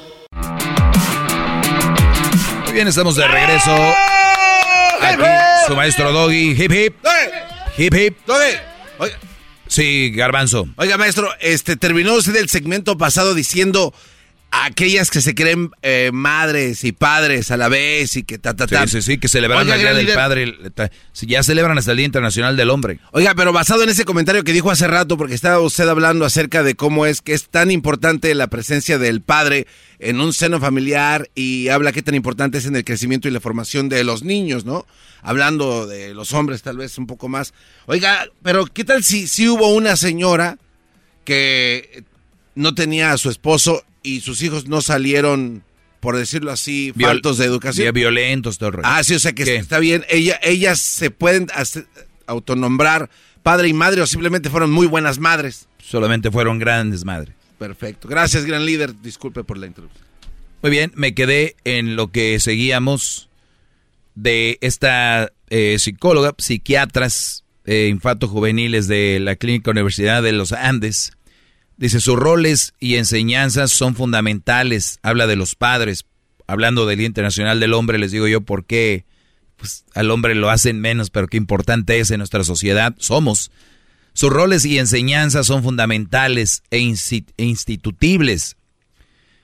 Muy bien, estamos de regreso. Aquí, su maestro Doggy. Hip, hip. Hip, hip. Doggy. Oiga. Sí, Garbanzo. Oiga, maestro, terminó usted el segmento pasado diciendo aquellas que se creen madres y padres a la vez y que Sí, que celebran el Día del Padre. Ya celebran hasta el Día Internacional del Hombre. Oiga, pero basado en ese comentario que dijo hace rato, porque estaba usted hablando acerca de cómo es que es tan importante la presencia del padre en un seno familiar y habla qué tan importante es en el crecimiento y la formación de los niños, ¿no? Hablando de los hombres tal vez un poco más. Oiga, pero ¿qué tal si hubo una señora que no tenía a su esposo y sus hijos no salieron, por decirlo así, faltos de educación? Violentos, todo el rollo. Ah, sí, o sea que está bien. Ellas se pueden autonombrar padre y madre o simplemente fueron muy buenas madres. Solamente fueron grandes madres. Perfecto. Gracias, gran líder. Disculpe por la interrupción. Muy bien, me quedé en lo que seguíamos de esta psicóloga, psiquiatras infanto-juveniles de la Clínica Universidad de los Andes. Dice, sus roles y enseñanzas son fundamentales. Habla de los padres. Hablando del Día Internacional del Hombre, les digo yo por qué pues, al hombre lo hacen menos, pero qué importante es en nuestra sociedad. Somos. Sus roles y enseñanzas son fundamentales e institutibles.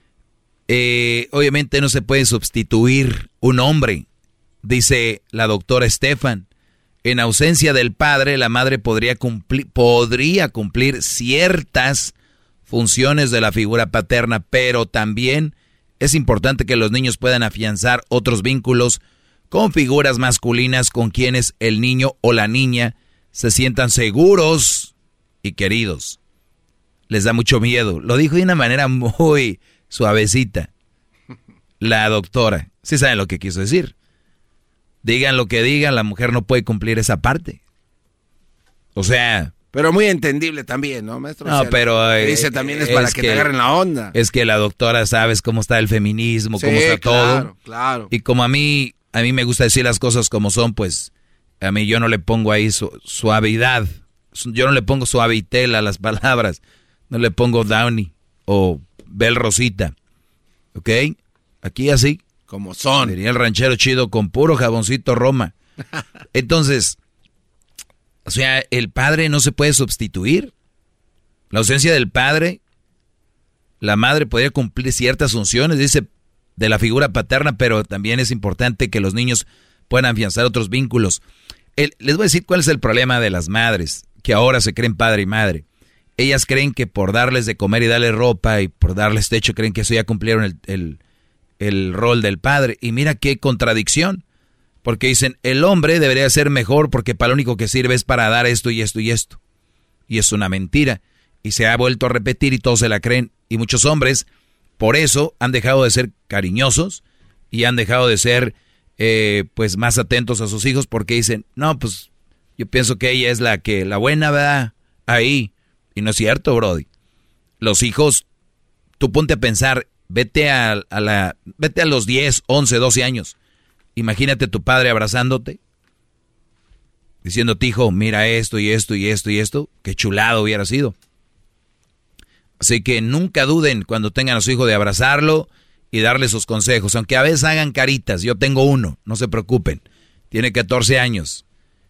Obviamente no se puede sustituir un hombre, dice la doctora Stefan. En ausencia del padre, la madre podría cumplir ciertas funciones de la figura paterna, pero también es importante que los niños puedan afianzar otros vínculos con figuras masculinas con quienes el niño o la niña se sientan seguros y queridos. Les da mucho miedo. Lo dijo de una manera muy suavecita la doctora. Sí saben lo que quiso decir. Digan lo que digan, la mujer no puede cumplir esa parte. O sea... Pero muy entendible también, ¿no, maestro? No, pero... dice también es para que te agarren la onda. Es que la doctora sabes cómo está el feminismo, cómo está todo. Claro. Y como a mí me gusta decir las cosas como son, pues a mí yo no le pongo ahí suavidad. Yo no le pongo suavitel a las palabras. No le pongo Downy o Bel Rosita. ¿Ok? Aquí así. Como son. Diría el ranchero chido, con puro jaboncito Roma. Entonces, o sea, el padre no se puede sustituir. La ausencia del padre, la madre podría cumplir ciertas funciones, dice, de la figura paterna, pero también es importante que los niños puedan afianzar otros vínculos. Les voy a decir cuál es el problema de las madres, que ahora se creen padre y madre. Ellas creen que por darles de comer y darles ropa y por darles techo, creen que eso ya cumplieron el rol del padre. Y mira qué contradicción, porque dicen, el hombre debería ser mejor porque para lo único que sirve es para dar esto y esto y esto. Y es una mentira. Y se ha vuelto a repetir y todos se la creen. Y muchos hombres, por eso, han dejado de ser cariñosos y han dejado de ser, pues, más atentos a sus hijos porque dicen, no, pues, yo pienso que ella es la buena, ¿verdad? Ahí. Y no es cierto, brody. Los hijos, tú ponte a pensar, vete a los 10, 11, 12 años. Imagínate tu padre abrazándote, diciéndote, hijo, mira esto y esto y esto y esto. Qué chulado hubiera sido. Así que nunca duden cuando tengan a su hijo de abrazarlo y darle sus consejos. Aunque a veces hagan caritas. Yo tengo uno, no se preocupen. Tiene 14 años.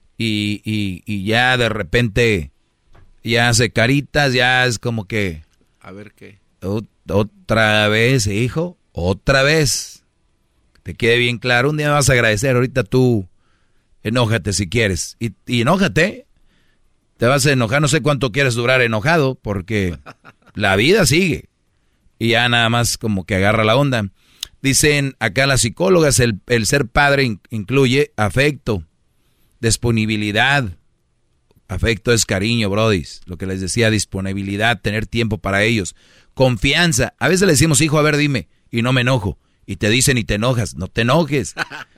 Y ya de repente ya hace caritas, ya es como que... A ver qué... Otra vez, hijo, otra vez. Te quede bien claro, un día me vas a agradecer, ahorita tú enójate si quieres. Y enójate, te vas a enojar, no sé cuánto quieres durar enojado, porque la vida sigue. Y ya nada más como que agarra la onda. Dicen acá las psicólogas, el ser padre incluye afecto, disponibilidad. Afecto es cariño, brodis. Lo que les decía, disponibilidad, tener tiempo para ellos. Confianza. A veces le decimos, hijo, a ver, dime. Y no me enojo. Y te dicen y te enojas. No te enojes.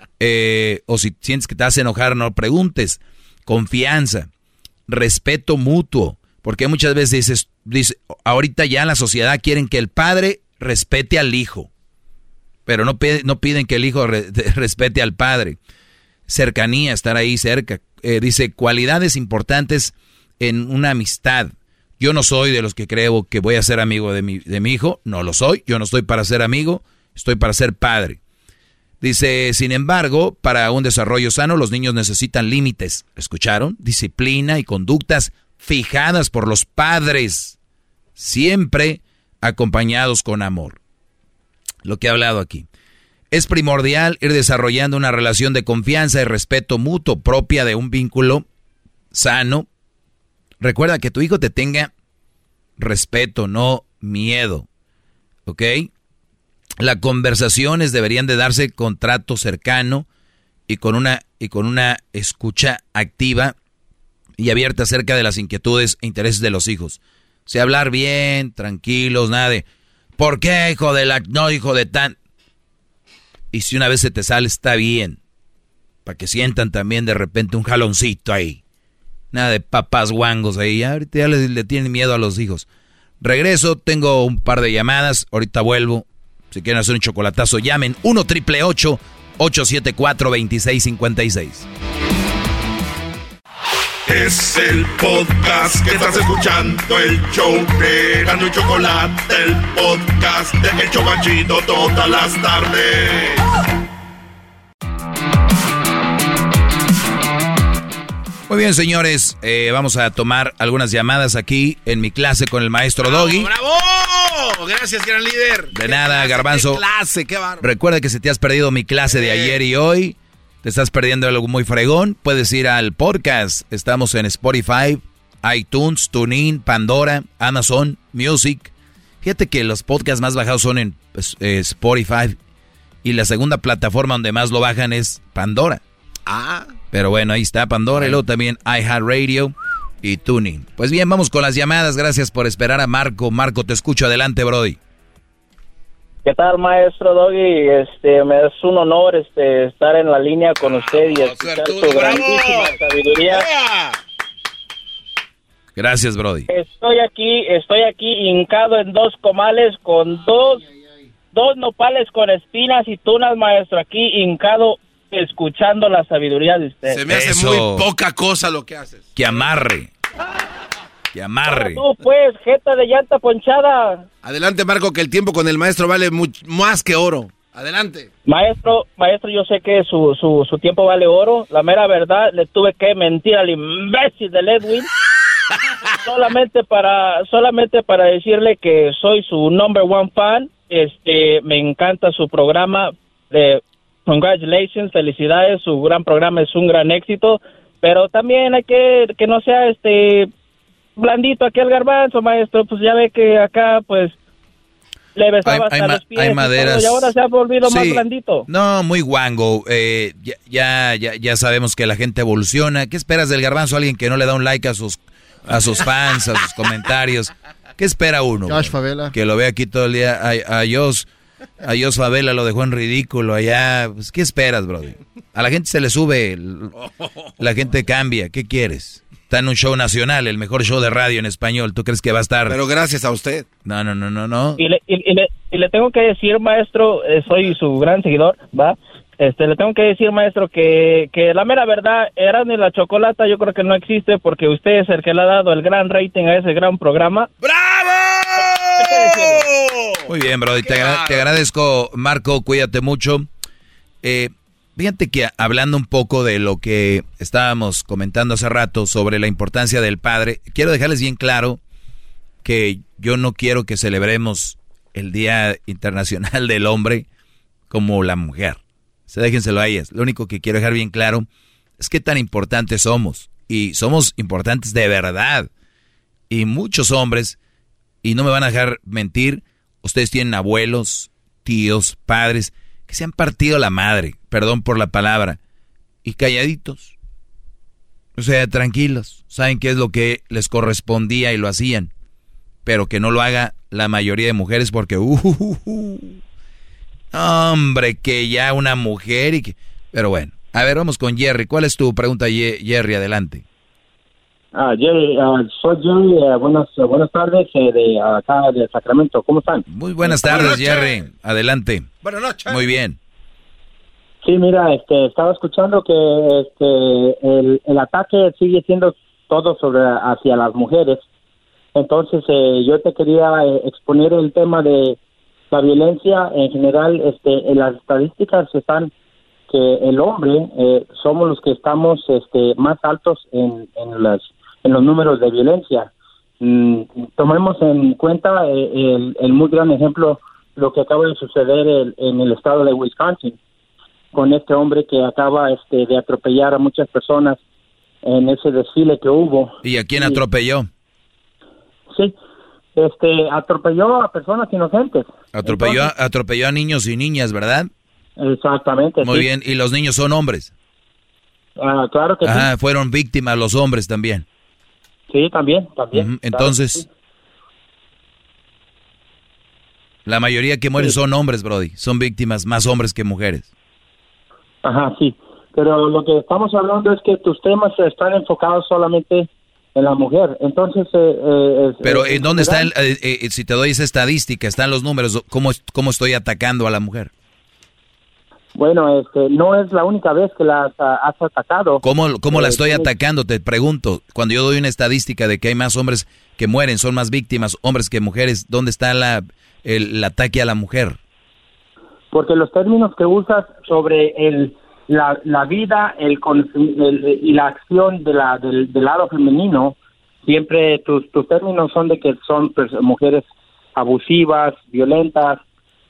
O si sientes que te vas a enojar, no preguntes. Confianza. Respeto mutuo. Porque muchas veces dice, ahorita ya en la sociedad quieren que el padre respete al hijo. Pero no piden que el hijo respete al padre. Cercanía, estar ahí cerca. Dice, cualidades importantes en una amistad. Yo no soy de los que creo que voy a ser amigo de mi hijo. No lo soy. Yo no estoy para ser amigo. Estoy para ser padre. Dice, sin embargo, para un desarrollo sano, los niños necesitan límites. ¿Escucharon? Disciplina y conductas fijadas por los padres. Siempre acompañados con amor. Lo que he hablado aquí. Es primordial ir desarrollando una relación de confianza y respeto mutuo propia de un vínculo sano. Recuerda que tu hijo te tenga respeto, no miedo. ¿Ok? Las conversaciones deberían de darse con trato cercano y con una escucha activa y abierta acerca de las inquietudes e intereses de los hijos. O sea, hablar bien, tranquilos, nada de ¿por qué, hijo de la... no, hijo de tan... Y si una vez se te sale, está bien. Para que sientan también de repente un jaloncito ahí. Nada de papás guangos ahí. Ahorita ya le tienen miedo a los hijos. Regreso, tengo un par de llamadas. Ahorita vuelvo. Si quieren hacer un chocolatazo, llamen 1-888-874-2656. Es el podcast que estás escuchando, el show de Erasmo y Chocolate, el podcast de El Chobachito todas las tardes. Muy bien, señores, vamos a tomar algunas llamadas aquí en mi clase con el maestro Doggy. ¡Bravo! Gracias, gran líder. De nada, Garbanzo. ¡Qué clase, qué bárbaro! Recuerda que si te has perdido mi clase de ayer y hoy, te estás perdiendo algo muy fregón, puedes ir al podcast. Estamos en Spotify, iTunes, TuneIn, Pandora, Amazon Music. Fíjate que los podcasts más bajados son en Spotify y la segunda plataforma donde más lo bajan es Pandora. Pero bueno, ahí está Pandora y luego también iHeartRadio y TuneIn. Pues bien, vamos con las llamadas. Gracias por esperar a Marco. Marco, te escucho. Adelante, brody. ¿Qué tal, maestro Doggy? Me es un honor estar en la línea con usted y escuchar su grandísima sabiduría. Gracias, brody. Estoy aquí hincado en 2 comales con dos nopales con espinas y tunas, maestro. Aquí hincado escuchando la sabiduría de usted. Se me hace muy poca cosa lo que haces. Que amarre. Que amarre. Tú, pues, jeta de llanta ponchada. Adelante, Marco, que el tiempo con el maestro vale más que oro. Adelante. Maestro, yo sé que su tiempo vale oro. La mera verdad, le tuve que mentir al imbécil de Edwin. solamente para decirle que soy su number one fan. Me encanta su programa. Congratulations, felicidades, su gran programa es un gran éxito, pero también hay que no sea blandito aquí el Garbanzo, maestro, pues ya ve que acá pues le besaba hasta los pies hay maderas. Y ahora se ha volvido más blandito. No, muy guango. Ya sabemos que la gente evoluciona. ¿Qué esperas del Garbanzo? Alguien que no le da un like a sus fans, a sus comentarios. ¿Qué espera uno? Josh Favela. Que lo vea aquí todo el día. A Josh Favela lo dejó en ridículo allá. Pues, ¿qué esperas, brody? A la gente se le sube, la gente cambia. ¿Qué quieres? Está en un show nacional, el mejor show de radio en español. ¿Tú crees que va a estar? Pero gracias a usted. No. Y le tengo que decir, maestro, soy su gran seguidor, ¿va? Le tengo que decir, maestro, que la mera verdad, Erasmo y la Chocolata yo creo que no existe porque usted es el que le ha dado el gran rating a ese gran programa. ¡Bravo! Muy bien, brody, te agradezco, Marco, cuídate mucho. Fíjate que hablando un poco de lo que estábamos comentando hace rato sobre la importancia del padre, quiero dejarles bien claro que yo no quiero que celebremos el Día Internacional del Hombre como la mujer. Déjenselo a ellas. Lo único que quiero dejar bien claro es qué tan importantes somos. Y somos importantes de verdad. Y muchos hombres, y no me van a dejar mentir, ustedes tienen abuelos, tíos, padres, que se han partido la madre, perdón por la palabra, y calladitos. O sea, tranquilos. Saben qué es lo que les correspondía y lo hacían. Pero que no lo haga la mayoría de mujeres porque... hombre, que ya una mujer y que... Pero bueno, a ver, vamos con Jerry. ¿Cuál es tu pregunta, Jerry? Adelante. Jerry, soy Jerry. Buenas tardes de acá de Sacramento. ¿Cómo están? Muy buenas tardes, Jerry. Adelante. Buenas noches. Muy bien. Sí, mira, estaba escuchando que el ataque sigue siendo todo hacia las mujeres. Entonces, yo te quería exponer el tema de la violencia en general. En las estadísticas están que el hombre somos los que estamos más altos en los números de violencia. Tomemos en cuenta el muy gran ejemplo lo que acaba de suceder en el estado de Wisconsin con este hombre que acaba de atropellar a muchas personas en ese desfile que hubo. ¿Y a quién atropelló? Sí, atropelló a personas inocentes. Atropelló a niños y niñas, ¿verdad? Exactamente. Muy bien, ¿y los niños son hombres? Claro que sí. Fueron víctimas los hombres también. Sí, también. Entonces, claro, sí. La mayoría que mueren son hombres, brody. Son víctimas más hombres que mujeres. Ajá, sí. Pero lo que estamos hablando es que tus temas están enfocados solamente en la mujer. Entonces, pero ¿en dónde está si te doy esa estadística, están los números, cómo estoy atacando a la mujer? Bueno, no es la única vez que la has atacado. ¿Cómo la estoy atacando? Te pregunto. Cuando yo doy una estadística de que hay más hombres que mueren, son más víctimas hombres que mujeres, ¿dónde está el ataque a la mujer? Porque los términos que usas sobre la vida y la acción del lado femenino, siempre tus términos son de que son mujeres abusivas, violentas,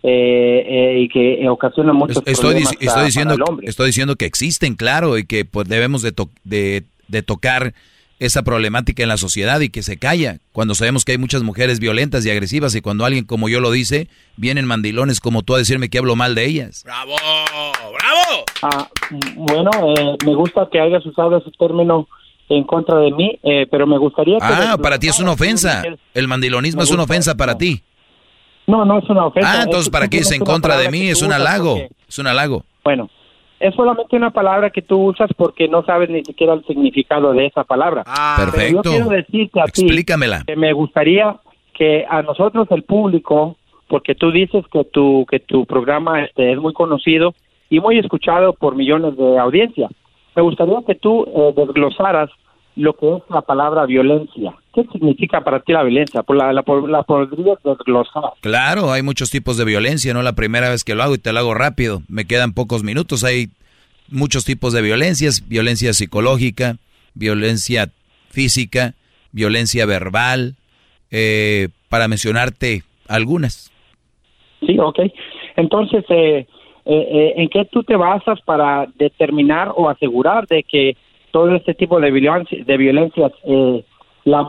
y que ocasionan muchos problemas para el hombre. Estoy diciendo que existen, claro, y que pues debemos de tocar esa problemática en la sociedad y que se calla cuando sabemos que hay muchas mujeres violentas y agresivas, y cuando alguien como yo lo dice, vienen mandilones como tú a decirme que hablo mal de ellas. ¡Bravo! ¡Bravo! Bueno, me gusta que hayas usado ese término en contra de mí, pero me gustaría que... para ti es una ofensa. El mandilonismo es una ofensa para ti. No es una ofensa. Entonces ¿para qué es en contra de mí? Es un halago. Es un halago. Bueno, es solamente una palabra que tú usas porque no sabes ni siquiera el significado de esa palabra. Perfecto. Pero yo quiero decirte a ti, explícamela, que me gustaría que a nosotros, el público, porque tú dices que tu programa es muy conocido y muy escuchado por millones de audiencia, me gustaría que tú desglosaras lo que es la palabra violencia. ¿Qué significa para ti la violencia? ¿La podrías desglosar? Claro, hay muchos tipos de violencia, no la primera vez que lo hago y te lo hago rápido. Me quedan pocos minutos. Hay muchos tipos de violencias: violencia psicológica, violencia física, violencia verbal, para mencionarte algunas. Sí, ok. Entonces, ¿en qué tú te basas para determinar o asegurar de que todo este tipo de violencias la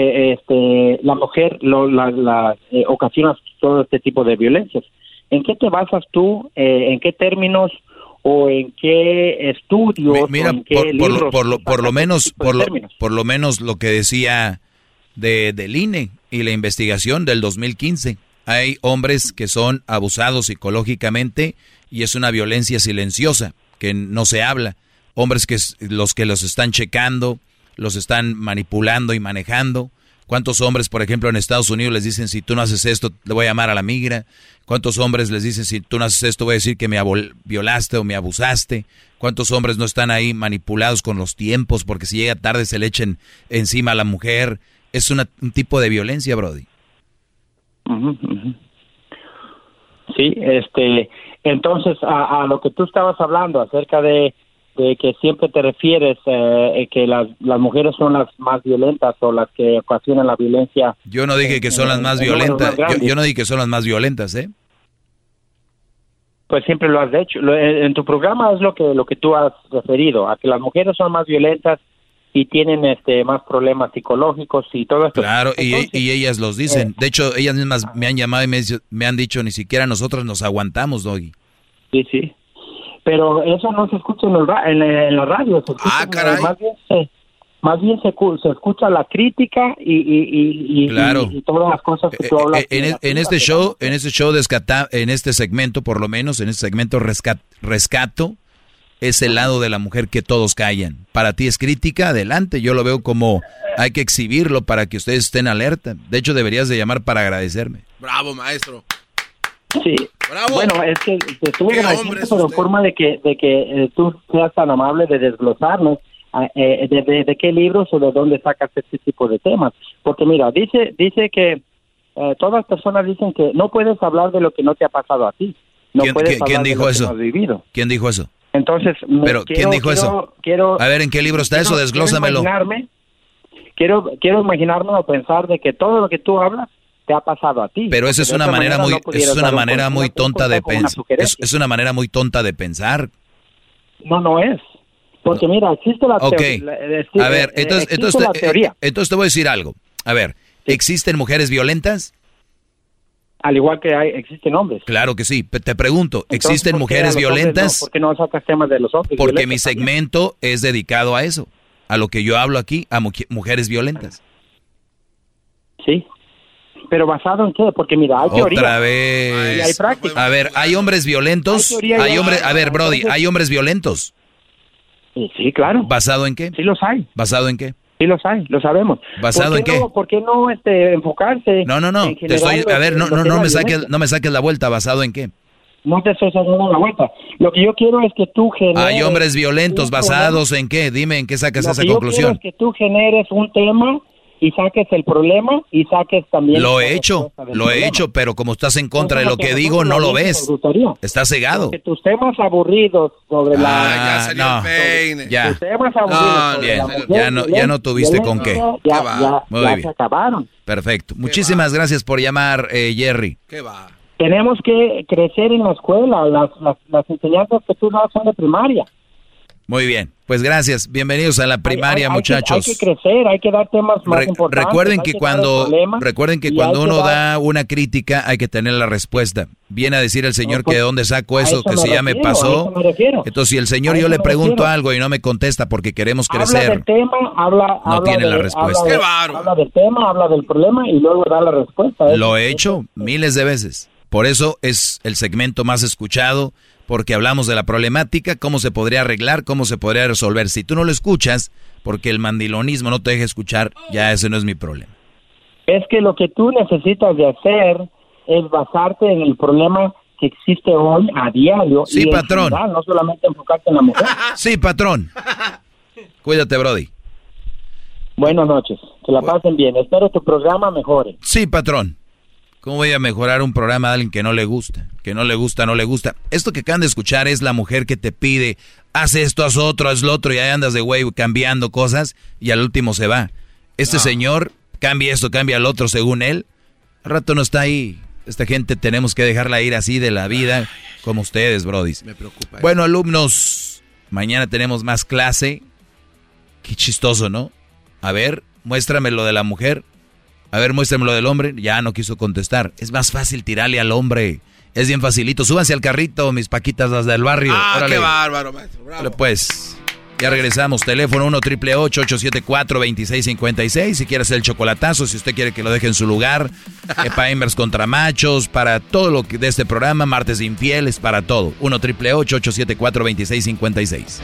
mujer ocasiona todo este tipo de violencias? ¿En qué te basas tú? ¿En qué términos o en qué estudios? Mira, por lo menos lo que decía del INE y la investigación del 2015. Hay hombres que son abusados psicológicamente y es una violencia silenciosa que no se habla. Hombres que los están checando, los están manipulando y manejando. ¿Cuántos hombres, por ejemplo, en Estados Unidos les dicen, si tú no haces esto, le voy a llamar a la migra? ¿Cuántos hombres les dicen, si tú no haces esto, voy a decir que me violaste o me abusaste? ¿Cuántos hombres no están ahí manipulados con los tiempos porque si llega tarde se le echen encima a la mujer? Es un tipo de violencia, Brody. Sí, entonces a lo que tú estabas hablando acerca de que siempre te refieres que las mujeres son las más violentas o las que ocasionan la violencia. Yo no dije que son las más violentas. Yo no dije que son las más violentas, ¿eh? Pues siempre lo has hecho. En tu programa es lo que tú has referido, a que las mujeres son más violentas y tienen más problemas psicológicos y todo esto. Claro, y ellas los dicen. De hecho, ellas mismas me han llamado y me han dicho, ni siquiera nosotros nos aguantamos, Doggy. Sí. Pero eso no se escucha en la radio. Se escucha, caray. Más bien se escucha la crítica y todas las cosas que tú hablas. En este show, en este segmento, por lo menos, en este segmento rescato ese lado de la mujer que todos callan. Para ti es crítica, adelante. Yo lo veo como hay que exhibirlo para que ustedes estén alerta. De hecho, deberías de llamar para agradecerme. Bravo, maestro. Sí. Bravo. Bueno, es que te estuve agradeciendo, pero en forma de que tú seas tan amable de desglosarnos de qué libros o de dónde sacas este tipo de temas. Porque mira, dice que todas las personas dicen que no puedes hablar de lo que no te ha pasado a ti. ¿Quién dijo eso? ¿Quién dijo eso? Entonces, ¿quién dijo eso? A ver, ¿en qué libro está eso? Desglósamelo. Quiero imaginarme o pensar de que todo lo que tú hablas te ha pasado a ti. Pero eso es una manera muy tonta de pensar. Es una manera muy tonta de pensar. No es. Porque mira, existe la teoría. A ver, entonces te voy a decir algo. A ver, ¿existen mujeres violentas? Al igual que existen hombres. Claro que sí. Te pregunto, ¿existen mujeres violentas? ¿Por qué no sacas temas de los hombres? Porque mi segmento es dedicado a eso. A lo que yo hablo aquí, a mujeres violentas. Sí. ¿Pero basado en qué? Porque mira, hay teoría. Otra vez. Y hay práctica. A ver, ¿hay hombres violentos? A ver, Brody, ¿hay hombres violentos? Sí, claro. ¿Basado en qué? Sí los hay. ¿Basado en qué? Sí los hay, lo sabemos. ¿Basado en qué? ¿Por qué no enfocarse? No. No me saques la vuelta. ¿Basado en qué? No te estoy sacando la vuelta. Lo que yo quiero es que tú generes... Hay hombres violentos, ¿basados en qué? Dime en qué sacas esa conclusión. Lo que yo quiero es que tú generes un tema y saques el problema y saques también... Lo he hecho, pero como estás en contra de lo que digo, no lo ves. Estás cegado. Porque tus temas aburridos sobre ya no tuviste con qué. Ya se acabaron. Perfecto. Muchísimas gracias por llamar, Jerry. ¿Qué va? Tenemos que crecer en la escuela. Las enseñanzas que tú das son de primaria. Muy bien, pues gracias. Bienvenidos a la primaria, muchachos. Hay que crecer, hay que dar temas más importantes. Recuerden que cuando uno da una crítica hay que tener la respuesta. Viene a decir el señor que de dónde saco eso, que si ya me pasó. Entonces, si el señor yo le pregunto algo y no me contesta porque queremos crecer, habla del tema, no tiene la respuesta. Habla del tema, habla del problema y luego da la respuesta. Lo he hecho miles de veces. Por eso es el segmento más escuchado, porque hablamos de la problemática, cómo se podría arreglar, cómo se podría resolver. Si tú no lo escuchas, porque el mandilonismo no te deja escuchar, ya ese no es mi problema. Es que lo que tú necesitas de hacer es basarte en el problema que existe hoy a diario. Sí, y patrón. General, no solamente enfocarte en la mujer. Sí, patrón. Cuídate, Brody. Buenas noches. Que la pasen bien. Espero tu programa mejore. Sí, patrón. ¿Cómo voy a mejorar un programa de alguien que no le gusta? Que no le gusta, no le gusta. Esto que acaban de escuchar es la mujer que te pide, haz esto, haz otro, haz lo otro, y ahí andas de güey cambiando cosas y al último se va. Señor cambia esto, cambia lo otro según él. Al rato no está ahí. Esta gente tenemos que dejarla ir así de la vida, como ustedes, brodis. Me preocupa. Bueno, alumnos, mañana tenemos más clase. Qué chistoso, ¿no? A ver, muéstrame lo de la mujer. A ver, muéstrame lo del hombre. Ya no quiso contestar. Es más fácil tirarle al hombre. Es bien facilito. Súbanse al carrito, mis paquitas las del barrio. Qué bárbaro, maestro. Bravo. Órale, pues, ya regresamos. Teléfono 1-888-874-2656. Si quieres el chocolatazo, si usted quiere que lo deje en su lugar. Para hembras contra machos, para todo lo que de este programa. Martes de infieles, para todo. 1-888-874-2656.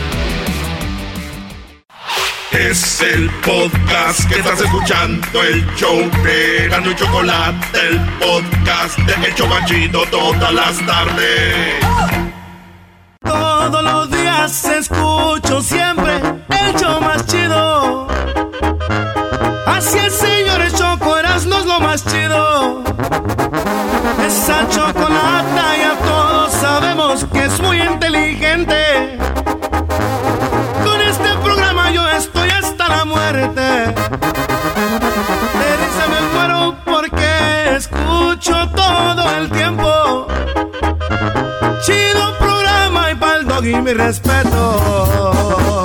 Es el podcast que estás escuchando, el show de Erasmo y Chocolate, el podcast de El Chobachito todas las tardes. Todos los días escucho siempre el show más chido. Así el señor el Choco Erasmo es lo más chido. Esa chocolata ya todos sabemos que es muy inteligente. Con este programa yo estoy hasta la muerte. De risa me muero porque escucho todo el tiempo. Chido programa y pa'l doggy mi respeto.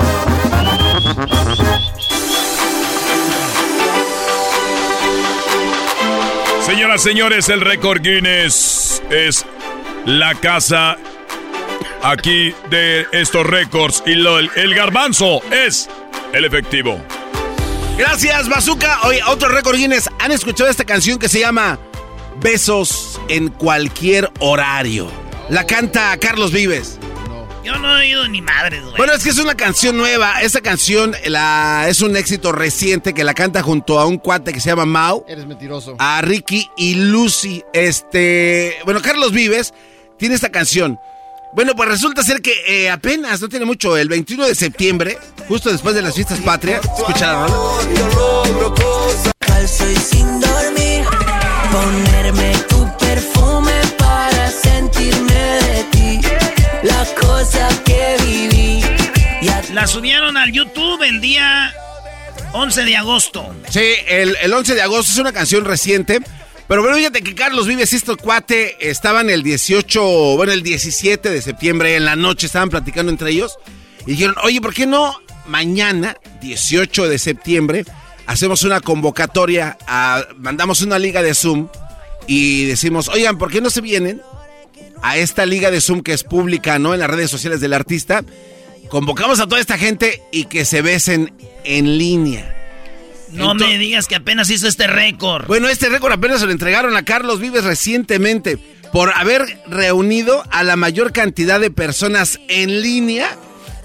Señoras, señores, el récord Guinness es la casa aquí de estos récords y el garbanzo es el efectivo. Gracias, Bazooka. Oye, otro récord Guinness. ¿Han escuchado esta canción que se llama Besos en cualquier horario? La canta Carlos Vives. Yo no he oído ni madres, güey. Bueno, es que es una canción nueva. Esta canción es un éxito reciente que la canta junto a un cuate que se llama Mau. Eres mentiroso. A Ricky y Lucy. Bueno, Carlos Vives tiene esta canción. Bueno, pues resulta ser que apenas, no tiene mucho, el 21 de septiembre, justo después de las fiestas patrias, escucha la rola. Calzo y sin dormir, ponerme tu perfume para sentirme de ti, la cosa que viví. La subieron al YouTube el día 11 de agosto. Sí, el 11 de agosto, es una canción reciente. Pero bueno, fíjate que Carlos Vives y este cuate estaban el 17 de septiembre en la noche, estaban platicando entre ellos y dijeron, oye, ¿por qué no mañana, 18 de septiembre, hacemos una convocatoria, mandamos una liga de Zoom y decimos, oigan, ¿por qué no se vienen a esta liga de Zoom que es pública, ¿no? En las redes sociales del artista, convocamos a toda esta gente y que se besen en línea. No me digas que apenas hizo este récord. Bueno, este récord apenas se lo entregaron a Carlos Vives recientemente por haber reunido a la mayor cantidad de personas en línea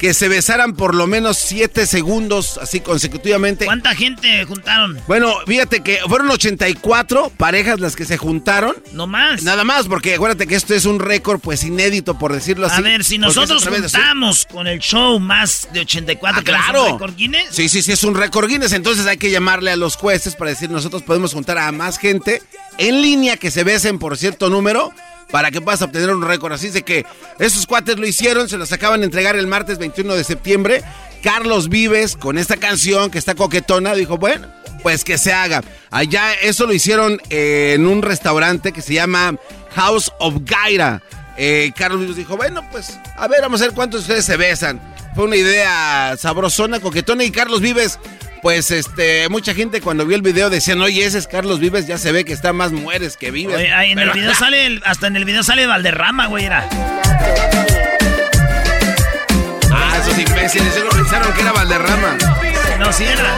que se besaran por lo menos 7 segundos, así consecutivamente. ¿Cuánta gente juntaron? Bueno, fíjate que fueron 84 parejas las que se juntaron. ¿No más? Nada más, porque acuérdate que esto es un récord, pues, inédito, por decirlo así. A ver, si nosotros juntamos con el show más de 84, claro. ¿es un récord Guinness? Sí, es un récord Guinness. Entonces hay que llamarle a los jueces para decir, nosotros podemos juntar a más gente en línea que se besen por cierto número, para que puedas obtener un récord. Así de que esos cuates lo hicieron, se los acaban de entregar el martes 21 de septiembre. Carlos Vives, con esta canción que está coquetona, dijo, bueno, pues que se haga. Allá eso lo hicieron en un restaurante que se llama House of Gaira. Carlos Vives dijo, bueno, pues, a ver, vamos a ver cuántos de ustedes se besan. Fue una idea sabrosona, coquetona, y Carlos Vives... Pues mucha gente cuando vio el video decían, oye, ese es Carlos Vives, ya se ve que está más mueres que vives. Oye, ahí en el video sale, hasta en el video sale Valderrama, güey, era. Esos imbéciles, ellos pensaron que era Valderrama. No, sí era.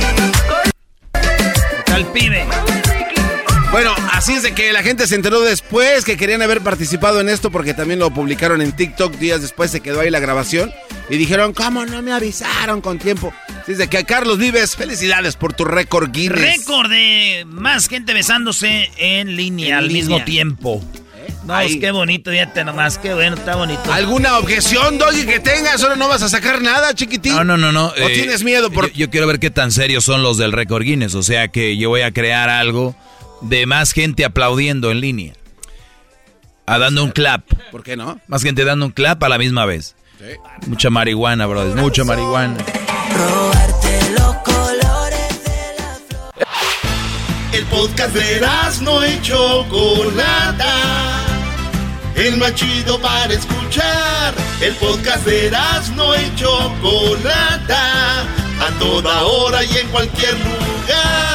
Tal pibe. Bueno, así es de que la gente se enteró después que querían haber participado en esto porque también lo publicaron en TikTok. Días después se quedó ahí la grabación y dijeron, ¿cómo no me avisaron con tiempo? Así es de que a Carlos Vives, felicidades por tu récord Guinness. Récord de más gente besándose en línea al mismo tiempo. No, es qué bonito, fíjate nomás, qué bueno, está bonito. ¿Alguna objeción, Doggy, que tengas? ¿Solo no vas a sacar nada, chiquitín? No. ¿O tienes miedo? Yo quiero ver qué tan serios son los del récord Guinness. O sea que yo voy a crear algo de más gente aplaudiendo en línea. Dando un clap. ¿Por qué no? Más gente dando un clap a la misma vez. Sí. Mucha marihuana, brother. Mucha marihuana. Robarte los colores de la flor. El podcast de Erazno y Chocolata. El más chido para escuchar. El podcast de Erazno y Chocolata. A toda hora y en cualquier lugar.